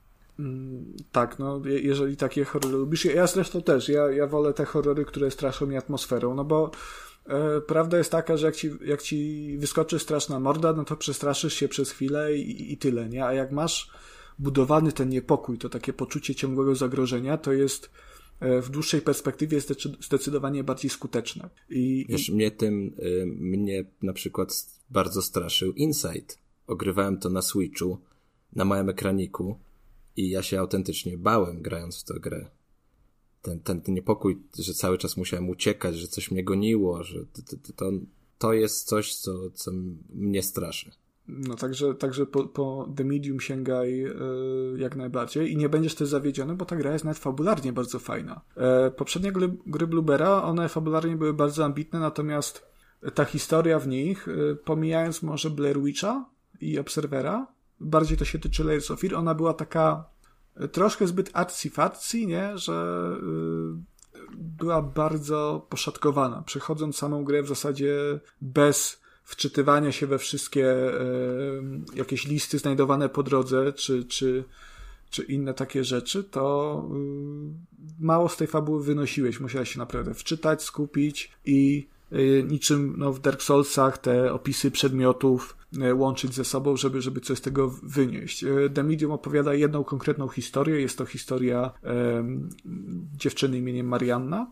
Mm, tak, no jeżeli takie horrory lubisz, ja zresztą też, ja, ja wolę te horrory, które straszą mnie atmosferą, no bo e, prawda jest taka, że jak ci, jak ci wyskoczy straszna morda, no to przestraszysz się przez chwilę i, i tyle, nie? A jak masz budowany ten niepokój, to takie poczucie ciągłego zagrożenia, to jest w dłuższej perspektywie zdecydowanie bardziej skuteczne. I, Wiesz, i... mnie tym, y, mnie na przykład bardzo straszył Inside. Ogrywałem to na Switchu, na małym ekraniku i ja się autentycznie bałem, grając w tę grę. Ten, ten, ten niepokój, że cały czas musiałem uciekać, że coś mnie goniło, że to, to, to jest coś, co, co mnie straszy. No także, także po, po The Medium sięgaj yy, jak najbardziej i nie będziesz też zawiedziony, bo ta gra jest nawet fabularnie bardzo fajna. E, poprzednie gry, gry Bluebera, one fabularnie były bardzo ambitne, natomiast ta historia w nich, yy, pomijając może Blair Witcha i Observera, bardziej to się tyczy Layers of Fear, ona była taka yy, troszkę zbyt artsy-fartsy, nie? Że yy, była bardzo poszatkowana, przechodząc samą grę w zasadzie bez wczytywania się we wszystkie e, jakieś listy znajdowane po drodze, czy, czy, czy inne takie rzeczy, to y, mało z tej fabuły wynosiłeś. Musiałeś się naprawdę wczytać, skupić i y, niczym no, w Dark Soulsach te opisy przedmiotów y, łączyć ze sobą, żeby, żeby coś z tego wynieść. Y, The Medium opowiada jedną konkretną historię. Jest to historia y, dziewczyny imieniem Marianna,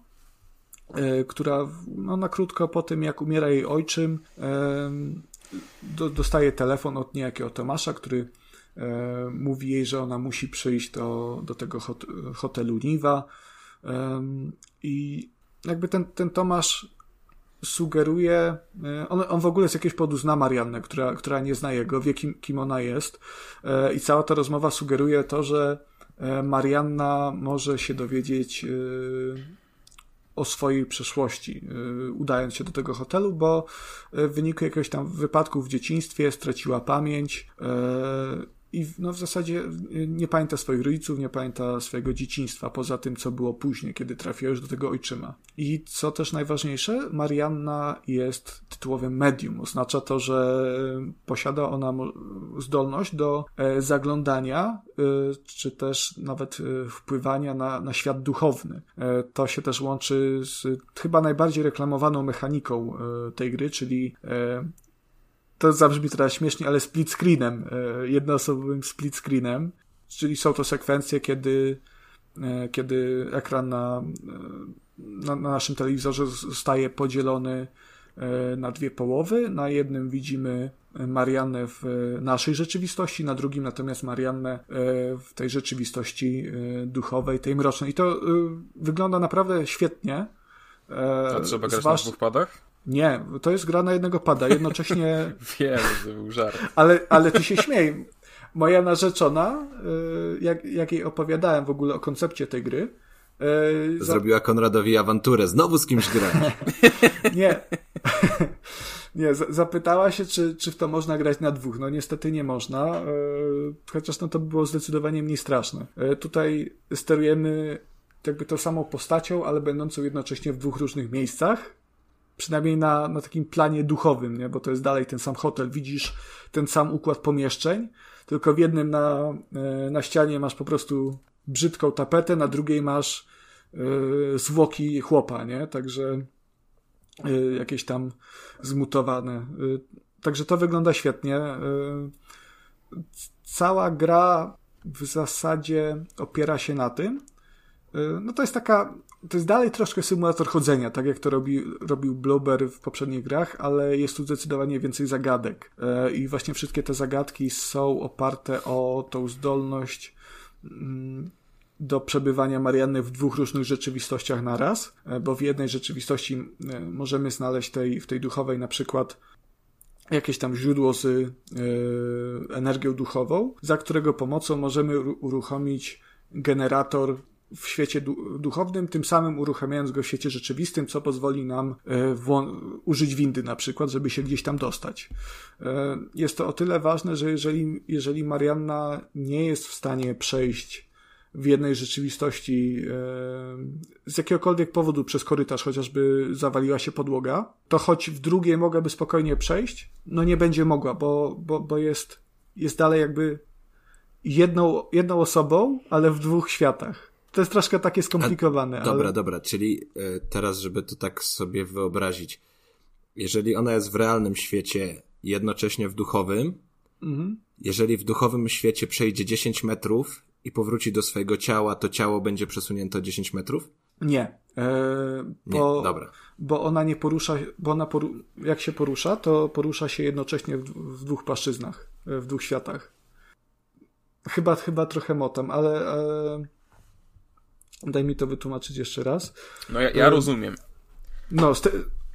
która no, na krótko po tym, jak umiera jej ojczym, e, do, dostaje telefon od niejakiego Tomasza, który e, mówi jej, że ona musi przyjść do, do tego hot, hotelu Niwa. E, I jakby ten, ten Tomasz sugeruje, e, on, on w ogóle z jakiegoś powodu zna Mariannę, która, która nie zna jego, wie kim, kim ona jest. E, I cała ta rozmowa sugeruje to, że Marianna może się dowiedzieć e, o swojej przeszłości, udając się do tego hotelu, bo w wyniku jakiegoś tam wypadku w dzieciństwie straciła pamięć i no w zasadzie nie pamięta swoich rodziców, nie pamięta swojego dzieciństwa, poza tym, co było później, kiedy trafiła już do tego ojczyma. I co też najważniejsze, Marianna jest tytułowym medium. Oznacza to, że posiada ona zdolność do zaglądania, czy też nawet wpływania na, na świat duchowny. To się też łączy z chyba najbardziej reklamowaną mechaniką tej gry, czyli to zabrzmi teraz śmiesznie, ale split screenem, jednoosobowym split screenem, czyli są to sekwencje, kiedy, kiedy ekran na, na, na naszym telewizorze zostaje podzielony na dwie połowy. Na jednym widzimy Mariannę w naszej rzeczywistości, na drugim natomiast Mariannę w tej rzeczywistości duchowej, tej mrocznej. I to wygląda naprawdę świetnie. A trzeba grać Zważ... na dwóch padach? Nie, to jest gra na jednego pada, jednocześnie... Wiem, to był żart. Ale, ale ty się śmiej. Moja narzeczona, jak, jak jej opowiadałem w ogóle o koncepcie tej gry... Zrobiła Konradowi awanturę, znowu z kimś grać. Nie. Nie, zapytała się, czy, czy w to można grać na dwóch. No niestety nie można, chociaż no to by było zdecydowanie mniej straszne. Tutaj sterujemy jakby tą samą postacią, ale będącą jednocześnie w dwóch różnych miejscach. Przynajmniej na, na takim planie duchowym, nie? Bo to jest dalej ten sam hotel. Widzisz ten sam układ pomieszczeń, tylko w jednym na, na ścianie masz po prostu brzydką tapetę, na drugiej masz yy, zwłoki chłopa, nie? Także yy, jakieś tam zmutowane. Yy, także to wygląda świetnie. Yy, cała gra w zasadzie opiera się na tym. Yy, no to jest taka To jest dalej troszkę symulator chodzenia, tak jak to robi, robił Blueber w poprzednich grach, ale jest tu zdecydowanie więcej zagadek. E, I właśnie wszystkie te zagadki są oparte o tą zdolność mm, do przebywania Marianny w dwóch różnych rzeczywistościach naraz, e, bo w jednej rzeczywistości e, możemy znaleźć tej, w tej duchowej na przykład jakieś tam źródło z y, energią duchową, za którego pomocą możemy uruchomić generator w świecie du- duchownym, tym samym uruchamiając go w świecie rzeczywistym, co pozwoli nam y, wło- użyć windy na przykład, żeby się gdzieś tam dostać. Y, jest to o tyle ważne, że jeżeli, jeżeli Marianna nie jest w stanie przejść w jednej rzeczywistości e, z jakiegokolwiek powodu przez korytarz, chociażby zawaliła się podłoga, to choć w drugiej mogłaby spokojnie przejść, no nie będzie mogła, bo, bo, bo jest, jest dalej jakby jedną, jedną osobą, ale w dwóch światach. To jest troszkę takie skomplikowane. A, dobra, ale... dobra, czyli y, teraz, żeby to tak sobie wyobrazić, jeżeli ona jest w realnym świecie, jednocześnie w duchowym, mhm. jeżeli w duchowym świecie przejdzie dziesięć metrów i powróci do swojego ciała, to ciało będzie przesunięte dziesięć metrów? Nie. E, bo, nie, dobra. Bo ona nie porusza, bo ona poru, jak się porusza, to porusza się jednocześnie w, w dwóch płaszczyznach, w dwóch światach. Chyba, chyba trochę motam, ale e, daj mi to wytłumaczyć jeszcze raz. No ja, ja rozumiem. No, ste,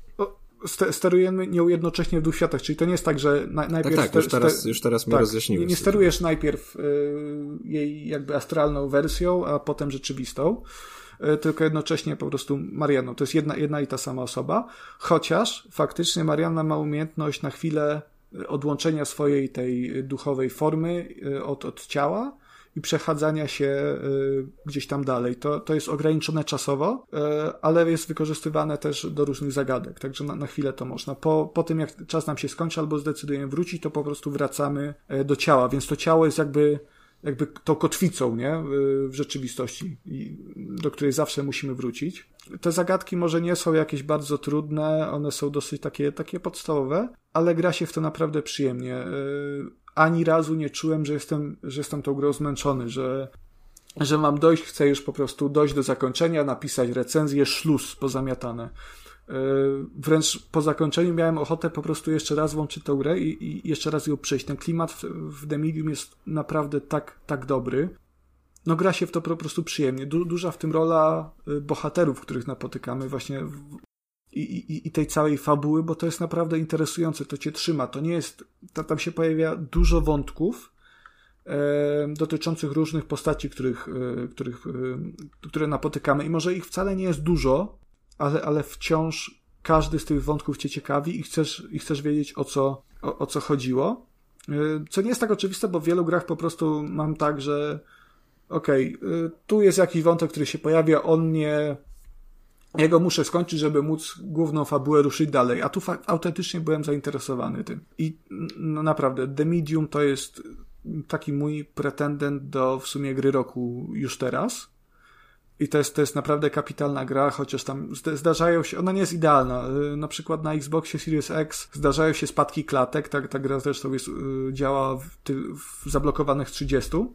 st- sterujemy nią jednocześnie w dwóch światach, czyli to nie jest tak, że na, najpierw... Tak, tak, już teraz, już teraz mi tak, rozjaśniłeś. Nie sterujesz najpierw y, jej jakby astralną wersją, a potem rzeczywistą, y, tylko jednocześnie po prostu Marianną. To jest jedna, jedna i ta sama osoba, chociaż faktycznie Marianna ma umiejętność na chwilę odłączenia swojej tej duchowej formy y, od, od ciała i przechadzania się y, gdzieś tam dalej. To, to jest ograniczone czasowo, y, ale jest wykorzystywane też do różnych zagadek, także na, na chwilę to można. Po, po tym, jak czas nam się skończy albo zdecydujemy wrócić, to po prostu wracamy y, do ciała, więc to ciało jest jakby, jakby tą kotwicą, nie? Y, w rzeczywistości, i, do której zawsze musimy wrócić. Te zagadki może nie są jakieś bardzo trudne, one są dosyć takie, takie podstawowe, ale gra się w to naprawdę przyjemnie. Y, ani razu nie czułem, że jestem, że jestem tą grą zmęczony, że, że mam dojść, chcę już po prostu dojść do zakończenia, napisać recenzję, szluz, pozamiatane. Yy, wręcz po zakończeniu miałem ochotę po prostu jeszcze raz włączyć tę grę i, i jeszcze raz ją przejść. Ten klimat w, w The Medium jest naprawdę tak, tak dobry. No gra się w to po prostu przyjemnie. Du, duża w tym rola bohaterów, których napotykamy właśnie w, I, i, i tej całej fabuły, bo to jest naprawdę interesujące, to cię trzyma, to nie jest, tam, tam się pojawia dużo wątków e, dotyczących różnych postaci, których, e, których, e, które napotykamy i może ich wcale nie jest dużo, ale, ale wciąż każdy z tych wątków cię ciekawi i chcesz, i chcesz wiedzieć o co, o, o co chodziło, e, co nie jest tak oczywiste, bo w wielu grach po prostu mam tak, że okej, okay, tu jest jakiś wątek, który się pojawia, on nie Ja go muszę skończyć, żeby móc główną fabułę ruszyć dalej, a tu fa- autentycznie byłem zainteresowany tym. I no naprawdę, The Medium to jest taki mój pretendent do w sumie gry roku już teraz. I to jest, to jest naprawdę kapitalna gra, chociaż tam zdarzają się, ona nie jest idealna. Na przykład na Xboxie Series X zdarzają się spadki klatek, ta, ta gra zresztą jest, działa w, ty, w zablokowanych trzydziestu.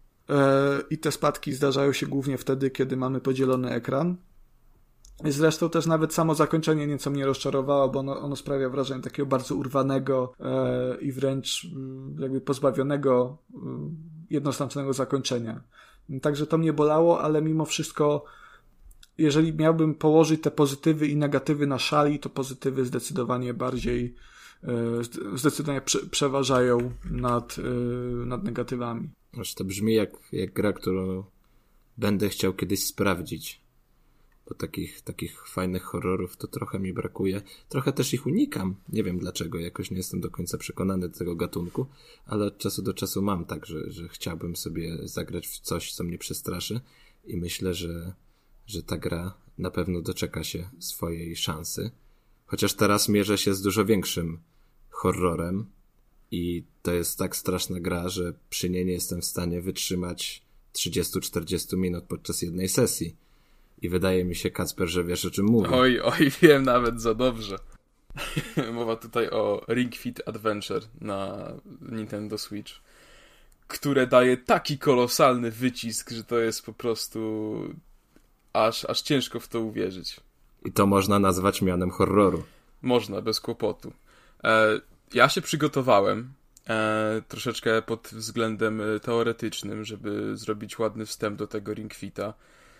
I te spadki zdarzają się głównie wtedy, kiedy mamy podzielony ekran. Zresztą też nawet samo zakończenie nieco mnie rozczarowało, bo ono, ono sprawia wrażenie takiego bardzo urwanego e, i wręcz e, jakby pozbawionego e, jednoznacznego zakończenia. Także to mnie bolało, ale mimo wszystko, jeżeli miałbym położyć te pozytywy i negatywy na szali, to pozytywy zdecydowanie bardziej e, zdecydowanie prze, przeważają nad, e, nad negatywami. Aż to brzmi jak, jak gra, którą będę chciał kiedyś sprawdzić. Bo takich, takich fajnych horrorów to trochę mi brakuje. Trochę też ich unikam. Nie wiem dlaczego, jakoś nie jestem do końca przekonany do tego gatunku, ale od czasu do czasu mam tak, że, że chciałbym sobie zagrać w coś, co mnie przestraszy i myślę, że, że ta gra na pewno doczeka się swojej szansy. Chociaż teraz mierzę się z dużo większym horrorem i to jest tak straszna gra, że przy niej nie jestem w stanie wytrzymać trzydzieści czterdzieści minut podczas jednej sesji. I wydaje mi się, Kacper, że wiesz, o czym mówię. Oj, oj, wiem nawet za dobrze. Mowa tutaj o Ring Fit Adventure na Nintendo Switch, które daje taki kolosalny wycisk, że to jest po prostu aż, aż ciężko w to uwierzyć. I to można nazwać mianem horroru. Można, bez kłopotu. E, ja się przygotowałem e, troszeczkę pod względem teoretycznym, żeby zrobić ładny wstęp do tego Ring Fita.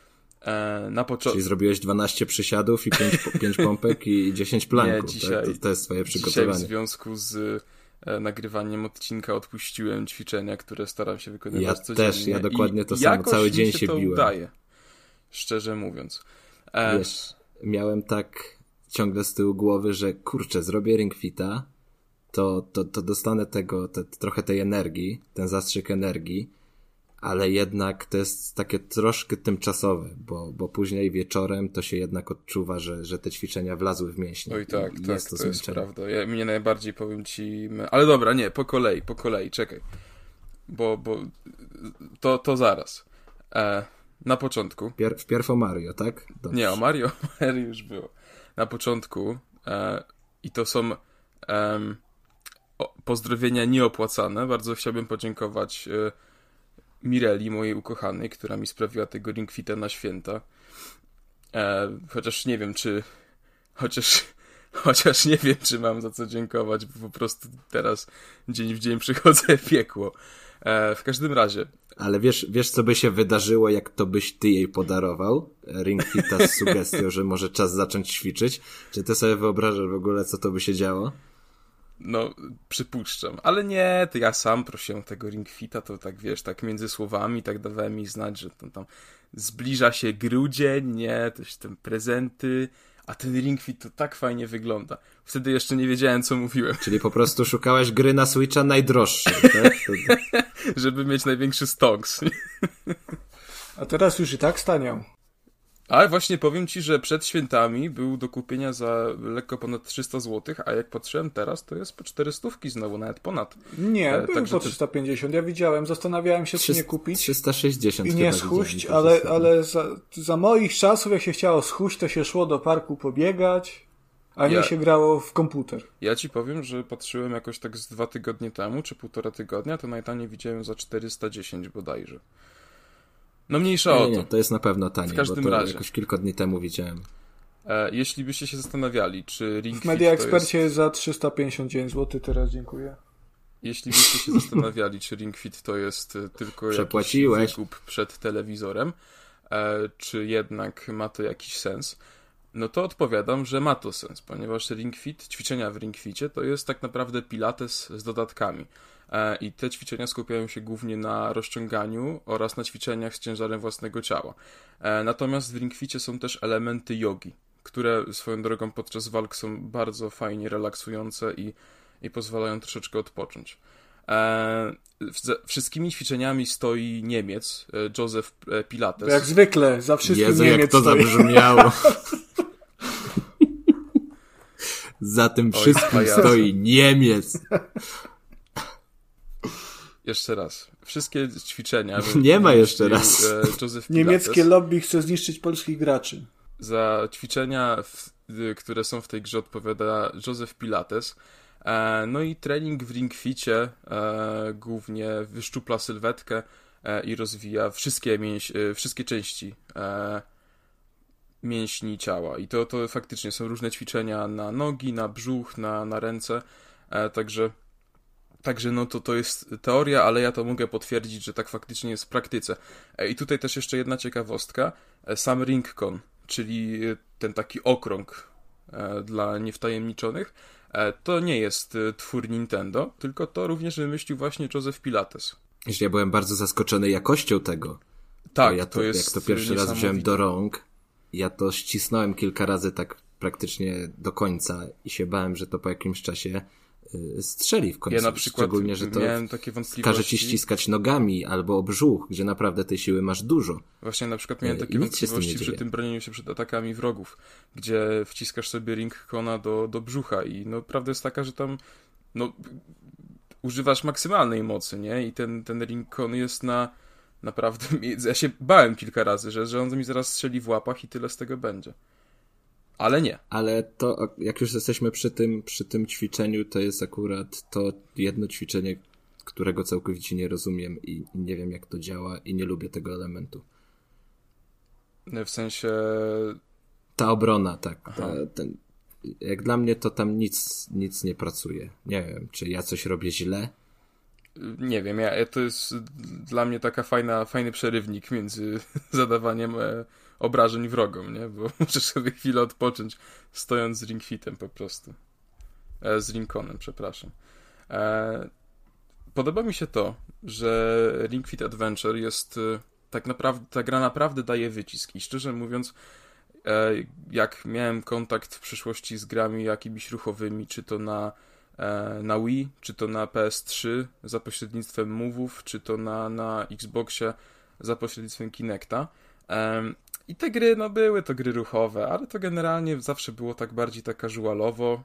E, na początku... Czyli zrobiłeś dwanaście przysiadów i pięć pompek i dziesięć planków, Nie, dzisiaj, tak? To, to jest twoje przygotowanie. Dzisiaj w związku z e, nagrywaniem odcinka odpuściłem ćwiczenia, które staram się wykonywać ja codziennie. Ja też, ja dokładnie to I samo, cały dzień mi się, się to biłem. udaje, szczerze mówiąc. E... Wiesz, miałem tak ciągle z tyłu głowy, że kurczę, zrobię Ring Fita, to, to, to dostanę tego, te, trochę tej energii, ten zastrzyk energii, ale jednak to jest takie troszkę tymczasowe, bo, bo później wieczorem to się jednak odczuwa, że, że te ćwiczenia wlazły w mięśnie. Oj tak, i tak, jest to, to jest prawda. Ja, mnie najbardziej, powiem ci... Ale dobra, nie, po kolei, po kolei, czekaj. Bo, bo to, to zaraz. E, na początku... Pier, wpierw o Mario, tak? Dobrze. Nie, o Mario, Mario już było. Na początku e, i to są e, o, pozdrowienia nieopłacane. Bardzo chciałbym podziękować e, Mireli, mojej ukochanej, która mi sprawiła tego Ring Fita na święta. E, chociaż nie wiem, czy... Chociaż... Chociaż nie wiem, czy mam za co dziękować, bo po prostu teraz dzień w dzień przychodzę w piekło. E, w każdym razie... Ale wiesz, wiesz, co by się wydarzyło, jak to byś ty jej podarował? Ring Fita z sugestią, że może czas zacząć ćwiczyć? Czy ty sobie wyobrażasz w ogóle, co to by się działo? No, przypuszczam. Ale nie, to ja sam prosiłem tego Ring Fita, to tak wiesz, tak między słowami tak dawałem mi znać, że to tam zbliża się grudzień, nie, też tam prezenty, a ten Ring Fit to tak fajnie wygląda. Wtedy jeszcze nie wiedziałem, co mówiłem. Czyli po prostu szukałeś gry na Switcha najdroższej, tak? To... Żeby mieć największy stonks. A teraz już i tak staniał. Ale właśnie powiem ci, że przed świętami był do kupienia za lekko ponad trzysta złotych, a jak patrzyłem teraz, to jest po czterysta znowu, nawet ponad. Nie, e, był także po trzysta pięćdziesiąt. Ja widziałem, zastanawiałem się, czy nie kupić. trzysta sześćdziesiąt I nie schuść, ale, ale za, za moich czasów, jak się chciało schuść, to się szło do parku pobiegać, a nie ja, się grało w komputer. Ja ci powiem, że patrzyłem jakoś tak z dwa tygodnie temu, czy półtora tygodnia, to najtaniej widziałem za czterysta dziesięć bodajże. No mniejsza o to. Nie, nie, to jest na pewno taniej, w każdym bo to razie. jakoś kilka dni temu widziałem. E, jeśli byście się zastanawiali, czy Ring W Media Fit to Expercie jest... jest za trzysta pięćdziesiąt dziewięć złotych, teraz dziękuję. Jeśli byście się zastanawiali, czy Ring Fit to jest tylko Przepłaciłeś. jakiś wykup przed telewizorem, e, czy jednak ma to jakiś sens, no to odpowiadam, że ma to sens, ponieważ Ring Fit, ćwiczenia w Ring Ficie to jest tak naprawdę pilates z dodatkami. I te ćwiczenia skupiają się głównie na rozciąganiu oraz na ćwiczeniach z ciężarem własnego ciała. Natomiast w Ring Ficie są też elementy jogi, które swoją drogą podczas walk są bardzo fajnie relaksujące i, i pozwalają troszeczkę odpocząć. Za wszystkimi ćwiczeniami stoi Niemiec, Joseph Pilates. Jak zwykle, za wszystkim Jezu, Niemiec jak to stoi. zabrzmiało. Za tym wszystkim Oj, stoi Niemiec. Jeszcze raz. Wszystkie ćwiczenia... Nie ma jeszcze raz. Joseph Niemieckie Pilates, lobby chce zniszczyć polskich graczy. Za ćwiczenia, w, które są w tej grze, odpowiada Joseph Pilates. E, no i trening w Ring Ficie e, głównie wyszczupla sylwetkę e, i rozwija wszystkie, mięś, e, wszystkie części e, mięśni ciała. I to, to faktycznie są różne ćwiczenia na nogi, na brzuch, na, na ręce. E, także Także no to, to jest teoria, ale ja to mogę potwierdzić, że tak faktycznie jest w praktyce. I tutaj też jeszcze jedna ciekawostka. Sam Ringcon, czyli ten taki okrąg dla niewtajemniczonych, to nie jest twór Nintendo, tylko to również wymyślił właśnie Joseph Pilates. Ja byłem bardzo zaskoczony jakością tego. Tak, ja to, to jest jak to pierwszy raz wziąłem do rąk, ja to ścisnąłem kilka razy tak praktycznie do końca i się bałem, że to po jakimś czasie strzeli w końcu. Ja na przykład Szczególnie, że to miałem takie wątpliwości. każe ci ściskać nogami albo o brzuch, gdzie naprawdę tej siły masz dużo. Właśnie na przykład miałem takie Nic wątpliwości przy tym bronieniu się przed atakami wrogów, gdzie wciskasz sobie Ringcona do, do brzucha i no prawda jest taka, że tam no używasz maksymalnej mocy, nie? I ten, ten Ringcon jest na naprawdę... Ja się bałem kilka razy, że, że on mi zaraz strzeli w łapach i tyle z tego będzie. Ale nie. Ale to, jak już jesteśmy przy tym, przy tym ćwiczeniu, to jest akurat to jedno ćwiczenie, którego całkowicie nie rozumiem i nie wiem, jak to działa i nie lubię tego elementu. W sensie... Ta obrona, tak. Ta, ten, jak dla mnie to tam nic, nic nie pracuje. Nie wiem, czy ja coś robię źle, nie wiem, ja, to jest dla mnie taka fajna, fajny przerywnik między zadawaniem e, obrażeń wrogom, nie? Bo możesz sobie chwilę odpocząć stojąc z Ring Fitem po prostu. E, z Rinconem, przepraszam. E, podoba mi się to, że Ring Fit Adventure jest e, tak naprawdę, ta gra naprawdę daje wycisk i szczerze mówiąc, e, jak miałem kontakt w przyszłości z grami jakimiś ruchowymi, czy to na na Wii, czy to na P S trzy za pośrednictwem Move'ów, czy to na, na Xboxie za pośrednictwem Kinecta. Um, I te gry, no były to gry ruchowe, ale to generalnie zawsze było tak bardziej tak casualowo.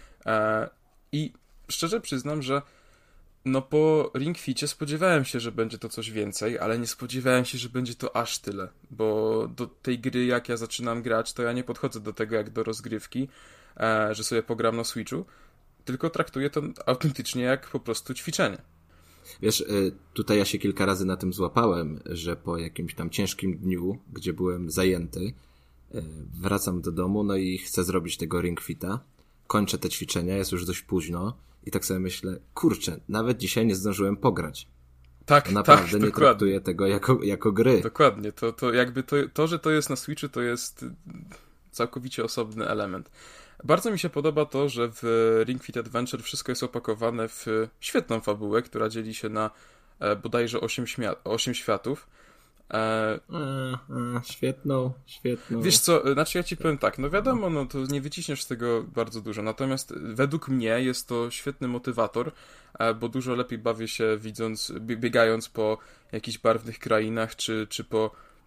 E, I szczerze przyznam, że no po Ring Ficie spodziewałem się, że będzie to coś więcej, ale nie spodziewałem się, że będzie to aż tyle, bo do tej gry, jak ja zaczynam grać, to ja nie podchodzę do tego jak do rozgrywki, e, że sobie pogram na Switchu, tylko traktuję to autentycznie jak po prostu ćwiczenie. Wiesz, tutaj ja się kilka razy na tym złapałem, że po jakimś tam ciężkim dniu, gdzie byłem zajęty, wracam do domu, no i chcę zrobić tego Ring Fita, kończę te ćwiczenia, jest już dość późno i tak sobie myślę, kurczę, nawet dzisiaj nie zdążyłem pograć. Tak, naprawdę tak, nie dokładnie. traktuję tego jako, jako gry. Dokładnie, to, to jakby to, to, że to jest na Switchu, to jest całkowicie osobny element. Bardzo mi się podoba to, że w Ring Fit Adventure wszystko jest opakowane w świetną fabułę, która dzieli się na e, bodajże osiem, śmia- osiem światów. E, e, e, świetną, świetną. Wiesz co, znaczy ja ci powiem tak, no wiadomo, no to nie wyciśniesz z tego bardzo dużo, natomiast według mnie jest to świetny motywator, e, bo dużo lepiej bawię się widząc, biegając po jakichś barwnych krainach, czy, czy po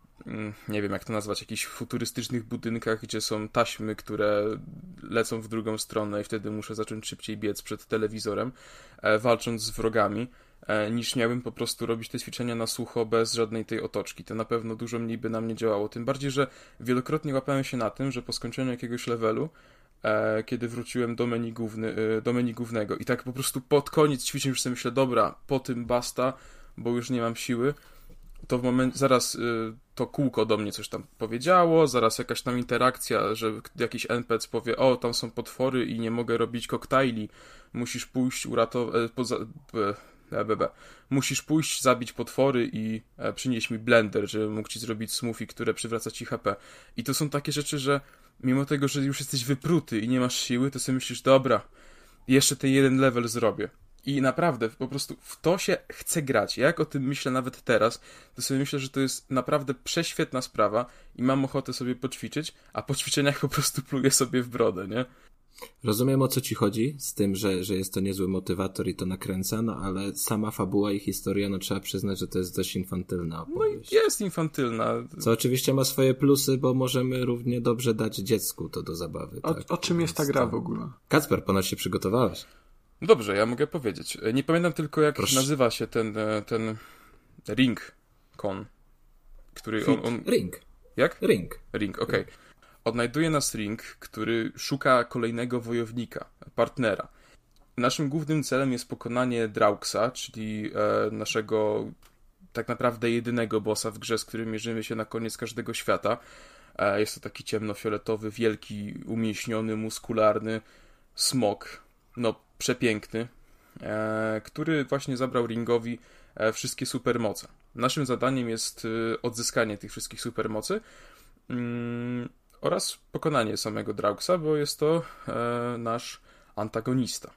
nie wiem jak to nazwać, jakichś futurystycznych budynkach, gdzie są taśmy, które lecą w drugą stronę i wtedy muszę zacząć szybciej biec przed telewizorem, e, walcząc z wrogami, e, niż miałbym po prostu robić te ćwiczenia na sucho bez żadnej tej otoczki. To na pewno dużo mniej by na mnie działało. Tym bardziej, że wielokrotnie łapałem się na tym, że po skończeniu jakiegoś levelu, e, kiedy wróciłem do menu, główny, e, do menu głównego i tak po prostu pod koniec ćwiczeń już sobie myślę, dobra, po tym basta, bo już nie mam siły, to w momencie, zaraz y, to kółko do mnie coś tam powiedziało, zaraz jakaś tam interakcja, że jakiś en pe ce powie, o, tam są potwory i nie mogę robić koktajli, musisz pójść uratować, e, musisz pójść zabić potwory i e, przynieść mi blender, żebym mógł ci zrobić smoothie, które przywraca ci ha pe. I to są takie rzeczy, że mimo tego, że już jesteś wypruty i nie masz siły, to sobie myślisz, dobra, jeszcze ten jeden level zrobię. I naprawdę, po prostu w to się chce grać. Ja jak o tym myślę nawet teraz, to sobie myślę, że to jest naprawdę prześwietna sprawa i mam ochotę sobie poćwiczyć, a po ćwiczeniach po prostu pluję sobie w brodę, nie? Rozumiem, o co ci chodzi z tym, że, że jest to niezły motywator i to nakręca, no ale sama fabuła i historia, no trzeba przyznać, że to jest dość infantylna opowieść. No jest infantylna. Co oczywiście ma swoje plusy, bo możemy równie dobrze dać dziecku to do zabawy. O, tak? o czym jest ta gra w ogóle? Kacper, ponoć się przygotowałeś. Dobrze, ja mogę powiedzieć. Nie pamiętam tylko, jak Proszę. nazywa się ten, ten Ring Con, który on, on... Ring. Jak? Ring. Ring, okej. Okay. Odnajduje nas Ring, który szuka kolejnego wojownika, partnera. Naszym głównym celem jest pokonanie Drauxa, czyli e, naszego tak naprawdę jedynego bossa w grze, z którym mierzymy się na koniec każdego świata. E, jest to taki ciemnofioletowy, wielki, umięśniony, muskularny smok. No, przepiękny, e, który właśnie zabrał Ringowi e, wszystkie supermoce. Naszym zadaniem jest e, odzyskanie tych wszystkich supermocy mm, oraz pokonanie samego Drauxa, bo jest to e, nasz antagonista.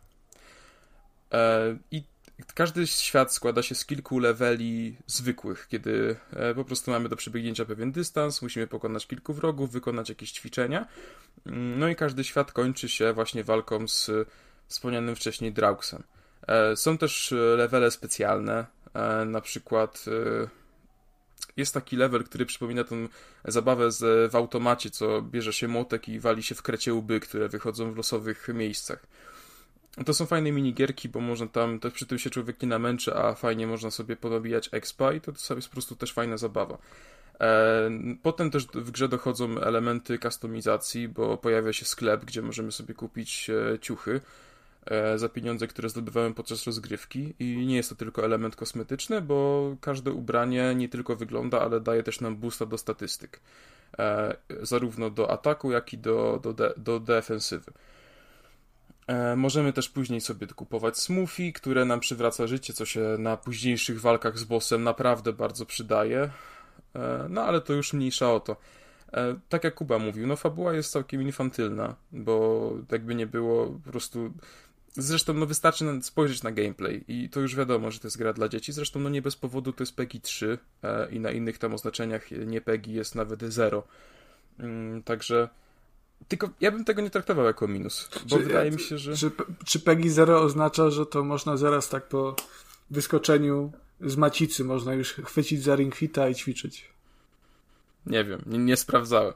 E, I każdy świat składa się z kilku leveli zwykłych, kiedy e, po prostu mamy do przebiegnięcia pewien dystans, musimy pokonać kilku wrogów, wykonać jakieś ćwiczenia, no i każdy świat kończy się właśnie walką z wspomnianym wcześniej Drauxem. E, są też levele specjalne, e, na przykład e, jest taki level, który przypomina tą zabawę z, w automacie, co bierze się młotek i wali się w krecie łby, które wychodzą w losowych miejscach. To są fajne minigierki, bo można tam, też przy tym się człowiek nie namęczy, a fajnie można sobie podobijać expa i to jest po prostu też fajna zabawa. E, potem też w grze dochodzą elementy kustomizacji, bo pojawia się sklep, gdzie możemy sobie kupić e, ciuchy e, za pieniądze, które zdobywamy podczas rozgrywki i nie jest to tylko element kosmetyczny, bo każde ubranie nie tylko wygląda, ale daje też nam boosta do statystyk. E, zarówno do ataku, jak i do, do, de, do defensywy. E, możemy też później sobie kupować smoothie, które nam przywraca życie, co się na późniejszych walkach z bossem naprawdę bardzo przydaje. E, no ale to już mniejsza o to. E, tak jak Kuba mówił, no fabuła jest całkiem infantylna, bo jakby nie było po prostu... Zresztą no wystarczy spojrzeć na gameplay i to już wiadomo, że to jest gra dla dzieci. Zresztą no nie bez powodu to jest PEGI trzy e, i na innych tam oznaczeniach nie PEGI jest nawet zero. Mm, także tylko ja bym tego nie traktował jako minus, bo czy, wydaje mi się, że... Czy, czy PEGI zero oznacza, że to można zaraz tak po wyskoczeniu z macicy można już chwycić za Ring Fita i ćwiczyć? Nie wiem, nie, nie sprawdzałem.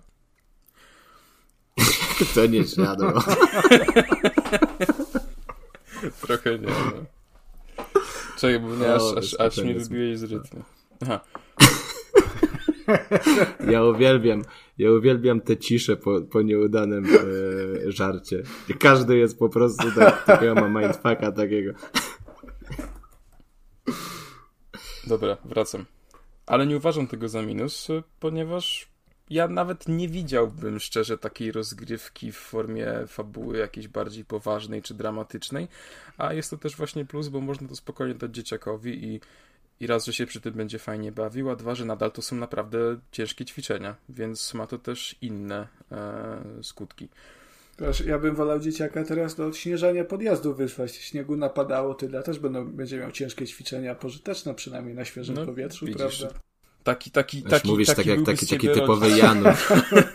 To nie świadło. Trochę nie, no. Czekaj, bo nie, aż, aż, aż mnie wybiłeś z rytmu. Aha. Ja uwielbiam, ja uwielbiam te cisze po, po nieudanym e, żarcie. I każdy jest po prostu tak, takiego ma mindfucka takiego. Dobra, wracam. Ale nie uważam tego za minus, ponieważ ja nawet nie widziałbym szczerze takiej rozgrywki w formie fabuły jakiejś bardziej poważnej czy dramatycznej, a jest to też właśnie plus, bo można to spokojnie dać dzieciakowi i, i raz, że się przy tym będzie fajnie bawił, a dwa, że nadal to są naprawdę ciężkie ćwiczenia, więc ma to też inne e, skutki. Ja bym wolał dzieciaka teraz do odśnieżania podjazdu wysłać. Śniegu napadało tyle, też będą, będzie miał ciężkie ćwiczenia, pożyteczne przynajmniej na świeżym no, powietrzu, widzisz, prawda? Taki, taki, taki, mówisz taki, tak jak taki, taki typowy rodzic. Janów.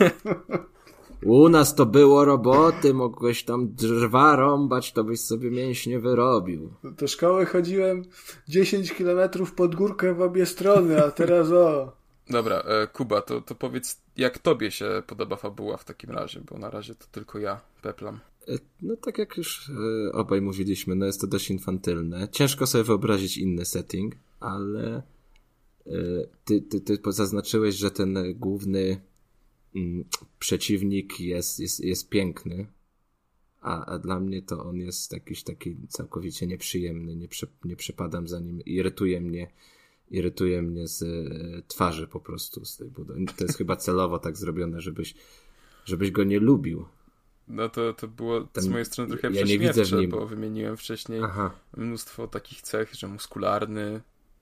U nas to było roboty, mogłeś tam drzewa rąbać, to byś sobie mięśnie wyrobił. Do szkoły chodziłem dziesięć kilometrów pod górkę w obie strony, a teraz o... Dobra, e, Kuba, to, to powiedz, jak tobie się podoba fabuła w takim razie, bo na razie to tylko ja peplam. No tak jak już e, obaj mówiliśmy, no jest to dość infantylne. Ciężko sobie wyobrazić inny setting, ale e, ty, ty, ty zaznaczyłeś, że ten główny mm, przeciwnik jest, jest, jest piękny, a, a dla mnie to on jest jakiś taki całkowicie nieprzyjemny, nie, prze, nie przepadam za nim, irytuje mnie irytuje mnie z e, twarzy po prostu z tej budowy. To jest chyba celowo tak zrobione, żebyś, żebyś go nie lubił. No to, to było Ten, z mojej strony trochę ja nie widzę w nim... bo wymieniłem wcześniej Aha. mnóstwo takich cech, że muskularny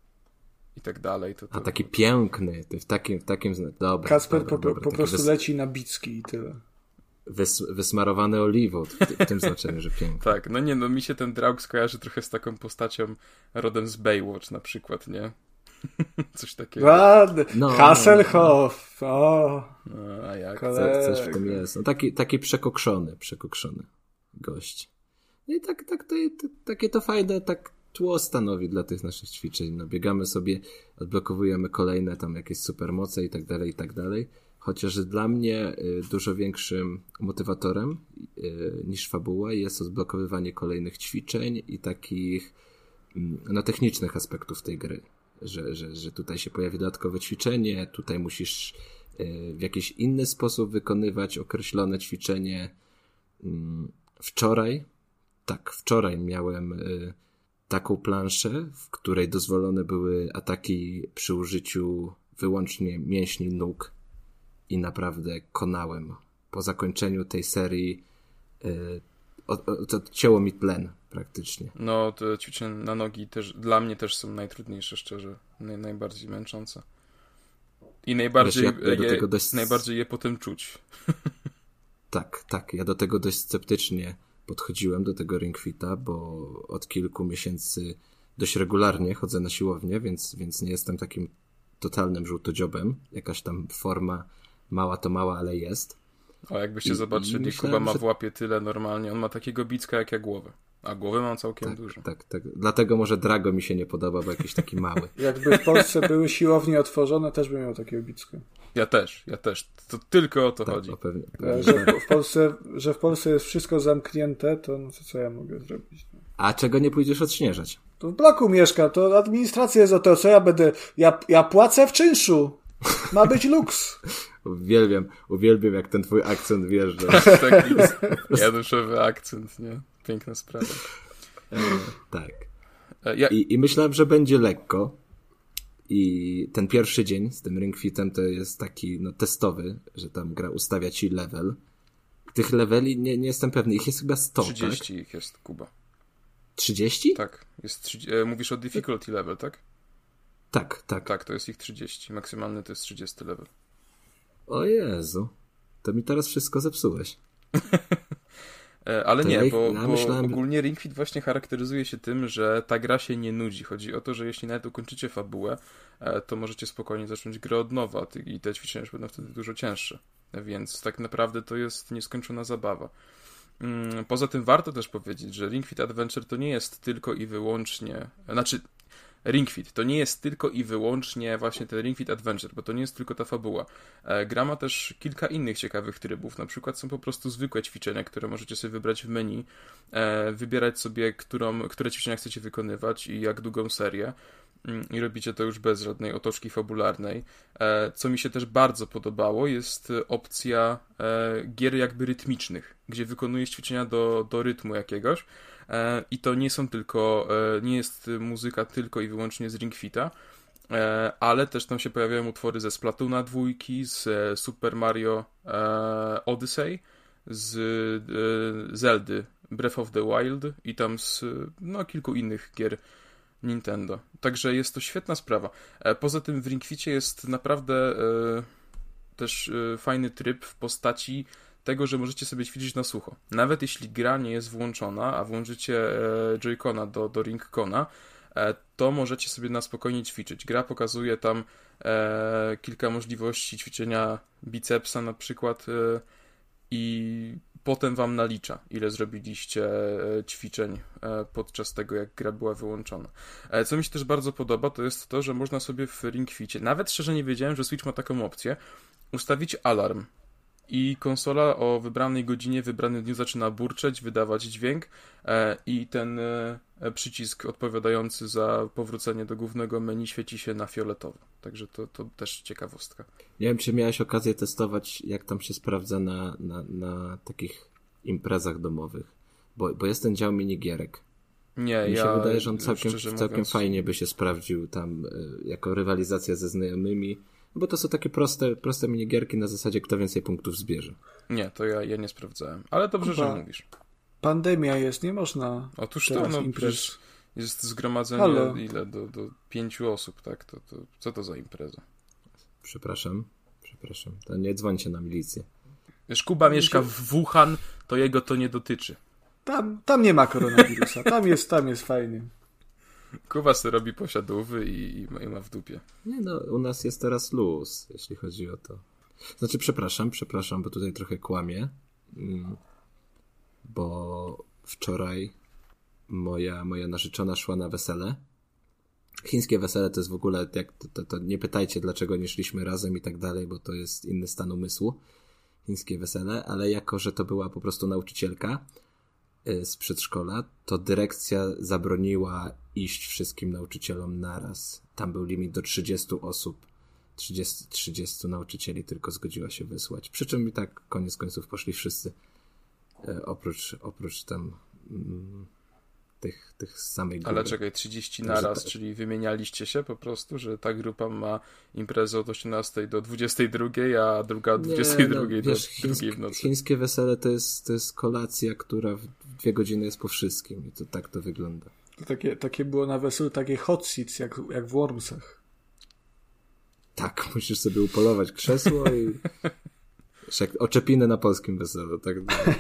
i tak dalej. To, to... A taki piękny, ty w takim, w takim... Dobra, Kasper dobra, po, dobra, po prostu wys... leci na bicki i tyle. Wys, wysmarowany oliwą, w, w tym znaczeniu, że piękny. Tak, no nie, no mi się ten Draug skojarzy trochę z taką postacią rodem z Baywatch na przykład, nie? Coś takiego. Ładny. No, Hasselhoff. No, no. O. No, a jak? Co, coś w tym jest. No, taki, taki przekokszony, przekokszony gość. No i tak, tak to, to, takie to fajne tak tło stanowi dla tych naszych ćwiczeń. No, biegamy sobie, odblokowujemy kolejne tam jakieś supermoce i tak dalej, i tak dalej. Chociaż dla mnie y, dużo większym motywatorem y, niż fabuła jest odblokowywanie kolejnych ćwiczeń i takich y, no, technicznych aspektów tej gry. Że, że, że tutaj się pojawi dodatkowe ćwiczenie, tutaj musisz y, w jakiś inny sposób wykonywać określone ćwiczenie. Y, wczoraj, tak, wczoraj miałem y, taką planszę, w której dozwolone były ataki przy użyciu wyłącznie mięśni nóg. I naprawdę konałem. Po zakończeniu tej serii yy, od, od, odcięło mi tlen praktycznie. No, te ćwiczenia na nogi też dla mnie też są najtrudniejsze, szczerze. Naj, najbardziej męczące. I najbardziej, Wiesz, ja, ja je, tego dość... najbardziej je potem czuć. Tak, tak. Ja do tego dość sceptycznie podchodziłem, do tego Ring Fita, bo od kilku miesięcy dość regularnie chodzę na siłownię, więc, więc nie jestem takim totalnym żółtodziobem. Jakaś tam forma mała to mała, ale jest. O, jakbyście I, zobaczyli, i Kuba ma że... w łapie tyle normalnie. On ma takiego bicka jak ja głowę. A głowę mam całkiem tak, dużo. Tak, tak. Dlatego może Drago mi się nie podoba, bo jakiś taki mały. Jakby w Polsce były siłownie otworzone, też bym miał takiego bicka. Ja też, ja też. To tylko o to tak, chodzi. O pewnie, pewnie. Że, w Polsce, że w Polsce jest wszystko zamknięte, to no to co ja mogę zrobić? A czego nie pójdziesz odśnieżać? To w bloku mieszka, to administracja jest o to, co ja będę... Ja, ja płacę w czynszu. Ma być luks. Uwielbiam, uwielbiam jak ten twój akcent wjeżdża. Taki januszowy akcent, nie? Piękna sprawa. E, tak. E, ja... I, I myślałem, że będzie lekko. I ten pierwszy dzień z tym Ring Fitem to jest taki no, testowy, że tam gra ustawia ci level. Tych leveli nie, nie jestem pewny. Ich jest chyba sto, trzydzieści tak? ich jest, Kuba. trzydzieści? Tak. Jest trzydzieści. E, mówisz o difficulty level, tak? Tak, tak. Tak, to jest ich trzydzieści. Maksymalny to jest trzydziesty level. O Jezu. To mi teraz wszystko zepsułeś. Ale to nie, ja ich, bo, ja bo myślałem... ogólnie Ring Fit właśnie charakteryzuje się tym, że ta gra się nie nudzi. Chodzi o to, że jeśli nawet ukończycie fabułę, to możecie spokojnie zacząć grę od nowa i te ćwiczenia już będą wtedy dużo cięższe. Więc tak naprawdę to jest nieskończona zabawa. Poza tym warto też powiedzieć, że Ring Fit Adventure to nie jest tylko i wyłącznie... Znaczy... Ring Fit to nie jest tylko i wyłącznie właśnie ten Ring Fit Adventure, bo to nie jest tylko ta fabuła. Gra ma też kilka innych ciekawych trybów. Na przykład są po prostu zwykłe ćwiczenia, które możecie sobie wybrać w menu, wybierać sobie, którą, które ćwiczenia chcecie wykonywać i jak długą serię. I robicie to już bez żadnej otoczki fabularnej. Co mi się też bardzo podobało, jest opcja gier jakby rytmicznych, gdzie wykonujesz ćwiczenia do, do rytmu jakiegoś. I to nie są tylko, nie jest muzyka tylko i wyłącznie z Ring Fita, ale też tam się pojawiają utwory ze Splatoona dwójki, z Super Mario Odyssey, z Zeldy Breath of the Wild i tam z no, kilku innych gier Nintendo. Także jest to świetna sprawa. Poza tym w Ring Ficie jest naprawdę też fajny tryb w postaci tego, że możecie sobie ćwiczyć na sucho. Nawet jeśli gra nie jest włączona, a włączycie e, Joy-Cona do, do Ring-Cona, e, to możecie sobie na spokojnie ćwiczyć. Gra pokazuje tam e, kilka możliwości ćwiczenia bicepsa na przykład e, i potem wam nalicza, ile zrobiliście e, ćwiczeń e, podczas tego, jak gra była wyłączona. E, co mi się też bardzo podoba, to jest to, że można sobie w Ring Ficie, nawet szczerze nie wiedziałem, że Switch ma taką opcję, ustawić alarm. I konsola o wybranej godzinie, wybranym dniu zaczyna burczeć, wydawać dźwięk e, i ten e, przycisk odpowiadający za powrócenie do głównego menu świeci się na fioletowo. Także to, to też ciekawostka. Nie wiem, czy miałeś okazję testować, jak tam się sprawdza na, na, na takich imprezach domowych. Bo, bo jest ten dział minigierek. Nie, Mi ja... się wydaje, że on całkiem, całkiem mówiąc... fajnie by się sprawdził tam y, jako rywalizacja ze znajomymi. Bo to są takie proste, proste minigierki na zasadzie, kto więcej punktów zbierze. Nie, to ja, ja nie sprawdzałem. Ale dobrze, Kuba, że mówisz. Pandemia jest, nie można. Otóż to, no przecież jest zgromadzenie Halo. ile? Do, do pięciu osób, tak? To, to, co to za impreza? Przepraszam, przepraszam. To nie dzwońcie na milicję. Wiesz, Kuba mieszka w Wuhan, to jego to nie dotyczy. Tam, tam nie ma koronawirusa. Tam jest, tam jest fajnie. Kuba sobie robi posiadówy i, i, ma, i ma w dupie. Nie no, u nas jest teraz luz, jeśli chodzi o to. Znaczy, przepraszam, przepraszam, bo tutaj trochę kłamię, bo wczoraj moja, moja narzeczona szła na wesele. Chińskie wesele to jest w ogóle, jak to, to, to nie pytajcie, dlaczego nie szliśmy razem i tak dalej, bo to jest inny stan umysłu. Chińskie wesele, ale jako, że to była po prostu nauczycielka z przedszkola, to dyrekcja zabroniła iść wszystkim nauczycielom naraz. Tam był limit do trzydziestu osób. trzydziestu, trzydziestu nauczycieli tylko zgodziła się wysłać. Przy czym i tak koniec końców poszli wszyscy. E, oprócz, oprócz tam mm, tych, tych z samej góry. Ale czekaj, trzydzieści naraz, ta... czyli wymienialiście się po prostu, że ta grupa ma imprezę od osiemnastej do dwudziestej drugiej, a druga od dwudziestej drugiej do drugiej w nocy. Chińskie wesele to jest, to jest kolacja, która w dwie godziny jest po wszystkim i to tak to wygląda. To takie, takie było na weselu, takie hot seats, jak, jak w Wormsach. Tak, musisz sobie upolować krzesło i jak oczepiny na polskim weselu. Tak.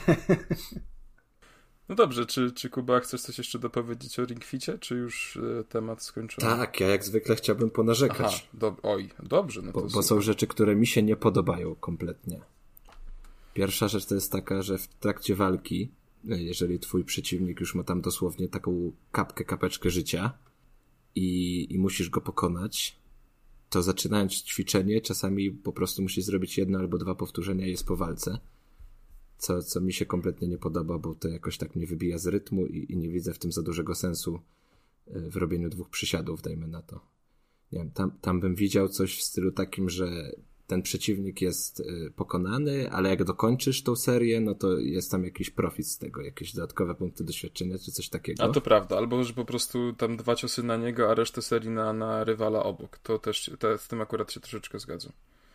No dobrze, czy, czy Kuba chcesz coś jeszcze dopowiedzieć o Ring Ficie, czy już e, temat skończony? Tak, ja jak zwykle chciałbym ponarzekać. Aha, do, oj, dobrze. No to bo, bo są rzeczy, które mi się nie podobają kompletnie. Pierwsza rzecz to jest taka, że w trakcie walki, jeżeli twój przeciwnik już ma tam dosłownie taką kapkę, kapeczkę życia i, i musisz go pokonać, to zaczynając ćwiczenie, czasami po prostu musisz zrobić jedno albo dwa powtórzenia i jest po walce. Co, co mi się kompletnie nie podoba, bo to jakoś tak mnie wybija z rytmu i, i nie widzę w tym za dużego sensu w robieniu dwóch przysiadów, dajmy na to. Nie wiem, tam, tam bym widział coś w stylu takim, że ten przeciwnik jest pokonany, ale jak dokończysz tą serię, no to jest tam jakiś profit z tego, jakieś dodatkowe punkty doświadczenia, czy coś takiego. A to prawda, albo że po prostu tam dwa ciosy na niego, a resztę serii na, na rywala obok. To też, to, z tym akurat się troszeczkę zgadzam.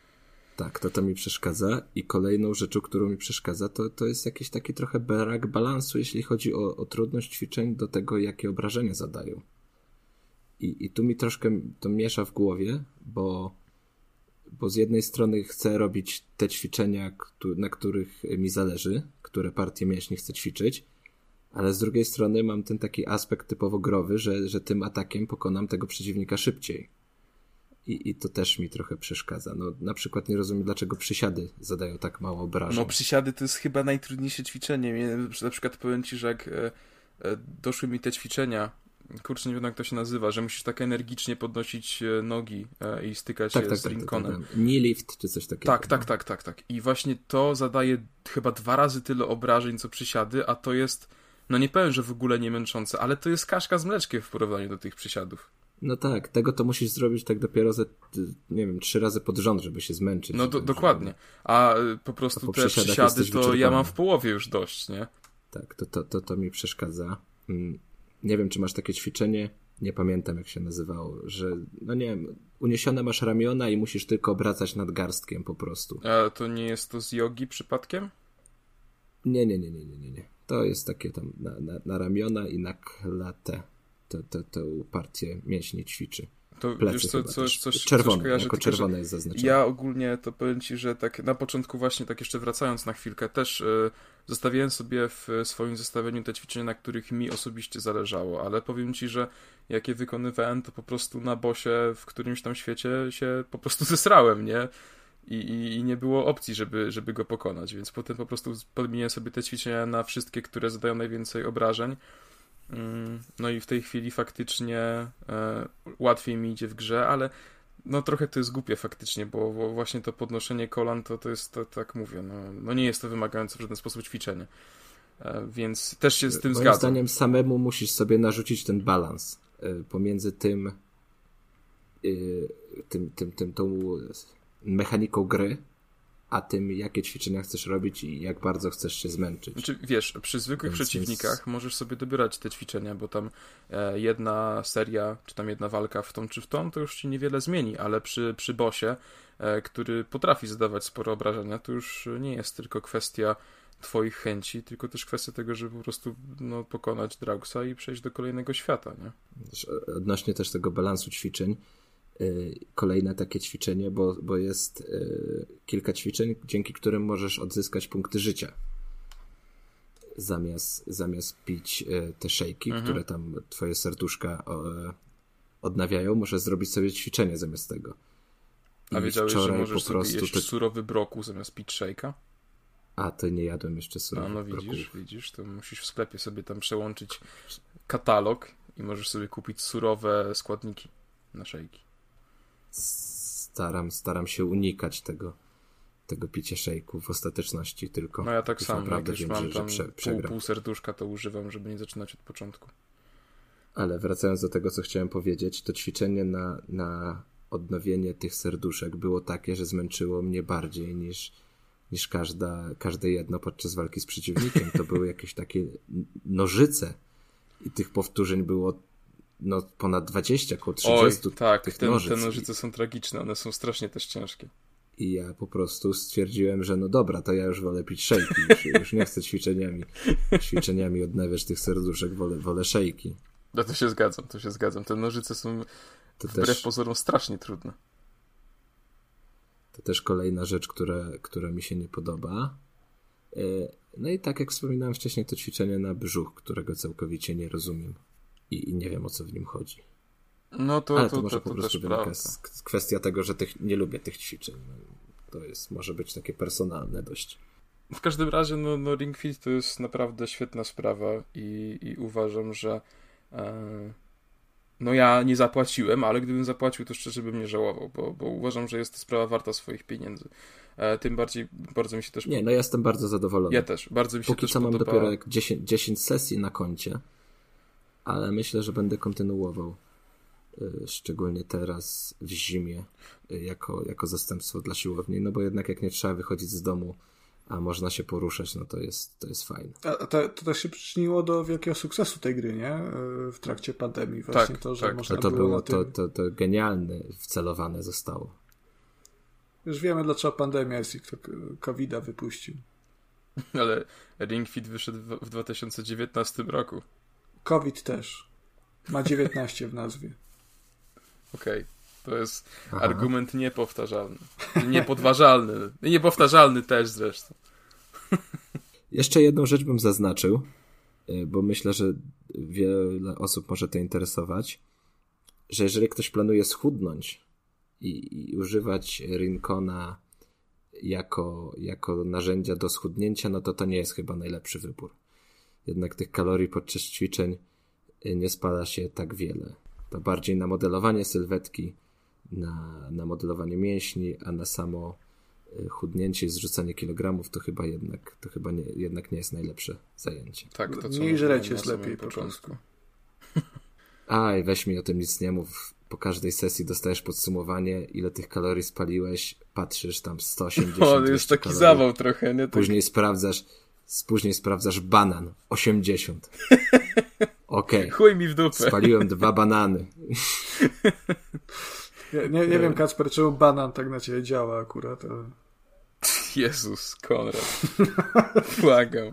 Tak, to to mi przeszkadza i kolejną rzeczą, którą mi przeszkadza, to, to jest jakiś taki trochę brak balansu, jeśli chodzi o, o trudność ćwiczeń do tego, jakie obrażenia zadają. I, i tu mi troszkę to miesza w głowie, bo, bo z jednej strony chcę robić te ćwiczenia, na których mi zależy, które partie mięśni chcę ćwiczyć, ale z drugiej strony mam ten taki aspekt typowo growy, że, że tym atakiem pokonam tego przeciwnika szybciej. I, I to też mi trochę przeszkadza. No, na przykład nie rozumiem, dlaczego przysiady zadają tak mało obrażeń. No przysiady to jest chyba najtrudniejsze ćwiczenie. Mnie, na przykład powiem ci, że jak e, e, doszły mi te ćwiczenia, kurczę, nie wiem jak to się nazywa, że musisz tak energicznie podnosić e, nogi e, i stykać tak, się tak, z tak, Lincolnem. Tak, tak, knee lift czy coś takiego. Tak, tak, tak, tak, tak. I właśnie to zadaje chyba dwa razy tyle obrażeń, co przysiady, a to jest, no nie powiem, że w ogóle nie męczące, ale to jest kaszka z mleczkiem w porównaniu do tych przysiadów. No tak, tego to musisz zrobić tak dopiero ze, nie wiem, trzy razy pod rząd, żeby się zmęczyć. No do, dokładnie. A po prostu po te przysiady to ja mam w połowie już dość, nie? Tak, to, to, to, to mi przeszkadza. Nie wiem, czy masz takie ćwiczenie, nie pamiętam jak się nazywało, że, no nie wiem, uniesione masz ramiona i musisz tylko obracać nadgarstkiem po prostu. A to nie jest to z jogi przypadkiem? Nie, nie, nie, nie, nie, nie. To jest takie tam na, na, na ramiona i na klatę. To, to, to partię mięśni ćwiczy. To Plecy wiesz co, coś, coś, czerwone, coś kojarzy, jako tylko, czerwone jest zaznaczone. Ja ogólnie to powiem ci, że tak na początku właśnie, tak jeszcze wracając na chwilkę, też y, zostawiłem sobie w swoim zestawieniu te ćwiczenia, na których mi osobiście zależało, ale powiem ci, że jak je wykonywałem, to po prostu na bosie w którymś tam świecie się po prostu zesrałem, nie? I, i, i nie było opcji, żeby, żeby go pokonać, więc potem po prostu podmieniłem sobie te ćwiczenia na wszystkie, które zadają najwięcej obrażeń. No i w tej chwili faktycznie e, łatwiej mi idzie w grze, ale no trochę to jest głupie faktycznie, bo, bo właśnie to podnoszenie kolan to, to jest, to, tak mówię, no, no nie jest to wymagające w żaden sposób ćwiczenie. E, więc też się z tym Moim zgadzam. zdaniem samemu musisz sobie narzucić ten balans e, pomiędzy tym, e, tym, tym, tym tą mechaniką gry, a tym, jakie ćwiczenia chcesz robić i jak bardzo chcesz się zmęczyć. Znaczy, wiesz, przy zwykłych więc, przeciwnikach więc... możesz sobie dobierać te ćwiczenia, bo tam e, jedna seria, czy tam jedna walka w tą czy w tą, to już ci niewiele zmieni, ale przy, przy bossie, e, który potrafi zadawać sporo obrażenia, to już nie jest tylko kwestia twoich chęci, tylko też kwestia tego, żeby po prostu no, pokonać Draugsa i przejść do kolejnego świata, nie? Odnośnie też tego balansu ćwiczeń, kolejne takie ćwiczenie, bo, bo jest y, kilka ćwiczeń, dzięki którym możesz odzyskać punkty życia. Zamiast, zamiast pić y, te szejki, mhm. które tam twoje serduszka y, odnawiają, możesz zrobić sobie ćwiczenie zamiast tego. I a wiedziałeś, że możesz po prostu sobie jeść te... surowy brokuł zamiast pić szejka? A, to nie jadłem jeszcze surowych no, no widzisz, brokułów. widzisz, to musisz w sklepie sobie tam przełączyć katalog i możesz sobie kupić surowe składniki na szejki. Staram, staram się unikać tego, tego picia szejków w ostateczności, tylko no ja tak samo, jak już wiem, mam że, tam że prze, pół, pół serduszka, to używam, żeby nie zaczynać od początku. Ale wracając do tego, co chciałem powiedzieć, to ćwiczenie na, na odnowienie tych serduszek było takie, że zmęczyło mnie bardziej niż, niż każda, każde jedno podczas walki z przeciwnikiem. To były jakieś takie nożyce i tych powtórzeń było no ponad dwadzieścia, około trzydzieści. Oj, tak, tych ten, nożyc. te nożyce są tragiczne, one są strasznie też ciężkie. I ja po prostu stwierdziłem, że no dobra, to ja już wolę pić szejki, już, już nie chcę ćwiczeniami ćwiczeniami odnawiać tych serduszek, wolę, wolę szejki. No to się zgadzam, to się zgadzam. Te nożyce są to wbrew też, pozorom strasznie trudne. To też kolejna rzecz, która, która mi się nie podoba. No i tak jak wspominałem wcześniej, to ćwiczenie na brzuch, którego całkowicie nie rozumiem. I, i nie wiem, o co w nim chodzi. No to, Ale to, to może to, po to prostu wynika z, z kwestia tego, że tych, nie lubię tych ćwiczeń. To jest, może być takie personalne dość. W każdym razie no, no Ring Fit to jest naprawdę świetna sprawa i, i uważam, że e, no ja nie zapłaciłem, ale gdybym zapłacił, to szczerze bym nie żałował, bo, bo uważam, że jest to sprawa warta swoich pieniędzy. E, tym bardziej bardzo mi się też... Nie, pod... no ja jestem bardzo zadowolony. Ja też, bardzo mi się Póki też co podoba... mam dopiero jak dziesięć, dziesięć sesji na koncie, ale myślę, że będę kontynuował. Szczególnie teraz w zimie jako, jako zastępstwo dla siłowni, no bo jednak jak nie trzeba wychodzić z domu, a można się poruszać, no to jest, to jest fajne. A to, to też się przyczyniło do wielkiego sukcesu tej gry, nie? W trakcie pandemii właśnie tak, to, że tak. można to, to było, było na tym... to, to, to genialne wcelowane zostało. Już wiemy, dlaczego pandemia jest i kto kowida wypuścił. Ale Ring Fit wyszedł w dwa tysiące dziewiętnastym roku. COVID też. Ma dziewiętnaście w nazwie. Okej. Okay. To jest Aha. argument niepowtarzalny. Niepodważalny. Niepowtarzalny też zresztą. Jeszcze jedną rzecz bym zaznaczył, bo myślę, że wiele osób może to interesować, że jeżeli ktoś planuje schudnąć i, i używać Rincona jako, jako narzędzia do schudnięcia, no to to nie jest chyba najlepszy wybór. Jednak tych kalorii podczas ćwiczeń nie spala się tak wiele. To bardziej na modelowanie sylwetki, na, na modelowanie mięśni, a na samo chudnięcie i zrzucanie kilogramów to chyba jednak to chyba nie, jednak nie jest najlepsze zajęcie. Tak, to co mniej żreć jest lepiej po prostu. Aj, weź mi o tym nic nie mów. Po każdej sesji dostajesz podsumowanie, ile tych kalorii spaliłeś, patrzysz tam sto osiemdziesiąt. O, jest taki kalorii. Zawał trochę, nie? Później sprawdzasz, później sprawdzasz banan, osiemdziesiąt. Okej. Okay. Chuj mi w dupę. Spaliłem dwa banany. Ja, nie nie wiem, Kacper, czemu banan tak na ciebie działa akurat. Ale... Jezus, Konrad. Błagam.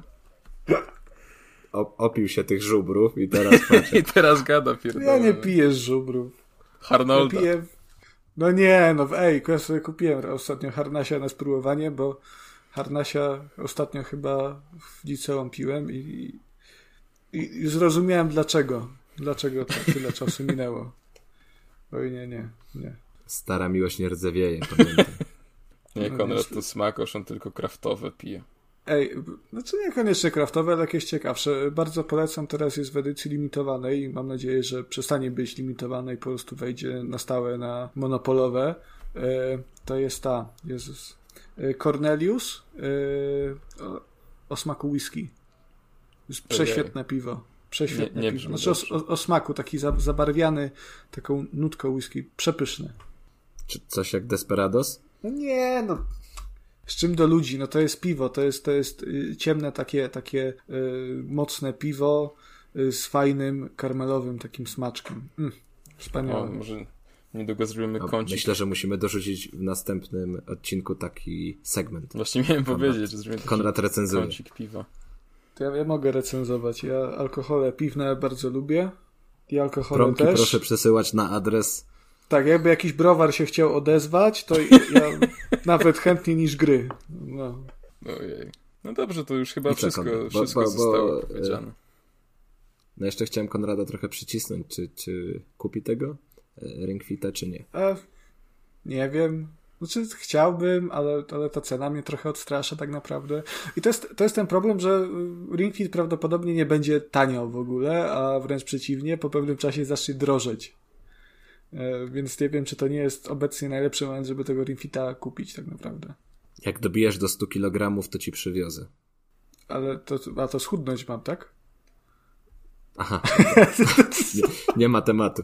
O, opił się tych żubrów i teraz patrzę. I teraz gada pierdolę. Ja nie piję żubrów. Harnolda. Ja piję... No nie, no ej, ja sobie kupiłem ostatnio harnasia na spróbowanie, bo harnasia ostatnio chyba w liceum piłem i, i, i zrozumiałem dlaczego. Dlaczego to tyle czasu minęło. Oj nie, nie, nie. Stara miłość nie rdzewieje, pamiętaj. Nie, Konrad to smakosz, on tylko kraftowe pije. Ej, znaczy niekoniecznie kraftowe, ale jakieś ciekawsze. Bardzo polecam, teraz jest w edycji limitowanej i mam nadzieję, że przestanie być limitowane i po prostu wejdzie na stałe na monopolowe. E, to jest ta, Jezus, e, Cornelius e, o, o smaku whisky. Jest prześwietne piwo. Prześwietne nie, nie piwo. Znaczy o, o, o smaku, taki za, zabarwiany taką nutką whisky. Przepyszny. Czy coś jak Desperados? No nie, no... Z czym do ludzi? No to jest piwo, to jest, to jest ciemne takie, takie y, mocne piwo y, z fajnym, karmelowym takim smaczkiem. Mm, wspaniałe. O, może niedługo zrobimy no, kącik. Myślę, że musimy dorzucić w następnym odcinku taki segment. Właśnie miałem Konrad, powiedzieć, że zrobimy taki Konrad recenzuje. kącik piwa. To ja, ja mogę recenzować. Ja alkohole piwne bardzo lubię i alkohole Promki też. proszę przesyłać na adres. Tak, jakby jakiś browar się chciał odezwać, to ja nawet chętniej niż gry. No. Ojej. No dobrze, to już chyba I wszystko, bo, wszystko bo, zostało bo, powiedziane. No jeszcze chciałem Konrada trochę przycisnąć, czy, czy kupi tego Ring Fita, czy nie? E, nie wiem. Znaczy chciałbym, ale, ale ta cena mnie trochę odstrasza tak naprawdę. I to jest, to jest ten problem, że Ring Fit prawdopodobnie nie będzie tanio w ogóle, a wręcz przeciwnie, po pewnym czasie zacznie drożeć. Więc nie wiem, czy to nie jest obecnie najlepszy moment, żeby tego Ring Fita kupić tak naprawdę. Jak dobijesz do stu kilogramów, to ci przywiozę. Ale to, a to schudnąć mam, tak? Aha. nie, nie ma tematu.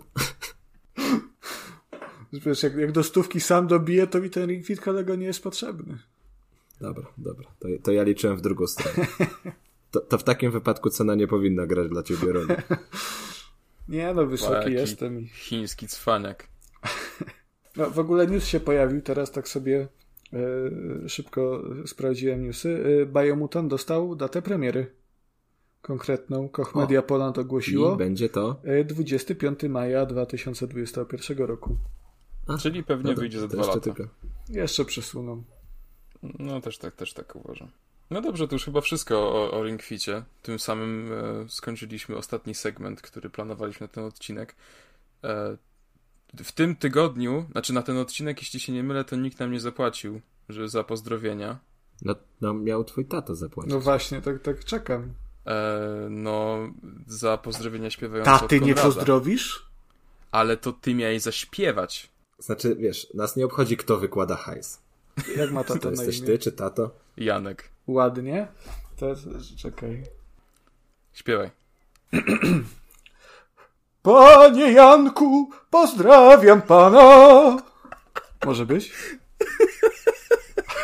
Wiesz, jak, jak do stówki sam dobiję, to mi ten Ring Fit, kolego, nie jest potrzebny. Dobra, dobra. To, to ja liczyłem w drugą stronę. To, to w takim wypadku cena nie powinna grać dla ciebie roli. Nie, no wysoki Jaki jestem. Chiński cwaniak. No, w ogóle news się pojawił, teraz tak sobie e, szybko sprawdziłem newsy. E, Biomutant dostał datę premiery konkretną. Koch Media o, Poland ogłosiło. I będzie to? E, dwudziestego piątego maja dwa tysiące dwudziestego pierwszego roku. A, Czyli pewnie no to, wyjdzie za dwa lata. Tylko. Jeszcze przesuną. No też tak, też tak uważam. No dobrze, to już chyba wszystko o, o Ring Ficie. Tym samym e, skończyliśmy ostatni segment, który planowaliśmy na ten odcinek. E, w tym tygodniu, znaczy na ten odcinek, jeśli się nie mylę, to nikt nam nie zapłacił, że za pozdrowienia. No, no miał twój tato zapłacić. No właśnie, tak, tak czekam. E, no, za pozdrowienia śpiewające Taty nie pozdrowisz? Ale to ty miałeś zaśpiewać. Znaczy, wiesz, nas nie obchodzi, kto wykłada hajs. Jak ma tato to na jesteś imię? ty, czy tato? Janek. Ładnie. Teraz, czekaj. Śpiewaj. Panie Janku, pozdrawiam pana. Może być?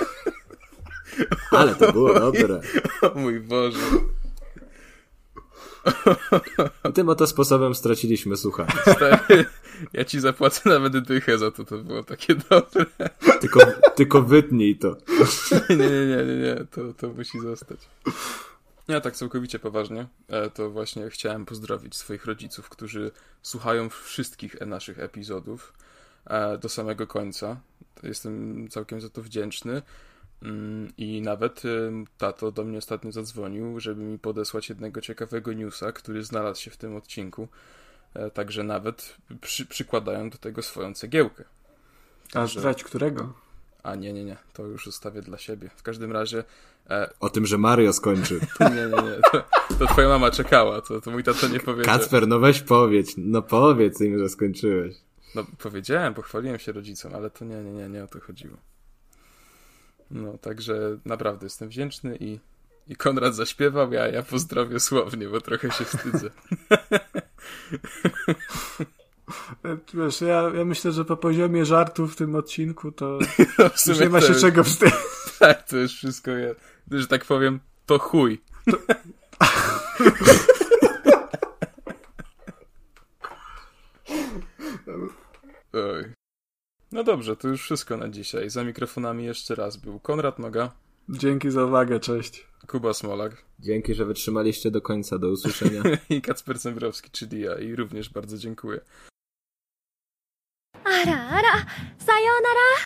Ale to było dobre. O mój Boże. I tym oto sposobem straciliśmy słuchanie. Stary, ja ci zapłacę nawet dychę za to, to było takie dobre. Tylko, tylko wytnij to. Nie, nie, nie, nie, nie. To, to musi zostać. Ja tak całkowicie poważnie, to właśnie chciałem pozdrowić swoich rodziców, którzy słuchają wszystkich naszych epizodów do samego końca. Jestem całkiem za to wdzięczny. I nawet tato do mnie ostatnio zadzwonił, żeby mi podesłać jednego ciekawego newsa, który znalazł się w tym odcinku. Także nawet przy, przykładają do tego swoją cegiełkę. A zdradź którego? A nie, nie, nie. To już zostawię dla siebie. W każdym razie... E... O tym, że Mario skończy. nie, nie, nie. To, to twoja mama czekała. To, to mój tato nie powiedział. Kacper, no weź powiedz. No powiedz im, że skończyłeś. No powiedziałem, pochwaliłem się rodzicom, ale to nie, nie, nie, nie o to chodziło. No, także naprawdę jestem wdzięczny i, i Konrad zaśpiewał, ja, ja pozdrowię słownie, bo trochę się wstydzę. Wiesz, ja, ja myślę, że po poziomie żartów w tym odcinku to no, w sumie nie ma się też. czego wstydzić. Tak, to już wszystko jest, że tak powiem, to chuj. To... Oj. No dobrze, to już wszystko na dzisiaj. Za mikrofonami jeszcze raz był Konrad Noga. Dzięki za uwagę, cześć. Kuba Smolak. Dzięki, że wytrzymaliście do końca, do usłyszenia. I Kacper Cembrowski, czyli ja. I również bardzo dziękuję. Ara, ara, sayonara.